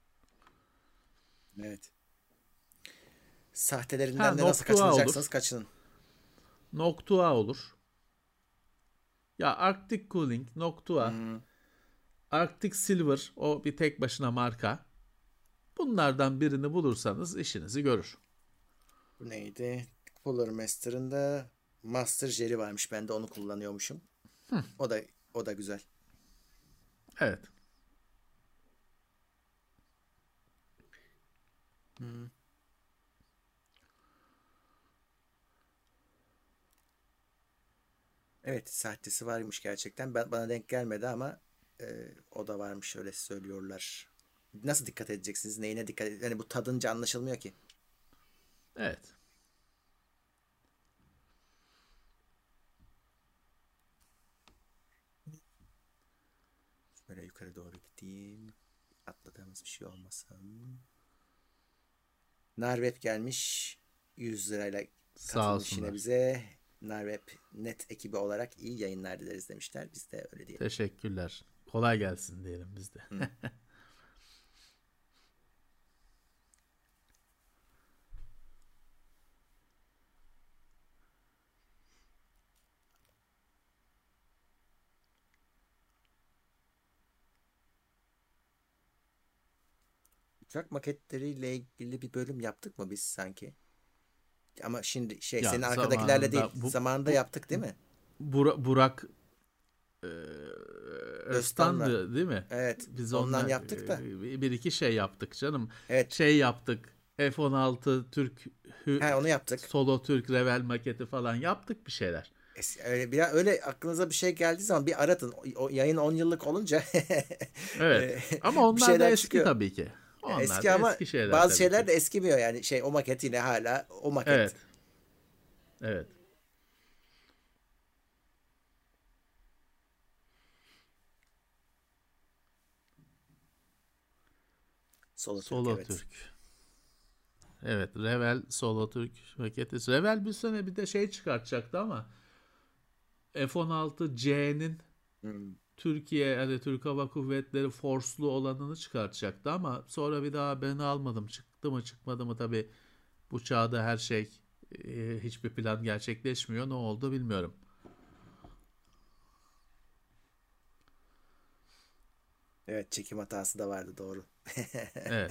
Evet. Sahtelerinden de nasıl Noctua kaçınacaksanız olur. kaçının. Noctua olur. Ya Arctic Cooling, Noctua, Arctic Silver, o bir tek başına marka. Bunlardan birini bulursanız işinizi görür. Bu neydi? Cooler Master'ın da Master jeli varmış. Ben de onu kullanıyormuşum. O da güzel. Evet. Evet, sahtesi varmış gerçekten. Bana denk gelmedi ama o da varmış, öyle söylüyorlar. Nasıl dikkat edeceksiniz? Neyine dikkat edeceksiniz? Yani bu tadınca anlaşılmıyor ki. Evet. Böyle yukarı doğru gideyim. Atladığımız bir şey olmasın. Narweb gelmiş. 100 lirayla Sağ katılmış yine olsunlar. bize. Narweb net ekibi olarak iyi yayınlar dileriz demişler. Biz de öyle diyelim. Teşekkürler. Kolay gelsin diyelim biz de. Uçak maketleriyle ilgili bir bölüm yaptık mı biz sanki? Ama şimdi Ya senin arkadakilerle değil, zamanında zamanında yaptık değil mi? Burak Öztan'la. Öztan'dı değil mi? Evet, Biz ondan onunla yaptık da. bir iki şey yaptık canım. Evet. Şey yaptık. F-16 Türk Onu yaptık. Solo Türk Revel maketi falan yaptık, bir şeyler. Öyle biraz öyle aklınıza bir şey geldiği zaman bir aratın. O yayın 10 yıllık olunca Evet. e, Ama bir onlar da şeyler eski çıkıyor. tabii ki. Onlar Eski da ama eski şeyler bazı tabii şeyler ki. de eskimiyor yani. O maket yine hala o maket. Evet. Evet. Solo Türk, Solo evet. Türk. Evet. Revel Solo Türk maketi. Revel bir sene bir de şey çıkartacaktı ama F-16C'nin Hmm. Türkiye, hani Türk Hava Kuvvetleri Force'lu olanını çıkartacaktı ama sonra bir daha ben almadım. Çıktı mı çıkmadı mı, tabii bu çağda her şey hiçbir plan gerçekleşmiyor. Ne oldu bilmiyorum. Evet, çekim hatası da vardı, doğru. Evet.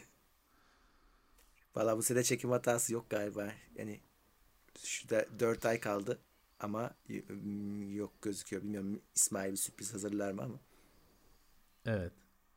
Valla bu sene çekim hatası yok galiba. Yani şurada 4 ay kaldı ama yok gözüküyor. Bilmiyorum, İsmail bir sürpriz hazırlar mı ama. Evet.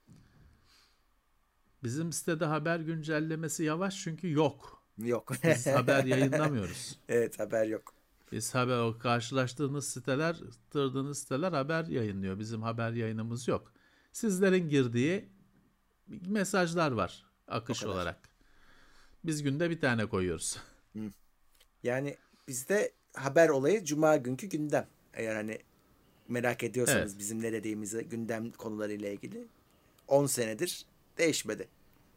Bizim sitede haber güncellemesi yavaş çünkü yok. Yok. Biz haber yayınlamıyoruz. Evet, haber yok. Biz haber, o karşılaştığınız siteler, tırdığınız siteler haber yayınlıyor. Bizim haber yayınımız yok. Sizlerin girdiği mesajlar var O akış kadar. olarak. Biz günde bir tane koyuyoruz. Hı. Yani bizde haber olayı cuma günkü gündem. Eğer hani merak Evet. ediyorsanız bizim ne dediğimizi, gündem konularıyla ilgili 10 senedir değişmedi.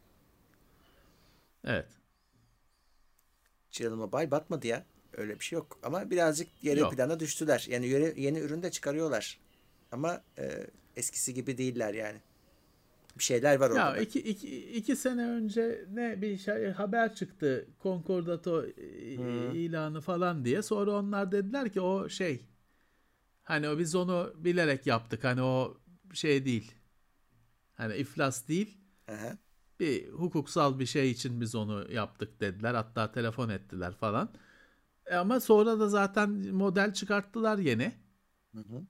Evet. Channel Mobile batmadı ya. Öyle bir şey yok. Ama birazcık geri Yok. plana düştüler. Yani yeni ürün de çıkarıyorlar. Ama eskisi gibi değiller yani. Bir şeyler var orada Ya da. iki sene önce ne bir şey, haber çıktı. Concordato Hı, ilanı falan diye. Sonra onlar dediler ki o şey, hani biz onu bilerek yaptık. Hani o şey değil. Hani iflas değil. aha. Bir hukuksal bir şey için biz onu yaptık dediler. Hatta telefon ettiler falan. Ama sonra da zaten model çıkarttılar yeni. Hı hı.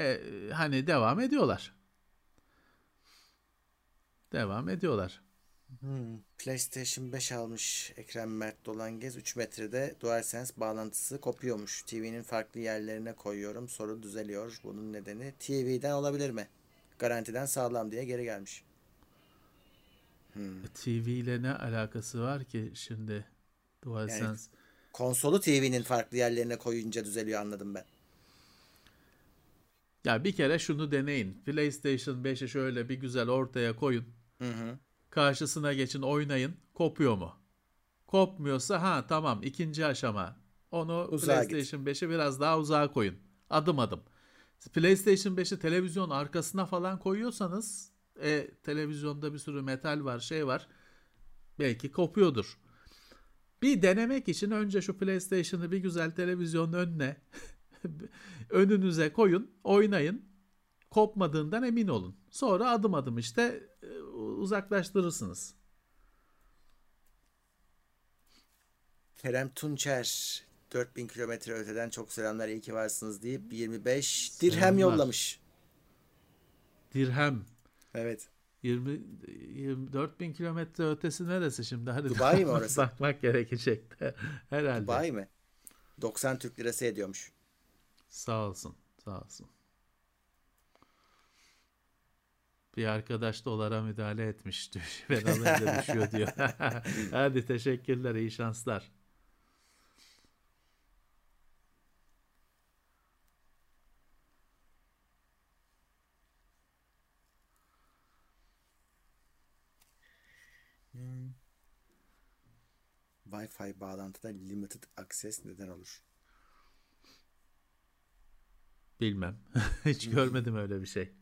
Hani devam ediyorlar. Devam ediyorlar. PlayStation 5 almış Ekrem Mert Dolangez. 3 metrede DualSense bağlantısı kopuyormuş. TV'nin farklı yerlerine koyuyorum. Sorun düzeliyor. Bunun nedeni TV'den olabilir mi? Garantiden sağlam diye geri gelmiş. TV ile ne alakası var ki şimdi Yani DualSense? konsolu TV'nin farklı yerlerine koyunca düzeliyor, anladım ben. Ya bir kere şunu deneyin. PlayStation 5'i şöyle bir güzel ortaya koyun. Hı hı. Karşısına geçin, oynayın. Kopuyor mu? Kopmuyorsa ha tamam, ikinci aşama. Onu Uzağa git. PlayStation 5'i biraz daha uzağa koyun. Adım adım. PlayStation 5'i televizyon arkasına falan koyuyorsanız televizyonda bir sürü metal var, şey var. Belki kopuyordur. Bir denemek için önce şu PlayStation'ı bir güzel televizyonun önüne önünüze koyun, oynayın. Kopmadığından emin olun. Sonra adım adım işte uzaklaştırırsınız. Kerem Tunçer 4000 kilometre öteden çok selamlar, iyi ki varsınız deyip 25 dirhem Selamlar. yollamış. Dirhem. Evet. 24 bin kilometre ötesi neresi şimdi? Hadi Dubai mi orası? bakmak gerekecek herhalde. Dubai mi? 90 Türk lirası ediyormuş. Sağ olsun. Sağ olsun. Bir arkadaş dolara müdahale etmiş. Ben alınca düşüyor diyor. Hadi teşekkürler. İyi şanslar. Wi-Fi bağlantıda limited access neden olur? Bilmem. Hiç görmedim öyle bir şey.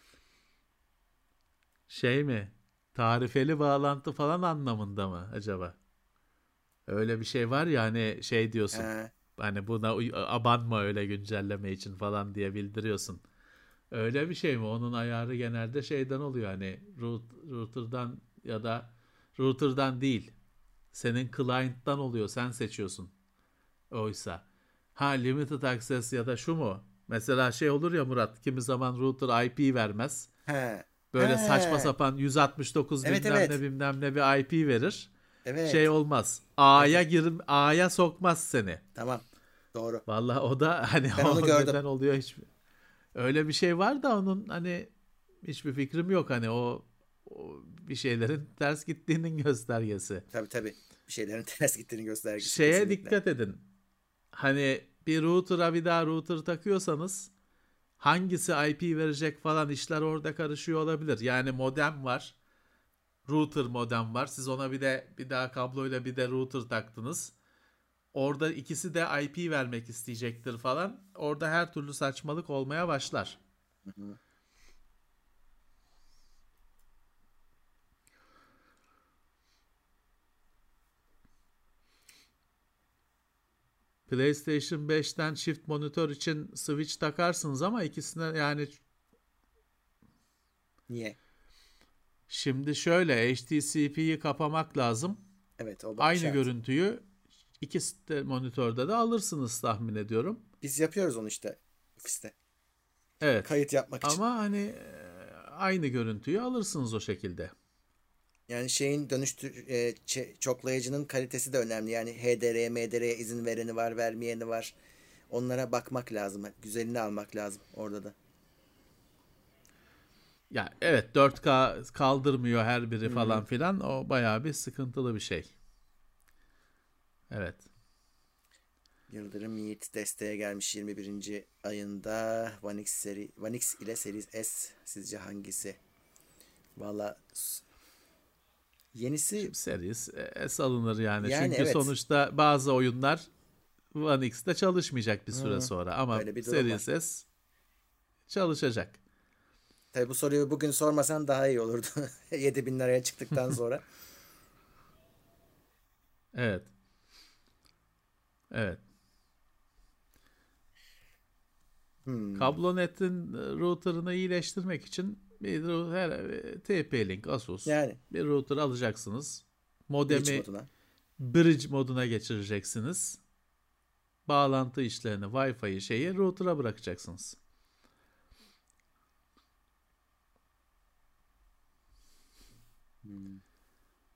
Şey mi? Tarifeli bağlantı falan anlamında mı acaba? Öyle bir şey var ya, hani şey diyorsun. He, Hani buna abanma öyle güncelleme için falan diye bildiriyorsun. Öyle bir şey mi? Onun ayarı genelde şeyden oluyor, hani router'dan ya da router'dan değil. Senin client'tan oluyor. Sen seçiyorsun. Oysa. Ha, limited access ya da şu mu? Mesela şey olur ya Murat, kimi zaman router IP vermez. he, Böyle saçma he. sapan 169 Evet, bilmem ne evet. bilmem ne bir IP verir. Şey Evet. olmaz. Evet, evet. A'ya sokmaz seni. Tamam. Doğru. Vallahi o da hani Ben onu o gördüm. neden oluyor hiç, öyle bir şey var da onun hani hiçbir fikrim yok, hani o bir şeylerin ters gittiğinin göstergesi. Tabii, tabii. Bir şeylerin ters gittiğini göstergesi Şeye kesinlikle. dikkat edin. Hani bir router'a bir daha router takıyorsanız hangisi IP verecek falan, işler orada karışıyor olabilir. Yani modem var. Router modem var. Siz ona bir daha kabloyla bir de router taktınız. Orada ikisi de IP vermek isteyecektir falan. Orada her türlü saçmalık olmaya başlar. Hı hı. PlayStation 5'ten çift monitör için switch takarsınız ama ikisine yani Niye? şimdi şöyle HDCP'yi kapamak lazım. Evet, o Aynı şart. görüntüyü iki monitörde de alırsınız tahmin ediyorum. Biz yapıyoruz onu işte ofiste. Evet. Kayıt yapmak için. Ama hani aynı görüntüyü alırsınız o şekilde. Yani şeyin çoklayıcının kalitesi de önemli. Yani HDR, MDR'ye izin vereni var, vermeyeni var. Onlara bakmak lazım. Güzelini almak lazım orada da. Ya evet, 4K kaldırmıyor her biri Hı hı. falan filan. O bayağı bir sıkıntılı bir şey. Evet. Yıldırım Yiğit desteğe gelmiş 21. ayında. One X ile Series S sizce hangisi? Valla yenisi, Şimdi Series S alınır yani. yani Çünkü evet. sonuçta bazı oyunlar One X'te çalışmayacak bir süre Hı, sonra. Ama öyle bir durum Series var. S çalışacak. Tabi bu soruyu bugün sormasan daha iyi olurdu. 7.000 liraya çıktıktan sonra. Evet. Evet. Hmm. Kablonetin router'ını iyileştirmek için bir TP-Link, Asus Yani bir router alacaksınız. bridge Modemi moduna. bridge moduna geçireceksiniz. Bağlantı işlerini, Wi-Fi'yi router'a bırakacaksınız. Hmm.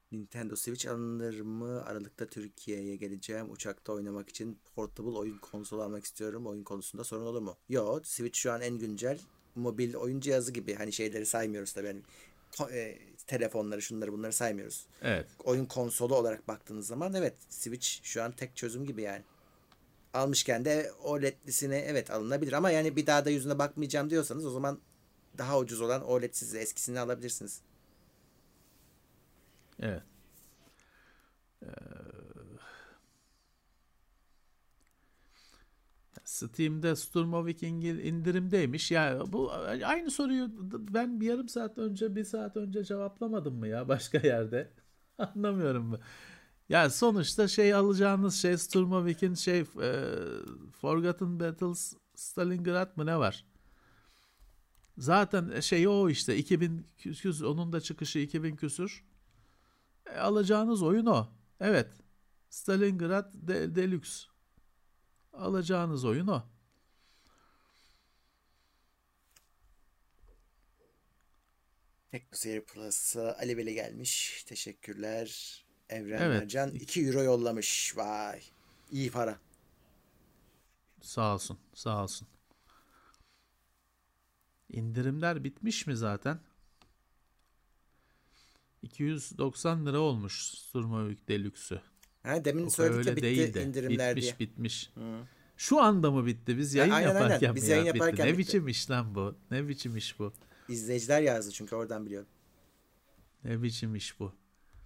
Nintendo Switch alınır mı? Aralıkta Türkiye'ye geleceğim. Uçakta oynamak için portable oyun konsolu almak istiyorum. Oyun konusunda sorun olur mu? Yo, Switch şu an en güncel mobil oyun cihazı gibi. Hani şeyleri saymıyoruz tabii. Yani, telefonları, şunları bunları saymıyoruz. Evet. Oyun konsolu olarak baktığınız zaman evet, Switch şu an tek çözüm gibi yani. Almışken de OLED'lisine evet alınabilir ama yani bir daha da yüzüne bakmayacağım diyorsanız o zaman daha ucuz olan OLED'siz eskisini alabilirsiniz. Evet. Steam'de Sturm of Viking'i indirimdeymiş. Ya bu aynı soruyu ben bir yarım saat önce, bir saat önce cevaplamadım mı ya başka yerde? Anlamıyorum mu? Ya sonuçta şey alacağınız şey Sturm of Viking'in Forgotten Battles Stalingrad mı ne var? Zaten şey o işte 2000 küsür, onun da çıkışı 2000 küsür. Alacağınız oyun o. Evet. Stalingrad Deluxe. Alacağınız oyun o. TeknoSeyir Plus'a Ali Veli gelmiş. Teşekkürler. Evren Evet. Mercan 2 euro yollamış. Vay. İyi para. Sağ olsun. Sağ olsun. İndirimler bitmiş mi zaten? 290 lira olmuş Sturmovik Deluxe'ü. Ha, demin Yok söyledik ya öyle bitti değil de. indirimler diye. Bitmiş. Hı. Şu anda mı bitti? Biz yayın Aynen aynen. yaparken mi Biz yayın ya bitti? yaparken Ne bitti. biçim iş lan bu? Ne biçim iş bu? İzleyiciler yazdı çünkü oradan biliyorum. Ne biçim iş bu?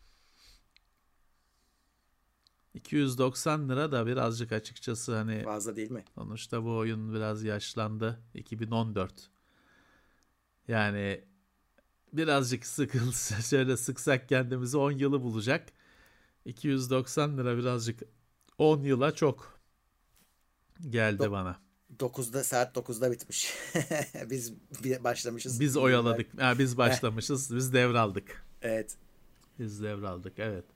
290 lira da birazcık açıkçası hani Fazla değil mi? sonuçta bu oyun biraz yaşlandı. 2014. Yani birazcık sıkılsa şöyle sıksak kendimizi 10 yılı bulacak. 290 lira birazcık 10 yıla çok geldi Do- bana. 9'da saat 9'da bitmiş. Biz başlamışız. Biz İndirimler. oyaladık. Ha, biz Heh, başlamışız. Biz devraldık. evet. Biz devraldık. Evet.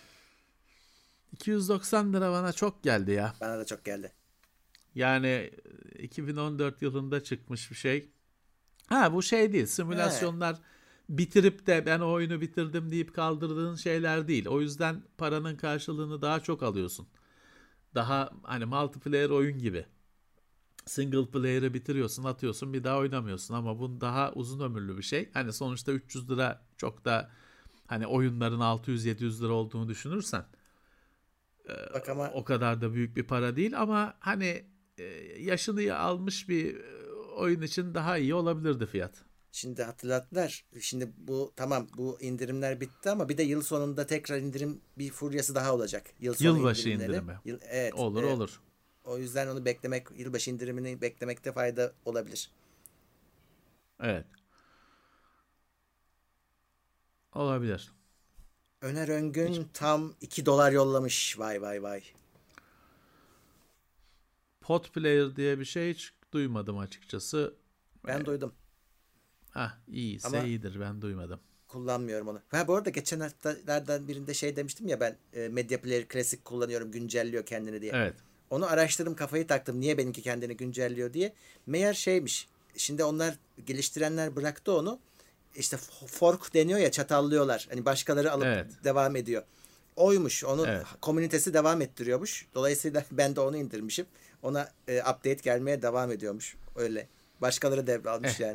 290 lira bana çok geldi ya. Bana da çok geldi. Yani 2014 yılında çıkmış bir şey. Ha bu şey değil. He. Simülasyonlar bitirip de ben o oyunu bitirdim deyip kaldırdığın şeyler değil. O yüzden paranın karşılığını daha çok alıyorsun. Daha hani multiplayer oyun gibi. Single player'ı bitiriyorsun, atıyorsun, bir daha oynamıyorsun ama bu daha uzun ömürlü bir şey. Hani sonuçta 300 lira çok da hani oyunların 600-700 lira olduğunu düşünürsen Bak ama o kadar da büyük bir para değil ama hani yaşını almış bir oyun için daha iyi olabilirdi fiyat. şimdi hatırlattılar. Şimdi bu tamam, bu indirimler bitti ama bir de yıl sonunda tekrar indirim bir furyası daha olacak. Yıl sonu Yılbaşı indirimleri. indirimi. Evet. Olur olur. O yüzden onu beklemek, yılbaşı indirimini beklemekte fayda olabilir. Evet. Olabilir. Öner Hiç Öngün tam 2 dolar yollamış. Vay vay vay. pot player diye bir şey hiç duymadım açıkçası. Ben duydum Ah iyiyse ama iyidir ben duymadım. kullanmıyorum onu. Ha, bu arada geçen haftalardan birinde şey demiştim ya, ben Media Player Classic kullanıyorum, güncelliyor kendini diye. Evet. Onu araştırdım, kafayı taktım niye benimki kendini güncelliyor diye. Meğer şeymiş. Şimdi onlar, geliştirenler bıraktı onu. İşte fork deniyor ya, çatallıyorlar. Hani başkaları alıp Evet. devam ediyor. Oymuş. Onu Evet. komünitesi devam ettiriyormuş. Dolayısıyla ben de onu indirmişim. Ona update gelmeye devam ediyormuş. Öyle. Başkaları devralmış Eh, yani.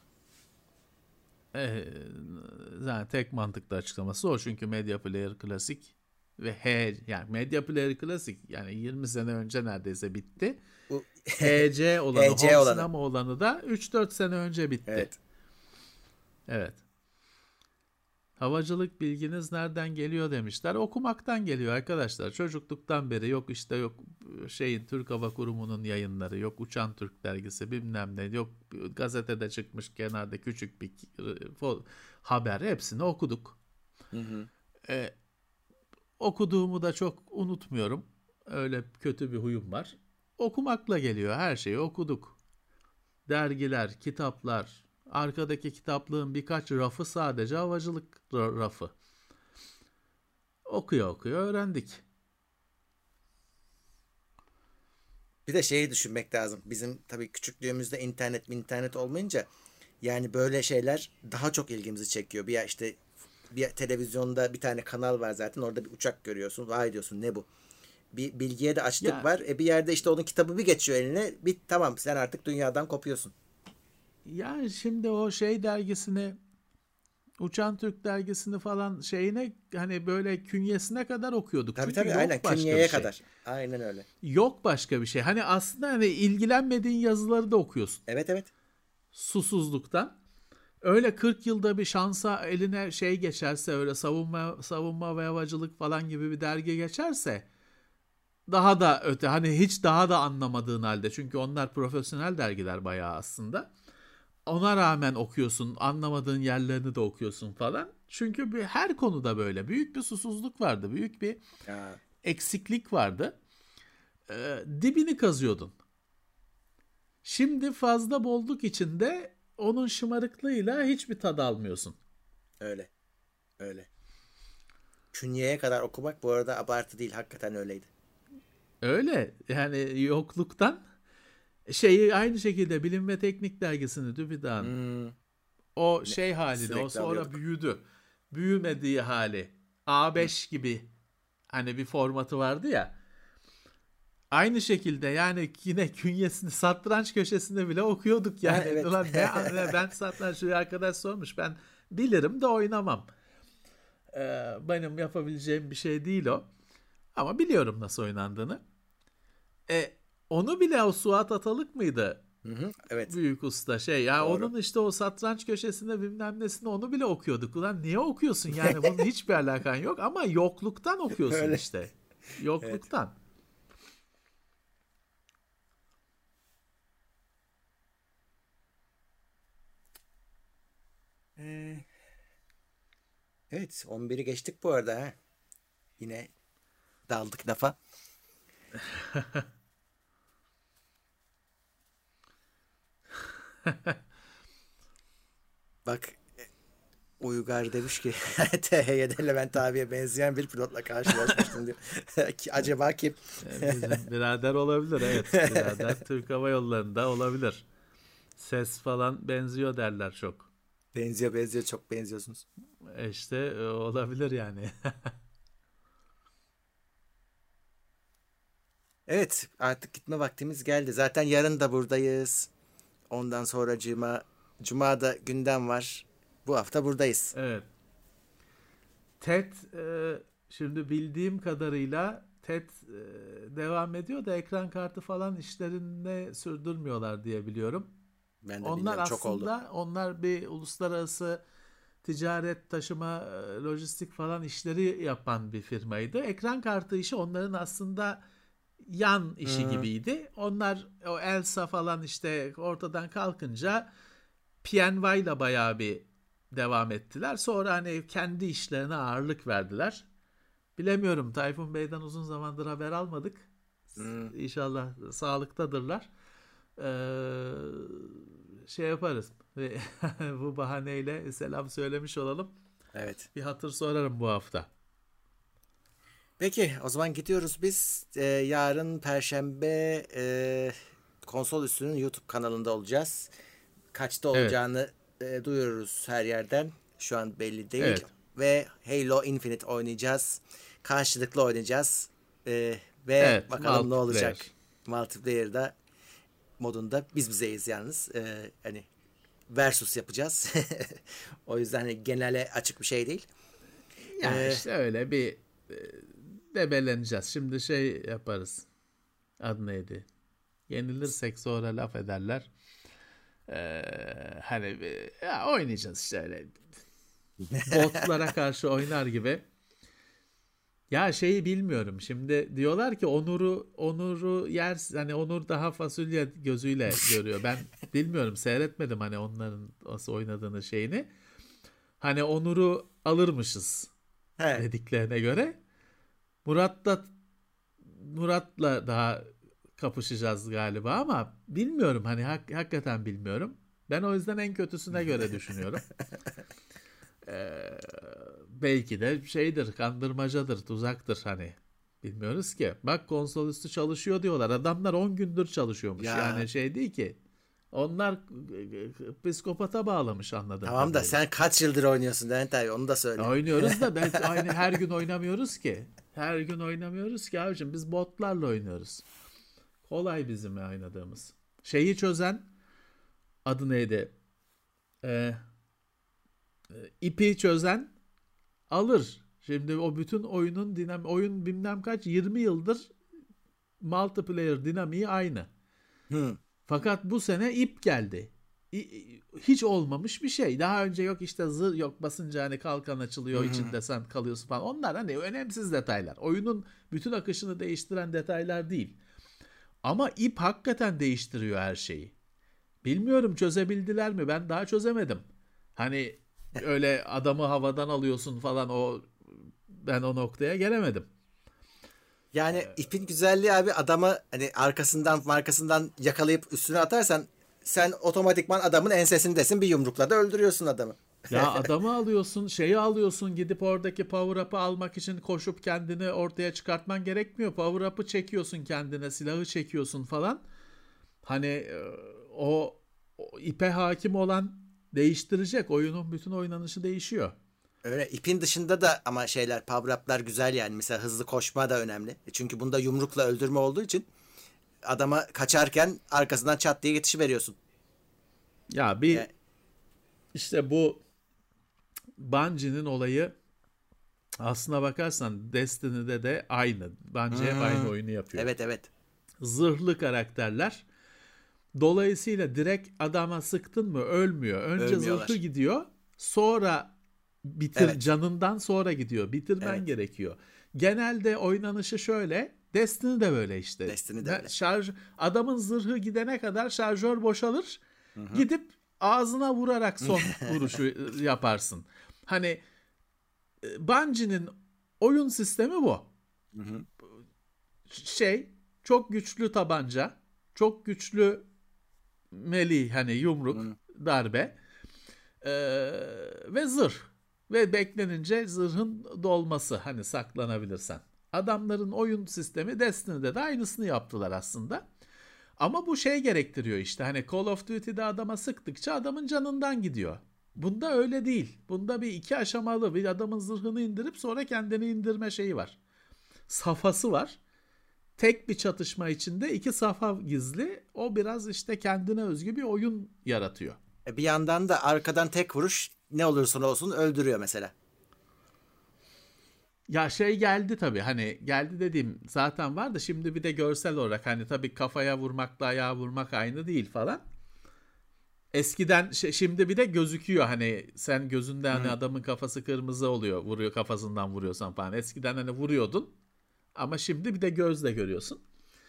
eh, zaten tek mantıklı açıklaması o çünkü Media Player Classic ve yani Media Player Classic yani 20 sene önce neredeyse bitti. Bu HC olanı, HC Home olanı. Cinema olanı da 3-4 sene önce bitti. Evet. Evet. Havacılık bilginiz nereden geliyor demişler. Okumaktan geliyor arkadaşlar. Çocukluktan beri yok işte yok şeyin Türk Hava Kurumu'nun yayınları, yok Uçan Türk dergisi bilmem ne, yok gazetede çıkmış kenarda küçük bir haber, hepsini okuduk. Hı hı. Ee, okuduğumu da çok unutmuyorum. Öyle kötü bir huyum var. Okumakla geliyor, her şeyi okuduk. Dergiler, kitaplar, arkadaki kitaplığın birkaç rafı sadece havacılık rafı. Okuyor okuyor öğrendik. Bir de şeyi düşünmek lazım. Bizim tabii küçüklüğümüzde internet olmayınca yani böyle şeyler daha çok ilgimizi çekiyor. Bir ya işte bir televizyonda bir tane kanal var zaten. Orada bir uçak görüyorsun. Vay diyorsun, ne bu? Bir bilgiye de açlık Ya var. Bir yerde işte onun kitabı bir geçiyor eline. Bir tamam, sen artık dünyadan kopuyorsun. ya şimdi o şey dergisini, Uçan Türk dergisini falan şeyine hani böyle künyesine kadar okuyorduk. Tabii Çünkü tabii, aynen yok başka bir künyeye şey. kadar. Aynen öyle. Yok başka bir şey. Hani aslında hani ilgilenmediğin yazıları da okuyorsun. Evet evet. Susuzluktan. Öyle 40 yılda bir şansa eline şey geçerse, öyle savunma ve havacılık falan gibi bir dergi geçerse, daha da öte, hani hiç daha da anlamadığın halde, çünkü onlar profesyonel dergiler bayağı aslında. Ona rağmen okuyorsun, anlamadığın yerlerini de okuyorsun falan. Çünkü her konuda böyle büyük bir susuzluk vardı, büyük bir Ya, eksiklik vardı. Dibini kazıyordun. Şimdi fazla bolluk içinde onun şımarıklığıyla hiçbir tad almıyorsun. öyle. Öyle. Künyeye kadar okumak bu arada abartı değil. Hakikaten öyleydi. Öyle yani, yokluktan. Şeyi aynı şekilde Bilim ve Teknik dergisini, TÜBİTAK'ın Hmm, o şey halini, o sürekli sonra alıyorduk. büyüdü. Büyümediği hali. Hı. A5 gibi hani bir formatı vardı ya. Aynı şekilde yani, yine künyesini satranç köşesinde bile okuyorduk Ha, yani. evet. Ulan ben satranç, bir arkadaş sormuş, ben bilirim de oynamam. Benim yapabileceğim bir şey değil o. Ama biliyorum nasıl oynandığını. E, Onu bile, o Suat Atalık mıydı? Hı hı, evet. Büyük usta şey ya, Doğru. onun işte o satranç köşesinde bilmem nesinde onu bile okuyorduk. Ulan niye okuyorsun yani, bunun hiçbir alakan yok ama yokluktan okuyorsun Öyle. işte. Evet. Yokluktan. Ee, evet, 11'i geçtik bu arada ha. Yine daldık lafa. Bak, Uygar demiş ki THY'de Levent abiye benzeyen bir pilotla karşılaşmıştım diyor. Acaba kim? Bizim birader olabilir, evet. Birader Türk Hava Yolları'nda olabilir. Ses falan benziyor derler çok. Benziyor benziyor, çok benziyorsunuz. İşte olabilir yani. Evet, artık gitme vaktimiz geldi. Zaten yarın da buradayız. Ondan sonra Cuma'da gündem var. Bu hafta buradayız. Evet. TED, şimdi bildiğim kadarıyla TED devam ediyor da ekran kartı falan işlerinde sürdürmüyorlar diye biliyorum. Ben de Onlar bilmiyorum, çok oldu. aslında, onlar bir uluslararası ticaret, taşıma, lojistik falan işleri yapan bir firmaydı. Ekran kartı işi onların aslında yan işi Hmm, gibiydi. Onlar o Elsa falan işte ortadan kalkınca PNY ile bayağı bir devam ettiler. Sonra hani kendi işlerine ağırlık verdiler. Bilemiyorum, Tayfun Bey'den uzun zamandır haber almadık. hmm, İnşallah sağlıktadırlar. Ee, Şey yaparız. Ve bu bahaneyle selam söylemiş olalım. evet. Bir hatır sorarım bu hafta. Peki, o zaman gidiyoruz biz. Yarın Perşembe konsol üstünün YouTube kanalında olacağız. Kaçta Evet, olacağını duyururuz her yerden. Şu an belli değil. evet, Ve Halo Infinite oynayacağız. Karşılıklı oynayacağız. Ve evet. bakalım ne olacak. Multiplayer. Multiplayer'da modunda biz bizeyiz yalnız. Hani versus yapacağız. O yüzden hani genele açık bir şey değil. Ya E, işte öyle bir e, debeleneceğiz. Şimdi şey yaparız. Adı neydi? Yenilirsek sonra laf ederler. Hani ya oynayacağız işte öyle. Botlara karşı oynar gibi. Ya şeyi bilmiyorum. Şimdi diyorlar ki Onur'u yer, hani Onur daha fasulye gözüyle görüyor. Ben bilmiyorum, seyretmedim hani onların nasıl oynadığını, şeyini. Hani Onur'u alırmışız he, dediklerine göre. Murat'la Murat'la daha kapışacağız galiba ama bilmiyorum hani, hakikaten bilmiyorum. Ben o yüzden en kötüsüne göre düşünüyorum. Ee, Belki de şeydir, kandırmacadır, tuzaktır hani. Bilmiyoruz ki. Bak, konsol üstü çalışıyor diyorlar. Adamlar 10 gündür çalışıyormuş. ya Yani şey değil ki. Onlar psikopata bağlamış anladığım Tamam da kadarıyla. sen kaç yıldır oynuyorsun Levent abi, onu da söyle. Oynuyoruz da ben aynı her gün oynamıyoruz ki. Her gün oynamıyoruz ki abicim. Biz botlarla oynuyoruz. Kolay bizim oynadığımız. Şeyi çözen adı neydi? Ee, ipi çözen alır. Şimdi o bütün oyunun oyun bilmem kaç 20 yıldır multiplayer dinamiği aynı. Fakat bu sene ip geldi. Hiç olmamış bir şey. Daha önce yok işte zır yok basınca hani kalkan açılıyor içinde sen kalıyorsun falan. Onlar hani önemsiz detaylar. Oyunun bütün akışını değiştiren detaylar değil. Ama ip hakikaten değiştiriyor her şeyi. Bilmiyorum çözebildiler mi? Ben daha çözemedim. Hani öyle adamı havadan alıyorsun falan ben o noktaya gelemedim. Yani ipin güzelliği abi, adamı hani arkasından yakalayıp üstüne atarsan sen otomatikman adamın ensesindesin, bir yumrukla da öldürüyorsun adamı. Ya adamı alıyorsun, şeyi alıyorsun, gidip oradaki power up'ı almak için koşup kendini ortaya çıkartman gerekmiyor. Power up'ı çekiyorsun kendine, silahı çekiyorsun falan. Hani o ipe hakim olan değiştirecek. Oyunun bütün oynanışı değişiyor. Öyle ipin dışında da ama şeyler, power up'lar güzel yani. Mesela hızlı koşma da önemli. Çünkü bunda yumrukla öldürme olduğu için adama kaçarken arkasından çat diye yetişiveriyorsun. Ya Yani, işte bu Bungie'nin olayı aslına bakarsan Destiny'de de aynı. Bungie hep aynı oyunu yapıyor. evet evet. Zırhlı karakterler. Dolayısıyla direkt adama sıktın mı ölmüyor. Önce zırhı Ölmüyorlar. gidiyor. Sonra Evet. canından sonra gidiyor. Bitirmen Evet. gerekiyor. Genelde oynanışı şöyle. Destiny de böyle işte. Destiny de öyle. Adamın zırhı gidene kadar şarjör boşalır. Gidip ağzına vurarak son vuruşu yaparsın. Hani Bungie'nin oyun sistemi bu. Çok güçlü tabanca, çok güçlü melee hani yumruk, darbe ve zırh. Ve beklenince zırhın dolması hani saklanabilirsen. Adamların oyun sistemi Destiny'de de aynısını yaptılar aslında. Ama bu gerektiriyor işte hani Call of Duty'de adama sıktıkça adamın canından gidiyor. Bunda öyle değil. Bunda bir iki aşamalı bir adamın zırhını indirip sonra kendini indirme şeyi var. Safhası var. Tek bir çatışma içinde iki safha gizli. O biraz işte kendine özgü bir oyun yaratıyor. Bir yandan da arkadan tek vuruş ne olursa olsun öldürüyor mesela. Ya geldi tabii hani geldi dediğim zaten var da şimdi bir de görsel olarak hani tabii kafaya vurmakla ayağa vurmak aynı değil falan. Eskiden şimdi bir de gözüküyor hani sen gözünde hani adamın kafası kırmızı oluyor vuruyor kafasından vuruyorsan falan. Eskiden hani vuruyordun ama şimdi bir de gözle görüyorsun.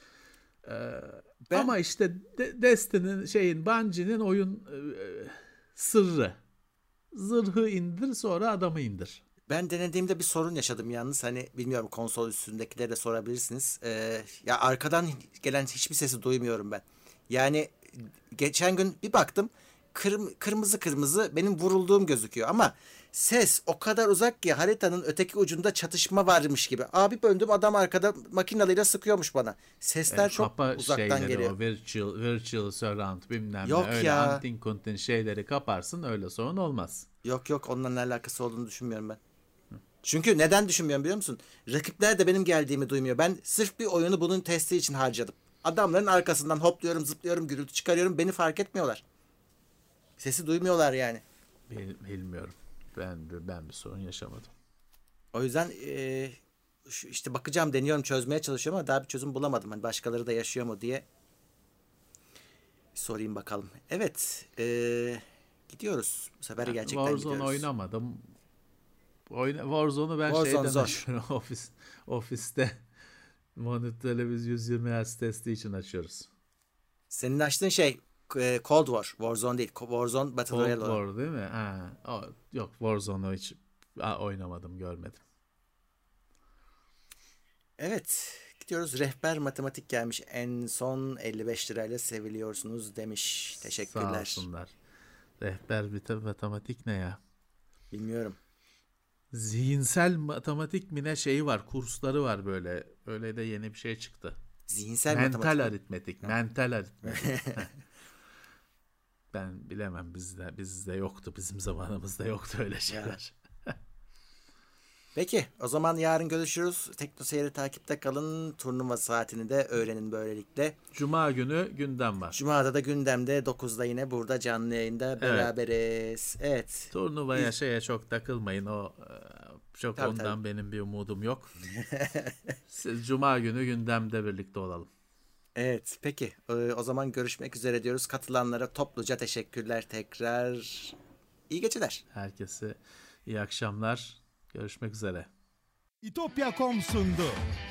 Ben Ama işte Destiny'nin Bungie'nin oyun sırrı. Zırhı indir sonra adamı indir. Ben denediğimde bir sorun yaşadım yalnız. Hani bilmiyorum, konsol üstündekilere de sorabilirsiniz. Ya arkadan gelen hiçbir sesi duymuyorum ben. Yani geçen gün bir baktım, kırmızı kırmızı benim vurulduğum gözüküyor ama ses o kadar uzak ki haritanın öteki ucunda çatışma varmış gibi. Abi döndüm, adam arkada makinalarıyla sıkıyormuş bana. Sesler çok Kapa uzaktan şeyleri geliyor. o virtual surround bilmem ne Yok öyle ya. antin kuntin şeyleri kaparsın öyle sorun olmaz. Yok yok, onunla ne alakası olduğunu düşünmüyorum ben. Çünkü neden düşünmüyorum biliyor musun? Rakipler de benim geldiğimi duymuyor. Ben sırf bir oyunu bunun testi için harcadım. Adamların arkasından hopluyorum, zıplıyorum, gürültü çıkarıyorum. Beni fark etmiyorlar. Sesi duymuyorlar yani. Bilmiyorum. Ben bir sorun yaşamadım. O yüzden işte bakacağım, deniyorum, çözmeye çalışıyorum ama daha bir çözüm bulamadım. Hani başkaları da yaşıyor mu diye sorayım bakalım. Evet, gidiyoruz. Bu sefer gerçekten Warzone gidiyoruz. oynamadım. Warzone'u ben Warzone şeyden zor. açıyorum ofiste monitörle biz 120 Hz testi için açıyoruz. Senin açtığın şey Cold War. Warzone değil. Warzone Battle Cold Royale olan. War değil mi? Yok Warzone'u hiç oynamadım görmedim. Evet, gidiyoruz. Rehber matematik gelmiş. En son 55 lirayla seviliyorsunuz demiş. Sağ Teşekkürler. olsunlar. Rehber bir matematik ne ya? Bilmiyorum. Zihinsel matematik mi ne şeyi var, kursları var böyle. Öyle de yeni bir şey çıktı. Zihinsel matematik Mental mi? aritmetik, Ha. mental aritmetik. Ben bilemem, bizde yoktu, bizim zamanımızda yoktu öyle şeyler. Peki o zaman yarın görüşürüz. TeknoSeyir'i takipte kalın. Turnuva saatini de öğrenin böylelikle. Cuma günü gündem var. Cuma'da da gündemde 9'da yine burada canlı yayında beraberiz. Evet. Turnuvaya şeye çok takılmayın. O çok tabii, ondan tabii. Benim bir umudum yok. Siz Cuma günü gündemde birlikte olalım. Evet peki o zaman görüşmek üzere diyoruz. Katılanlara topluca teşekkürler tekrar. İyi geceler. Herkese iyi akşamlar. Görüşmek üzere. İtopya.com sundu.